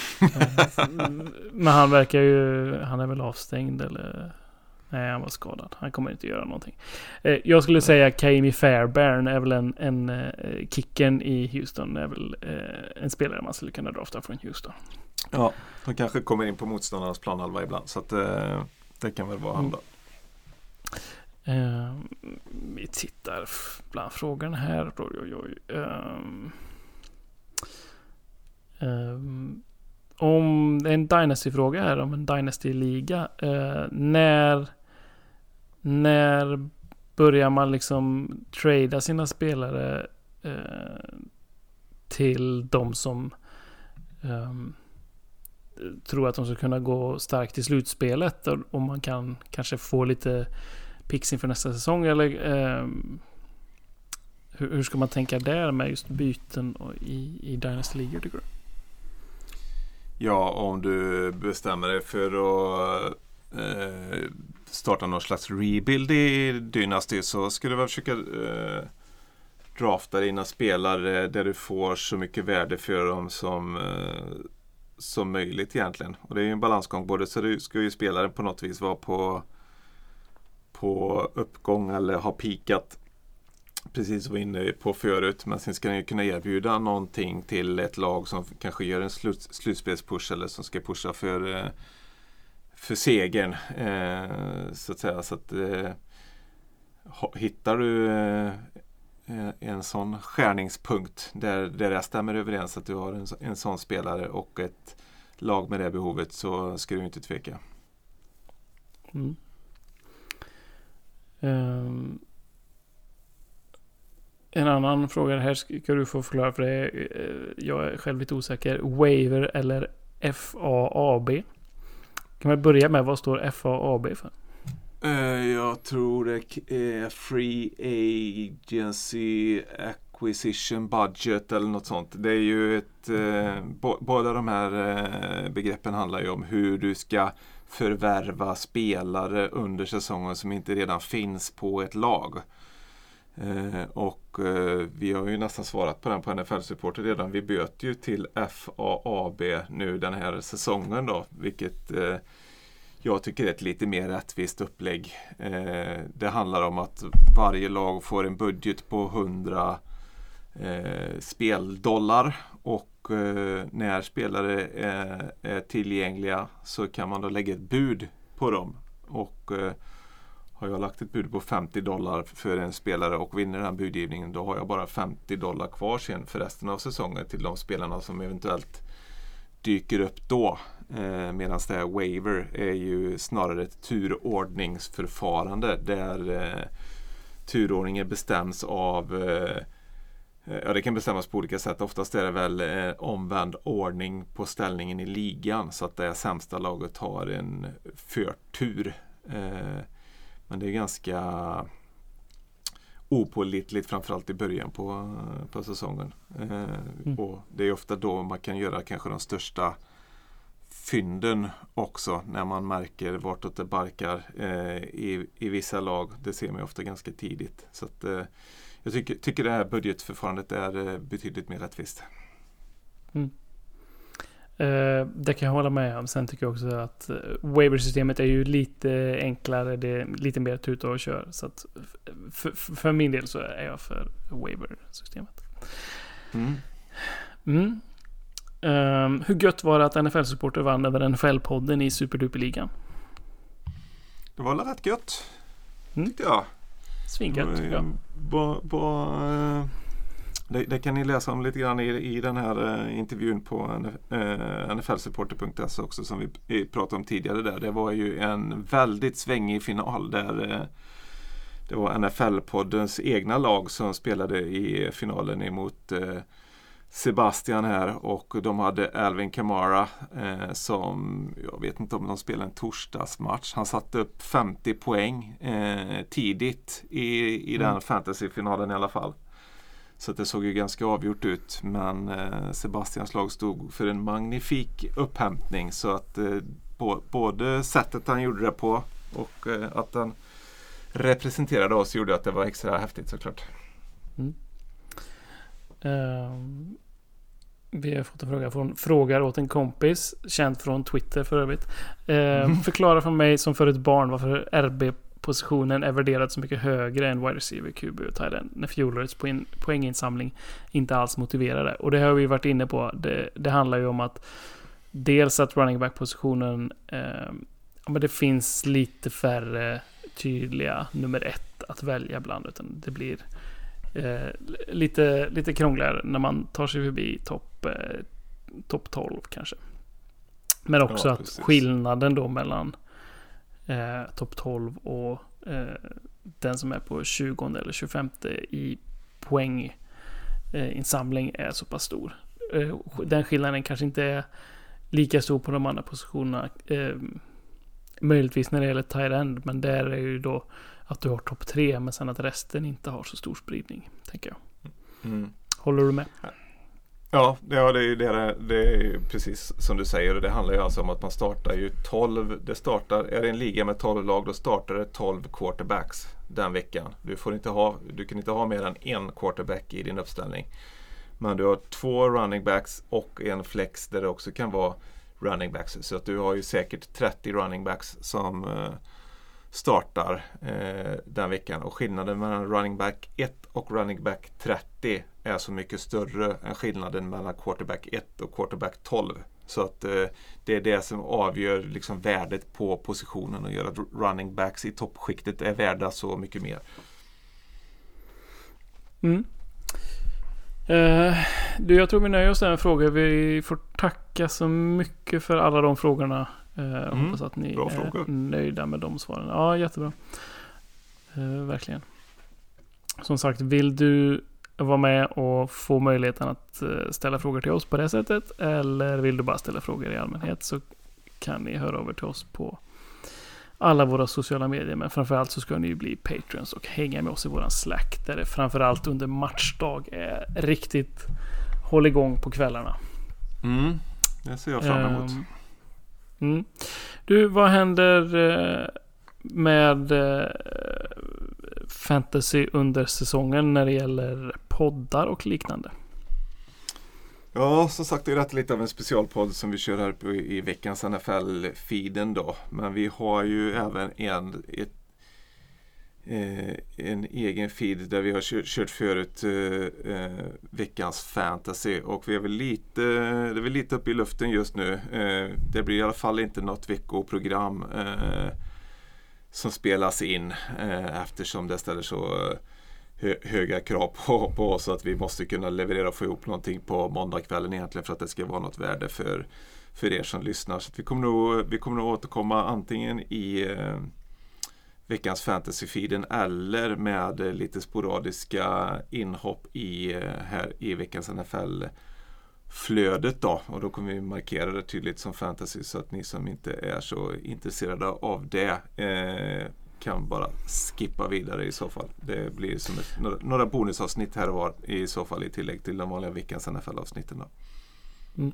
Men han verkar ju, han är väl avstängd eller... Nej, han var skadad. Han kommer inte göra någonting. Jag skulle säga Kami Fairbairn är väl en, en kicken i Houston. Är väl en spelare man skulle kunna drafta från Houston. Ja, han kanske kommer in på motståndarnas planhalva ibland. Så att det kan väl vara han då. Uh, vi tittar bland frågorna här. Oj, oj, oj. Um, um, om det är en Dynasty-fråga här, om en Dynasty-liga. Uh, när när börjar man liksom trada sina spelare uh, till de som um, tror att de ska kunna gå starkt i slutspelet, och, och man kan kanske få lite picks inför nästa säsong, eller eh, hur, hur ska man tänka där med just byten och i, i Dynasty League, tycker du? Ja, om du bestämmer dig för att eh, starta någon slags rebuild i Dynasty, så ska du väl försöka eh, drafta dina spelare där du får så mycket värde för dem som, eh, som möjligt egentligen. Och det är ju en balansgång, både så du ska ju spelaren på något vis vara på på uppgång eller ha pikat, precis som vi var inne på förut, men sen ska den ju kunna erbjuda någonting till ett lag som kanske gör en slut, slutspelspush, eller som ska pusha för för segern, eh, så att säga. Så att eh, hittar du eh, en sån skärningspunkt där, där det stämmer överens, att du har en, en sån spelare och ett lag med det behovet, så ska du inte tveka. Mm. Um, en annan fråga här ska du få förklara, för det. Jag är själv lite osäker. Waiver eller F A A B? Kan man börja med, vad står F A A B för? Uh, jag tror det är Free Agency Acquisition Budget eller något sånt. Det är ju ett uh, b- båda de här uh, begreppen handlar ju om hur du ska förvärva spelare under säsongen som inte redan finns på ett lag. Eh, och eh, vi har ju nästan svarat på den på N F L-supporter redan. Vi böt ju till F A A B nu den här säsongen då, vilket eh, jag tycker är ett lite mer rättvist upplägg. Eh, det handlar om att varje lag får en budget på hundra eh, speldollar, och Uh, när spelare är, är tillgängliga så kan man då lägga ett bud på dem, och uh, har jag lagt ett bud på femtio dollar för en spelare och vinner den budgivningen, då har jag bara femtio dollar kvar sen för resten av säsongen till de spelarna som eventuellt dyker upp då, uh, medan det här waiver är ju snarare ett turordningsförfarande där uh, turordningen bestäms av uh, Ja, det kan bestämmas på olika sätt. Oftast är det väl eh, omvänd ordning på ställningen i ligan, så att det sämsta laget har en förtur. Eh, men det är ganska opålitligt, framförallt i början på, på säsongen. Eh, mm. Och det är ofta då man kan göra kanske de största fynden också, när man märker vartåt det barkar eh, i, i vissa lag. Det ser man ofta ganska tidigt. Så att eh, Jag tycker, tycker det här budgetförfarandet är betydligt mer rättvist. Mm. Eh, det kan jag hålla med om. Sen tycker jag också att waiver-systemet är ju lite enklare. Det är lite mer tuta och kör. Så att för, för min del så är jag för waiver-systemet. Mm. Mm. Eh, hur gött var det att N F L-supporter vann över N F L-podden i Superduperligan? Det var rätt gött, mm. tyckte jag. Svinkött, tycker jag. Ba, ba, det, det kan ni läsa om lite grann i, i den här uh, intervjun på uh, N F L supporter punkt se också, som vi pratade om tidigare där. Det var ju en väldigt svängig final där uh, det var N F L-poddens egna lag som spelade i finalen emot uh, Sebastian här, och de hade Alvin Kamara eh, som, jag vet inte om de spelade en torsdagsmatch. Han satte upp femtio poäng eh, tidigt i, i den mm. fantasyfinalen i alla fall. Så att det såg ju ganska avgjort ut, men eh, Sebastians lag stod för en magnifik upphämtning, så att eh, bo, både sättet han gjorde det på och eh, att han representerade oss gjorde att det var extra häftigt såklart. Mm. Um, vi har fått en fråga från Frågar åt en kompis, känd från Twitter för övrigt. Um, mm. Förklara för mig som för ett barn varför R B-positionen är värderad så mycket högre än wide receiver, Q B och tight end när fjolårets poäng, poänginsamling inte alls motiverar det. Och det har vi varit inne på. Det, det handlar ju om att dels att running back-positionen um, ja, men det finns lite färre tydliga nummer ett att välja bland, utan det blir eh, lite, lite krångligare när man tar sig förbi topp eh, topp tolv kanske. Men också ja, att skillnaden då mellan eh, topp tolv och eh, den som är på tjugonde eller tjugofemte i poäng eh, insamling är så pass stor. Eh, den skillnaden kanske inte är lika stor på de andra positionerna. Eh, Möjligtvis när det gäller tight end, men där är ju då att du har topp tre, men sen att resten inte har så stor spridning, tänker jag. Mm. Håller du med? Ja, det är ju det, det är ju precis som du säger, och det handlar ju alltså om att man startar ju tolv, det startar, är det en liga med tolv lag, då startar det tolv quarterbacks den veckan. Du får inte ha, du kan inte ha mer än en quarterback i din uppställning. Men du har två running backs och en flex där det också kan vara running backs, så att du har ju säkert trettio running backs som uh, startar uh, den veckan, och skillnaden mellan running back ett och running back trettio är så mycket större än skillnaden mellan quarterback ett och quarterback tolv, så att uh, det är det som avgör liksom värdet på positionen och gör att running backs i toppskiktet är värda så mycket mer. Mm. Uh, du, jag tror vi nöjer oss där med frågor. Vi får tacka så mycket för alla de frågorna. Uh, mm, hoppas att ni är frågor. Nöjda med de svaren. Ja, jättebra. Uh, verkligen. Som sagt, vill du vara med och få möjligheten att uh, ställa frågor till oss på det sättet, eller vill du bara ställa frågor i allmänhet, så kan ni höra över till oss på alla våra sociala medier, men framförallt så ska ni ju bli Patreons och hänga med oss i våran Slack, där det framförallt under matchdag är riktigt håll igång på kvällarna. Mm, det ser jag fram emot. Um, mm. Du, vad händer uh, med uh, fantasy under säsongen när det gäller poddar och liknande? Ja, som sagt, det är rätt lite av en specialpodd som vi kör här på i veckans N F L-feeden då. Men vi har ju även en, ett, eh, en egen feed där vi har kört, kört förut eh, veckans fantasy. Och vi är väl lite, det är väl lite uppe i luften just nu. Eh, det blir i alla fall inte något veckoprogram eh, som spelas in eh, eftersom det ställer så höga krav på, på oss att vi måste kunna leverera och få ihop någonting på måndagskvällen egentligen för att det ska vara något värde för, för er som lyssnar. Så att vi kommer nog, vi kommer nog återkomma antingen i eh, veckans fantasy-feeden eller med eh, lite sporadiska inhopp i, eh, här i veckans N F L-flödet då. Och då kommer vi markera det tydligt som fantasy, så att ni som inte är så intresserade av det eh, kan bara skippa vidare i så fall. Det blir som ett, några, några bonusavsnitt här och var i så fall i tillägg till de vanliga veckans N F L-avsnitten då. Mm.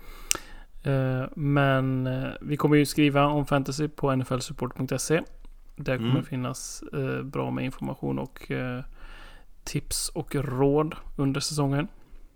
Uh, men uh, vi kommer ju skriva om fantasy på n f l support punkt s e. Där kommer mm. det finnas uh, bra med information och uh, tips och råd under säsongen.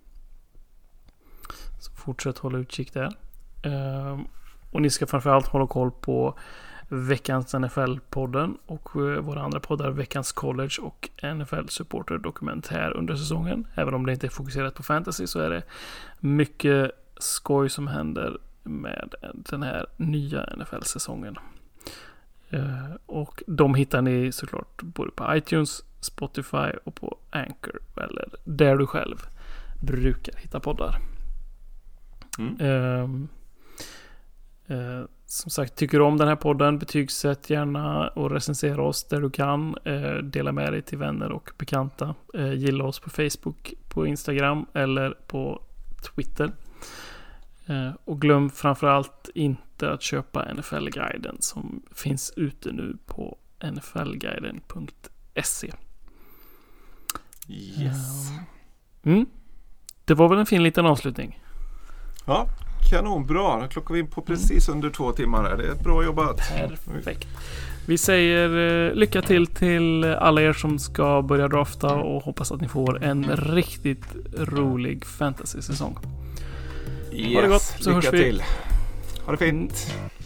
Så fortsätt hålla utkik där. Uh, och ni ska framförallt hålla koll på veckans N F L-podden och våra andra poddar, veckans college och N F L-supporter-dokument här under säsongen. Även om det inte är fokuserat på fantasy så är det mycket skoj som händer med den här nya N F L-säsongen. Uh, och de hittar ni såklart både på iTunes, Spotify och på Anchor, eller där du själv brukar hitta poddar. Mm. Uh, uh, som sagt, tycker du om den här podden, betygsätt gärna och recensera oss där du kan. Uh, dela med dig till vänner och bekanta. Uh, gilla oss på Facebook, på Instagram eller på Twitter. Eh, och glöm framförallt inte att köpa N F L-guiden som finns ute nu på n f l guiden punkt se. Yes. Mm. Det var väl en fin liten avslutning. Ja, kanonbra. Då klockar vi in på precis mm. under två timmar. Här. Det är bra jobbat. Perfekt. Vi säger eh, lycka till till alla er som ska börja drafta och hoppas att ni får en riktigt rolig fantasy-säsong. Yes, ha det gott, så lycka hörs vi. till. Ha det fint.